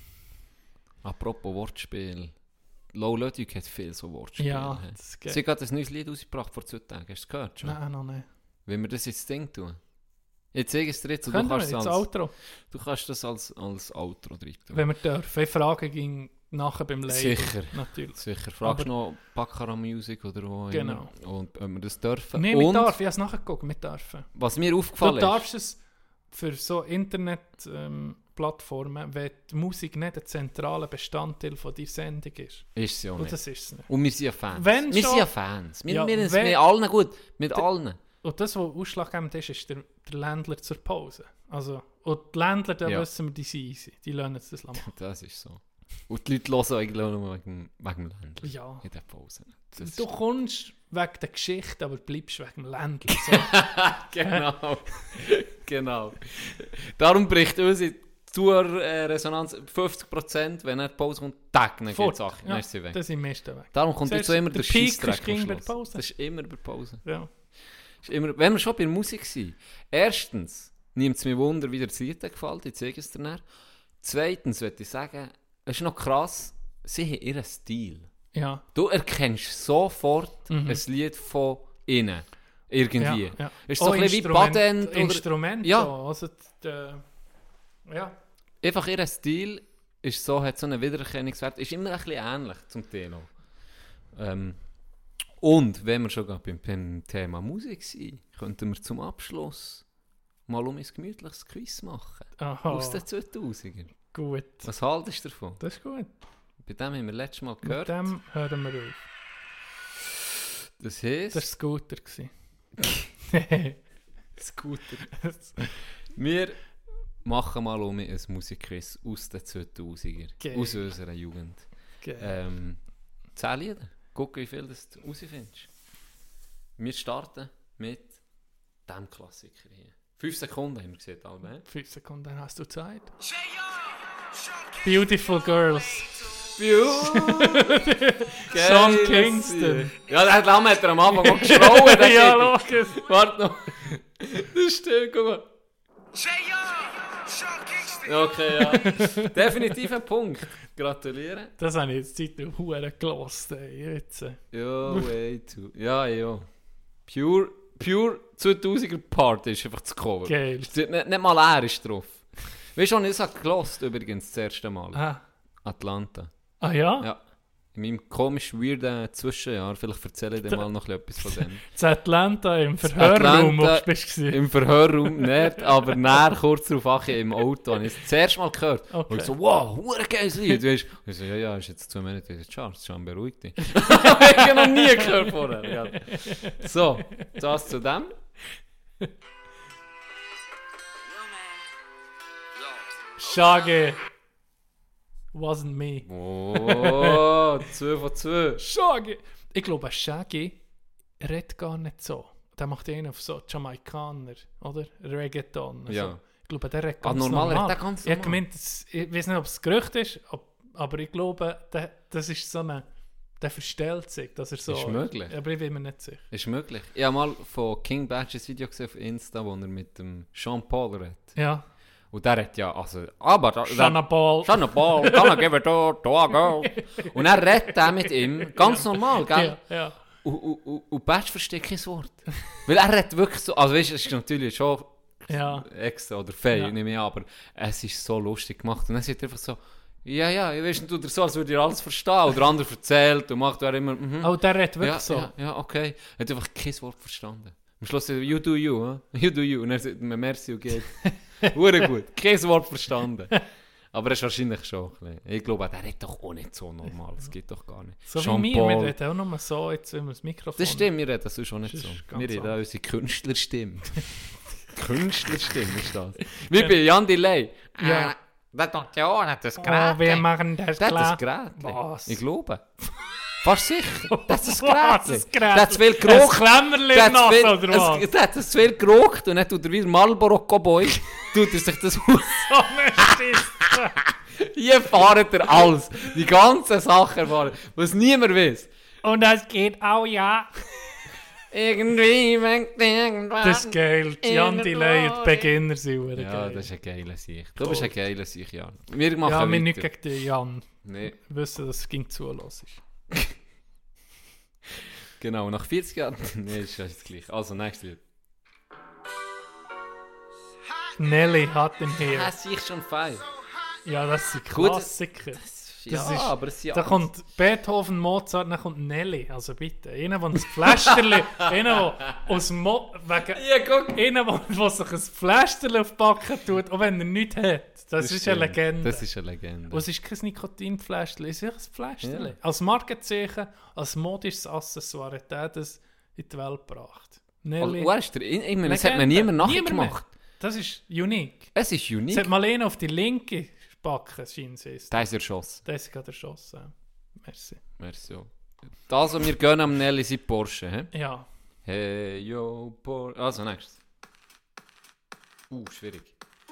Apropos Wortspiel. Low Ludwig hat viel so Wortspiele. Ja, he. das ist geil. Sie hat gerade ein neues Lied rausgebracht vor 2 Tagen. Hast du es gehört schon? Nein, noch nicht. Wenn wir das jetzt Ding tun. Ich zeige es dir jetzt und Können wir ins Outro? du kannst das als Outro drin tun. Wenn wir dürfen. Ich frage ging nachher beim Label. Sicher. Natürlich. Sicher. Fragst Aber- noch Baccarat Music oder wo Genau. immer. Und ob wir das dürfen. Nein, und wir dürfen. Ich habe es nachgeguckt. Wir dürfen. was mir Du aufgefallen ist... darfst es für so Internet Plattformen, wenn die Musik nicht ein zentraler Bestandteil von deiner Sendung ist. Ist sie auch Und nicht. das ist es nicht. Und wir sind ja Fans. Wenn Wir schon- sind ja Fans. Wir Ja, meinen es wenn- mit allen gut. Mit allen. Und das, was ausschlaggebend ist, ist der Ländler zur Pause. Also, und die Ländler, da Ja. wissen wir, die sind easy. Die lernen jetzt das machen. Das ist so. Und die Leute hören eigentlich auch nur wegen dem Ländler. Ja. In der Pause. Das Du ist- kommst wegen der Geschichte, aber bleibst wegen dem Ländler. So. Genau. Genau. Darum bricht unsere Tour-Resonanz 50%, wenn nicht die Pause kommt, dann geht Fort. es Sache. Ja, Dann ist sie weg. das sind die meisten weg. Darum kommt Zuerst jetzt so immer der der Peak Scheissdreck ist gegen am bei der Schluss. Pause. Das ist immer bei der Pause. Ja. Ist immer, wenn wir schon bei der Musik sind. Erstens, nimmt es mich Wunder, wie dir das Lied gefällt, ich zeige es dir näher. Zweitens würde ich sagen, es ist noch krass, sie haben ihren Stil. Ja. Du erkennst sofort ein Lied von innen. Irgendwie. Ja, ja. Ist so ein bisschen wie Badend. Oder Instrument. Ja. So. Also ja. einfach ihr Stil ist so, hat so einen Wiedererkennungswert, ist immer ein bisschen ähnlich zum Thema. Und wenn wir schon beim Thema Musik sind, könnten wir zum Abschluss mal ein gemütliches Quiz machen. Aha. Aus den 2000er. Gut. Was haltest du davon? Das ist gut. Bei dem haben wir letztes Mal Mit gehört. dem hören wir auf. Das heisst, Das war Scooter. gewesen. Scooter. Wir machen mal ein Musikquiz aus den 2000er. Geil. Aus unserer Jugend. Geil. 10 Lieder. Guck, wie viel das du rausfindest. Wir starten mit diesem Klassiker hier. 5 Sekunden haben wir gesehen, Albert. 5 Sekunden, dann hast du Zeit. Beautiful Girls. Sean Kingston. Ja, der Lamm hat er am Anfang auch geschrauen. Ja, logisch. Warte noch. Das stimmt, guck mal. Okay, ja. Definitiv ein Punkt. Gratuliere. Das habe ich jetzt Zeit noch verdammt gelassen. Jetzt. Ja, way too. Ja, ja. Pure 2000er Party ist einfach das Cover. Geil. Nicht mal er ist drauf. Weißt du, was ich das habe gelost übrigens das erste Mal? Ah, Atlanta. ja? Ja. In meinem komisch weirden Zwischenjahr. Vielleicht erzähle ich dir mal noch etwas von dem. In Atlanta im Verhörraum, wo Atlanta- du bist. Im Verhörraum nicht, aber näher kurz darauf im Auto habe ich es das erste Mal gehört. Okay. Und ich so, wow, hure geiles Lied. Weißt du? Ich so, ja, ist jetzt 2 Minuten in den Charts, schon beruhigt dich. Habe ich noch nie gehört vorher. Ja. So, das zu dem. Schage. Wasn't me. Oh, 2 von 2. Schage. Ich glaube, Shaggy redet gar nicht so. Der macht einen auf so Jamaikaner, oder? Reggaeton. Also, Ja. Ich glaube, der redet Ah, ganz normal normal. redet er ganz Ich habe normal. gemeint, ich weiß nicht, ob es ein Gerücht ist, aber ich glaube, das ist so eine... Der verstellt sich, dass er so... Ist möglich. Aber ich bin mir nicht sicher. Ist möglich. Ich habe mal von King Badge ein Video gesehen auf Insta, wo er mit dem Sean Paul redet. Ja. Und der hat ja, also, aber... Shanna Paul. Shanna Paul, gonna give it to a girl. Und er redet der mit ihm, ganz normal, gell? Ja, ja. Und Badge versteht kein Wort. Weil er redet wirklich so, also weißt du, es ist natürlich schon Ja. extra oder fake, Ja. nehme ich an, aber es ist so lustig gemacht. Und dann sagt er einfach so, ja, ich weiß nicht, tut er so, als würde ihr alles verstehen. Oder andere erzählt und macht er immer, Oh, der redet wirklich ja, so. ja, okay. Er hat einfach kein Wort verstanden. Am Schluss sagt er, you do you, huh? You do you. Und er sagt, merci und geht. Hure gut, kein Wort verstanden. Aber er ist wahrscheinlich schon ein bisschen. Ich glaube, der redet doch auch nicht so normal. Das geht doch gar nicht. So Jean wie wir Paul. reden auch nur so, jetzt wenn wir das Mikrofon... Das stimmt, wir reden sonst auch nicht Das so. ist ganz Wir reden anders. auch unsere Künstlerstimme. Künstlerstimme ist das. Wie bei Jan Delay. Ja. Das tut ja auch nicht, das Oh, wir machen das Das klar. ist das Gerät. Was? Ich glaube. Fast sicher. Das ist das Was, Gerät. das Gerät? Der hat zu viel Ein geraucht. Klemmerli Der noch, hat zu oder viel- was? der hat zu viel geraucht und dann tut er wie ein Marlboro Cowboy. Tut er sich das So eine Schisse. Hier fahrt er alles. Die ganzen Sachen erfahren. Was niemand weiß. Und das geht auch, ja. Irgendwie weckt irgendwann. Das ist geil. Jan Delay und die Beginner sind verdammt Ja, geil. das ist ein geiler Sieg. Du bist ein geiler Sieg, Jan. Wir machen Ja, wir weiter. nicht gegen den Jan. Nee, Wir wissen, dass es ging zulässt. genau. Nach 40 Jahren... Nee, ist das gleich. Also, nächstes Lied. Nelly hat ihn hier. Das ist schon fein. Ja, das sind Gut. Klassiker. Das ja, ist- aber es sind Da alles- kommt Beethoven, Mozart, dann kommt Nelly. Also bitte. Einer, der ein Pflästerli... einer, der aus wegen... Ja, guck. Einer, der sich ein Pflästerli auf die Backen tut, auch wenn er nichts hat. Das ist eine stimmt. Legende. Das ist eine Legende. Und es ist kein Nikotinpflästerli, es ist ein Pflästerli. Ja. Als Markenzeichen, als modisches Accessoire hat er das in die Welt gebracht. Nelly. Also, ist der, ich meine, das hat Legende. mir niemand Niemand nachgemacht. Das ist unique. Es ist Es unique. hat mal einer auf die linke Backe, scheint es. Der ist erschossen. Der ist gerade erschossen. Merci. Merci. Ja. Also, wir gehen am Nelly sein Porsche. He? Ja. Hey, yo, Porsche. Also, nächstes. Schwierig.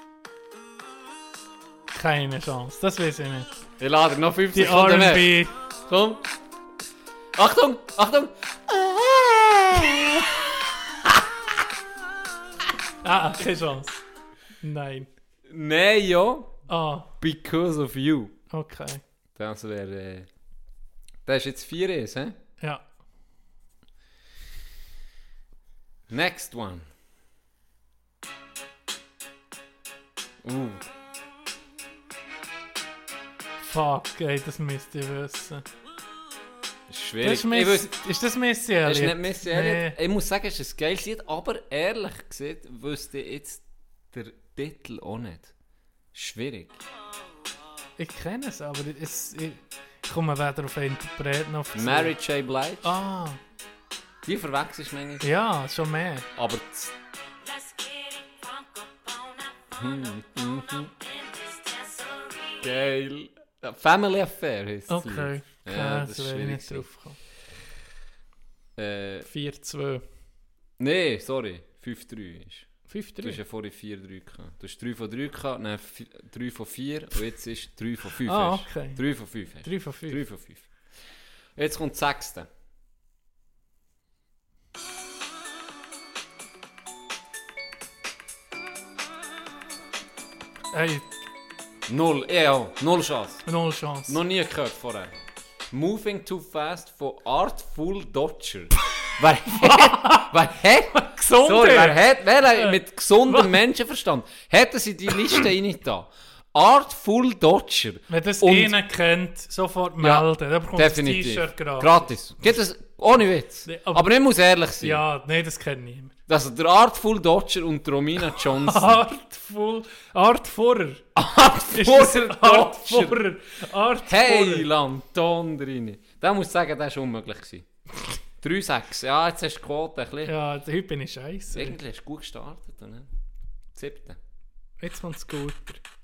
Keine Chance. Das weiß ich nicht. Ich lade noch 50 Die Sekunden mehr. R&B. Komm. Achtung, Achtung. Keine Chance. Nein. Nein, ja. Ah, Because of you. okay. Das wäre... Das ist jetzt 4 hä? Ja. Next one. Fuck, ey, das müsst ihr wissen. Ist Das schwierig. ist, ist das Missy Das ist Elliott? nicht Missy Elliott. Ich muss sagen, es ist ein geiles Lied, aber ehrlich gesagt wüsste ich jetzt der Titel auch nicht. Schwierig. Ich kenne es, aber ich komme weder auf einen Interpreten noch auf die- Mary J. Blige. Ah, Die verwechselst du manchmal. ja, schon mehr. Aber geil. Family Affair heisst es. Okay. Ja, das das ist wäre ich schwierig nicht drauf gekommen. 4-2. Nee, sorry. 5-3 ist. Du hast 5-3? ja vorhin 4-3 gehabt. Du hast 3 von 3 gehabt, dann 3 von 4 und jetzt ist 3 von 5. Ah, hast. okay. 3 von 5 hast. 3 von 5. 3 von 5. Jetzt kommt das 6. Hey, 0. Ja, 0 Chance. null Chance. Noch nie gehört vorher. Moving Too Fast von Artful Dodger. wer hat... Gesund! Sorry, wer mit gesundem Menschenverstand hat das in die Liste rein da? Artful Dodger. Wenn das Und- einer kennt, sofort Ja, melden. Dann bekommt das definitiv. T-Shirt gratis. Gratis. Geht das ohne Witz. Nee, aber ich muss ehrlich sein. Ja, nein, das kennt niemand. Also der Artful Dodger und Romina Johnson. Artfurer. Ist das Artful Dodger. Artfurer? Artfurer. Hey, Lanton drin. Da muss ich sagen, das war unmöglich gewesen. 3-6. Ja, jetzt hast du die Quote ein bisschen. Ja, heute bin ich scheiße. Irgendwie hast du gut gestartet. Ne? 7. Jetzt kommt es gut.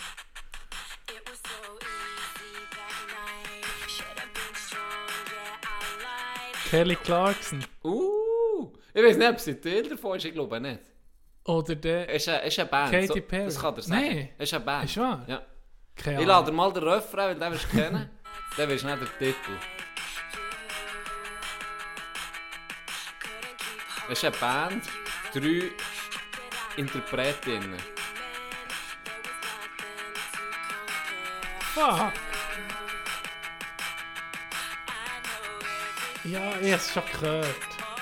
Kelly Clarkson. Ich weiß nicht, ob es ein Teil davon ist. Ich glaube nicht. Oder der... Es ist eine Band. Katy Perry. Das kann er sagen. Nein. Es ist eine Band. Ist wahr? Ja. Keine Ich Ahnung. lade mal den Refrain, weil den wirst du kennen. Den wirst du nicht den Titel. Es ist eine Band, 3 Interpretinnen. Fuck. Ja, ich habe es schon gehört.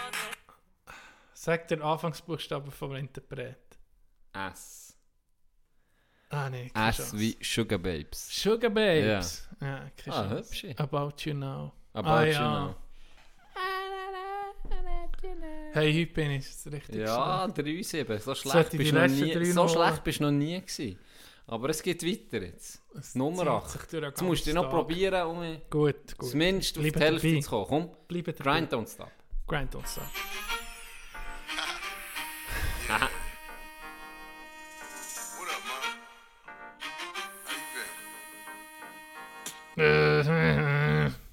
Sag den Anfangsbuchstaben vom Interpret. S. Ah, nee, keine S Chance. wie Sugar Babes. Sugar Babes. Ja, keine Ah, Chance. hübsche. About You Now. About you ja. know. Hey, heute bin ich es richtig Ja, 3-7. So Sollte schlecht ich bist die du noch letzten nie, drei so noch holen? schlecht bist du noch nie gewesen. Aber es geht weiter jetzt. Es Nummer zieht 8. sich durch den Jetzt musst du dich noch ganzen Tag. probieren, um Gut, gut. zumindest auf die Bleibe Hälfte dabei. zu kommen. Komm, Bleibe dabei. grind don't stop. Grind und so. What up, man? How you been?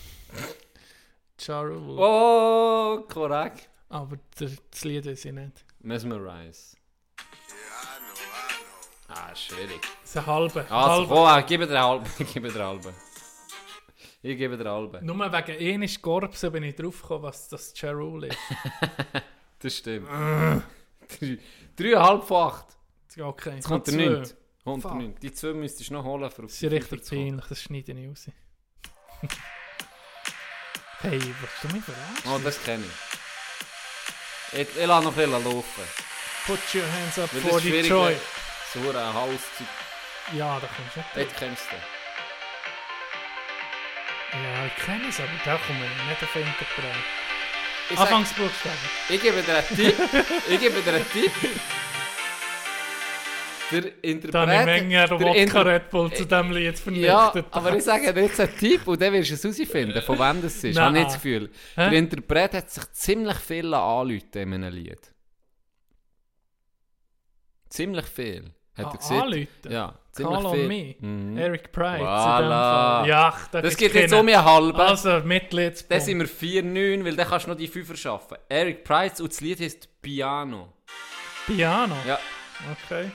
Ja Rule. Oh, korrekt. Aber das Lied ist ich nicht. Mesmerize. Yeah, I know. Ah, schwierig. Das ist ein halber. Also, komm, gib mir den halben. Ich gebe dir halben. Ich gebe dir halben. Nur wegen ähnlich Gorbsen bin ich drauf gekommen, was das Ja Rule ist. Das stimmt. 3,5 von 8. Okay, Jetzt kommt der noch 9. zwei. Kommt der Fuck. 9. Die 2 müsstest du noch holen, für auf Das ist die ja richtig 5 zu kommen. peinlich, das schneide ich raus. Hey, willst du mich verarschen? Oh, das kenne ich. Ich lasse noch ein bisschen laufen. Put your hands up Weil for das schwierig Detroit. wäre. So ein Hauszeug. Ja, da kommst du nicht Jetzt kennst du Ja, ich kenne es, aber da kommen wir nicht auf Interpret. Ich sag- Anfangsbuchstaben. Ich gebe dir einen Tipp. Der Interpret... Da habe ich Menge der Wodka Red Bull zu diesem Lied vernichtet. Ja, aber ich sage dir jetzt einen Tipp und dann wirst du es herausfinden, von wem das ist. Ich habe nicht das Gefühl. Der Interpret hat sich ziemlich viel anrufen in einem Lied. Ziemlich viel. Hat er gesagt? Anrufen? Ja, ziemlich Call viel. on me. Mhm. Eric Prydz. Voilà. In dem Fall. Ja, Das geht jetzt um einen halben. Also, Mitgliedspunkt. Dann sind wir 4-9, weil dann kannst du noch die 5 schaffen. Eric Prydz und das Lied heisst Piano. Piano? Ja. Okay.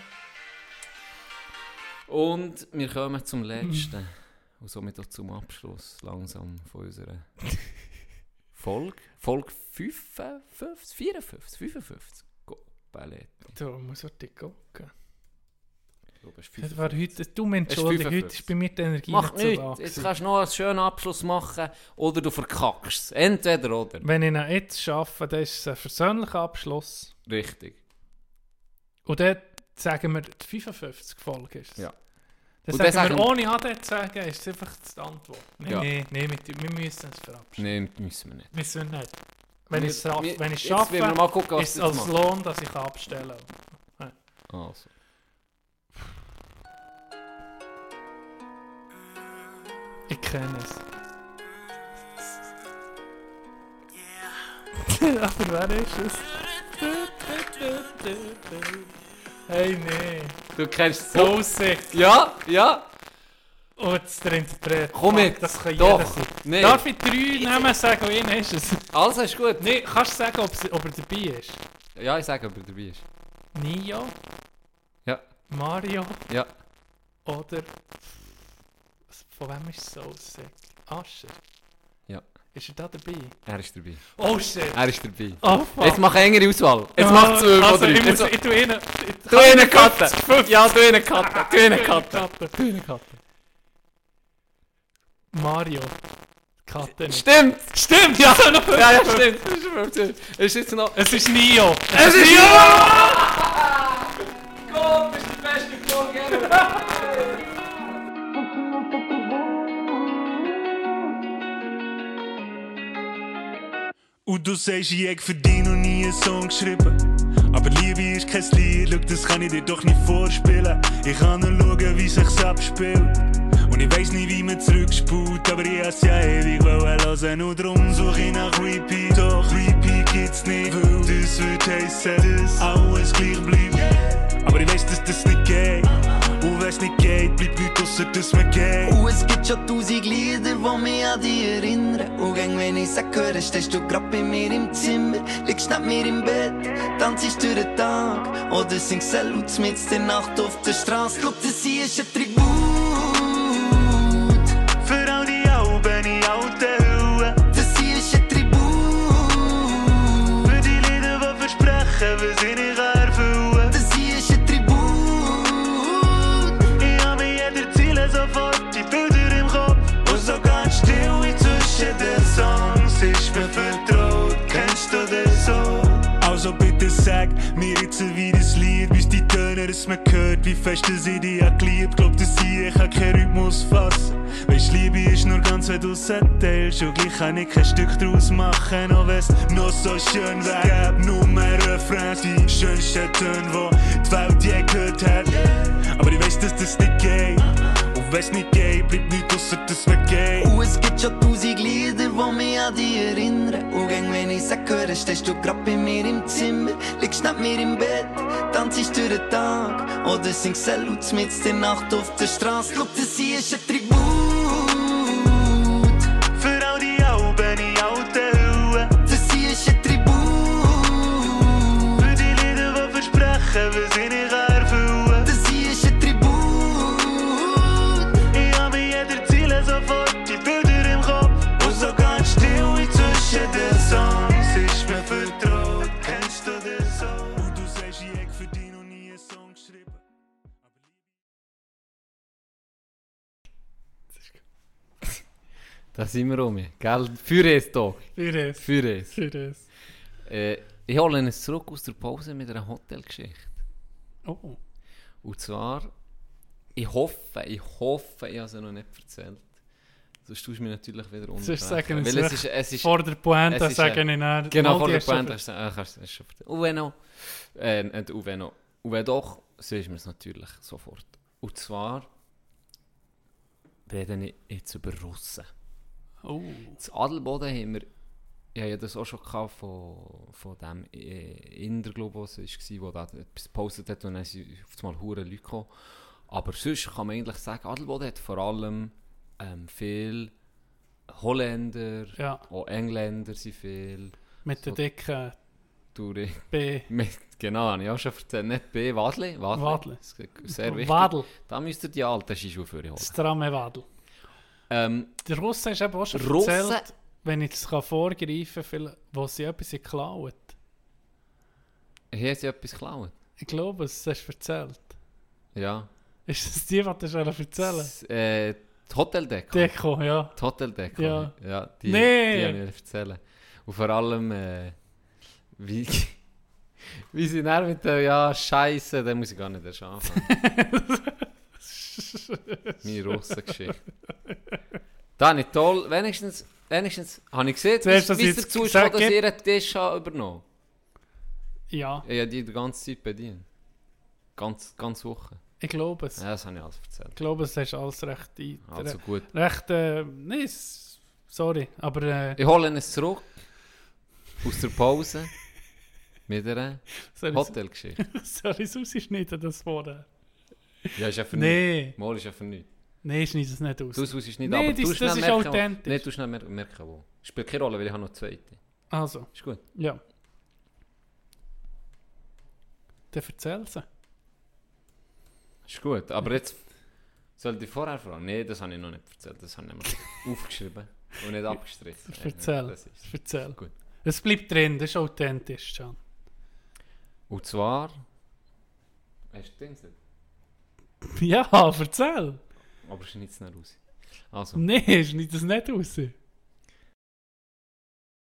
Und wir kommen zum letzten. Und somit auch zum Abschluss langsam von unserer Folge. Folge 55, 54, 55. Go, Ballett. Du musst heute gucken. Ich glaube, es ist Das war 55. heute, du meinst, Entschuldigung, heute 55. ist bei mir die Energie Mach nicht so da nichts. Jetzt gewesen. kannst du noch einen schönen Abschluss machen oder du verkackst es. Entweder oder. Wenn ich ihn jetzt schaffe, dann ist es ein versöhnlicher Abschluss. Richtig. Und dann sagen wir, die 55 Folge ist es. Ja. Dann Und dann sagen wir, sagen- ohne AD zu sagen, ist es einfach die Antwort. Nein, Ja. nein, wir müssen es verabschieden. Nein, müssen wir nicht. Müssen wir nicht. Wenn ich es Wir- wenn ich es jetzt schaffe, wollen wir mal gucken, was ist es du jetzt als machst. Lohn, dass ich abstellen kann. Also. Ich kenne es. Aber wer ist es? Hey, nee. Du kennst es So sick. Ja, ja. Oh, jetzt der Interpret. Komm Fuck, mit. Das kann Doch. jeder sein. Nee. Darf ich 3 Namen sagen, und einer ist es? Also ist gut. Nee, kannst du sagen, ob er dabei ist? Ja, ich sage, ob er dabei ist. Nio? Ja. Mario? Ja. Oder... Von wem ist es so sick? Ascher? Ja. Ist er da dabei? Er ist dabei. Oh shit! Er ist dabei. Oh fuck! Jetzt mach eine engere Auswahl. Jetzt Ah, mach 12 also, oder 3. ich tue ihn... Du einen Katte. Ja, du einen Katte. Du einen Katte. Du eine Katte. Mario. Katte nicht. Stimmt. Stimmt! Ja, noch Ja, ja, stimmt. Das ist 15. Es ist jetzt noch... Es ist Nio! Es ist ja! Gott, das ist die beste Folge ever. Und du sagst, ich hätte für dich noch nie einen Song geschrieben. Aber Liebe ist kein Lied, schau, das kann ich dir doch nicht vorspielen. Ich kann nur schauen, wie sich's abspielt. Und ich weiss nicht, wie man zurückspult, aber ich has ja ewig hören. Und drum such ich nach Repeat, doch Repeat gibt's nicht. Weil das würde heissen, dass alles gleich bleibt. Aber ich weiss, dass das nicht geht. Und wenn's nicht geht, bleibt nichts ausser, dass man geht. Und es gibt schon 1000 Lieder, die mich an dich erinnern. Und gäng, wenn ich sag, höre, stehst du grad bei mir im Zimmer. Liegst neben mir im Bett, tanzst durch den Tag. Oder singst laut mit der Nacht auf der Straße. Schau, das hier ist ein Tribut. Für all die Alben in alten Hüllen. Das hier ist ein Tribut. Für die Lieder, die versprechen, was ich nicht erfüllen. Das hier ist ein Tribut. Ich hab mir jeder Ziele sofort die Bilder im Kopf. Und so ganz still wie zwischen den Songs ist mir vertraut. Kennst du das so? Also bitte sag mir jetzt wie das Lied, wie's die Töne, dass man hört, wie fest dass ich dich hab geliebt. Glaub, dass ich kann keinen Rhythmus fassen. Weisst, Liebe ist nur ganz, wenn du's teilst. Und gleich kann ich kein Stück draus machen, auch wenn's noch so schön wär. Gäb nur mehr Refrains, die schönsten Töne, die die Welt je gehört hat. Aber ich weiss, dass das nicht geht. Und wenn's nicht geht, bleibt nichts ausser, dass man geht. Und es gibt schon 1000 Lieder, die mich an dich erinnern. Und gäng, wenn ich sag, höre, stehst du grad bei mir im Zimmer. Liegst neben mir im Bett, tanzst durch den Tag. Oder singst laut mit der Nacht auf der Straße. Schau, das hier ist ein Tribut. Für all die Alben in alten Hüllen. Das hier ist ein Tribut. Für die Lieder, die versprechen, was ich nicht erfüllen. Das hier ist ein Tribut. Ich hab mir jeder Ziele sofort die Bilder im Kopf. Und so ganz still wie zwischen den Songs ist mir vertraut. Kennst du das so? Und du sagst, ich hätte für dich noch nie einen Song geschrieben. Da sind wir rum. Gell? Für es doch. Für es. Für es. Für es. Ich hole es zurück aus der Pause mit einer Hotelgeschichte. Oh. Und zwar, ich hoffe, ich habe es noch nicht erzählt. Sonst tust du mich natürlich wieder Sonst sagen unterbrechen. wir Weil es vor der Pointe, es ist, sagen ich dann. Genau, vor die der hast du Pointe kannst du es schon erzählen. Und wenn doch, siehst du es natürlich sofort. Und zwar rede ich jetzt über Russen. Oh. Das Adelboden haben wir, ich hatte das auch schon gehabt von dem Inder, glaube ich, der da etwas gepostet hat und dann sind auf einmal hure Leute gekommen. Aber sonst kann man eigentlich sagen, Adelboden hat vor allem viele Holländer, Ja. auch Engländer sind viel. Mit So der dicken Durch, B. genau, habe ich auch schon erzählt. Nicht B, Wadli. Wadli. Das ist sehr wichtig. Wadel. Da müsst ihr die alten Skischuhe für holen. Stramme Wadel. Der Russe ist eben auch schon Russen- erzählt, wenn ich das vorgreifen kann, wo sie etwas geklaut. Hier sie etwas geklaut. Ich glaube, es hast du erzählt. Ja. Ist das die, was du schon erzählen? Die Hoteldeko. Deko, ja. Die Hoteldeko. Ja. Ja, die Nee. habe ich erzählen. Und vor allem, wie sie dann mit der, Scheiße, da muss ich gar nicht erst anfangen. Meine Russengeschichte. Da nicht toll. Wenigstens habe ich gesehen, Zuerst, dass wie es ich dazu ist, gesagt dass habe- ihr einen Tisch übernommen Ja, Ich habe die ganze Zeit bedient. Ganz Woche. ich glaube es. Ja, das habe ich alles erzählt. Ich glaube, es hast alles recht Also gut. recht, nee, sorry, aber Ich hole es zurück. Aus der Pause. Mit einer Hotelgeschichte. soll ich es rausschneiden, das vorher? Ja, ist ja für Nee, nichts. Mal ist ja für nichts. nee, schneid es nicht aus. Du es nicht, Nee, aber das du schnell ist merken, authentisch. Nee, du schnell merken, wo. Spielt keine Rolle, weil ich habe noch eine zweite. Also, Ist gut. ja. Dann erzähl sie. Ist gut, aber jetzt soll ich vorher fragen? Nee, das habe ich noch nicht erzählt. Das habe ich nämlich aufgeschrieben und nicht abgestrichen. Erzähl, Das ist erzähl. gut. Es bleibt drin, das ist authentisch, Can. Und zwar... Hast du den gesehen? Ja, erzähl. Aber schneid es nicht raus. Also, Nee, schneid das nicht raus.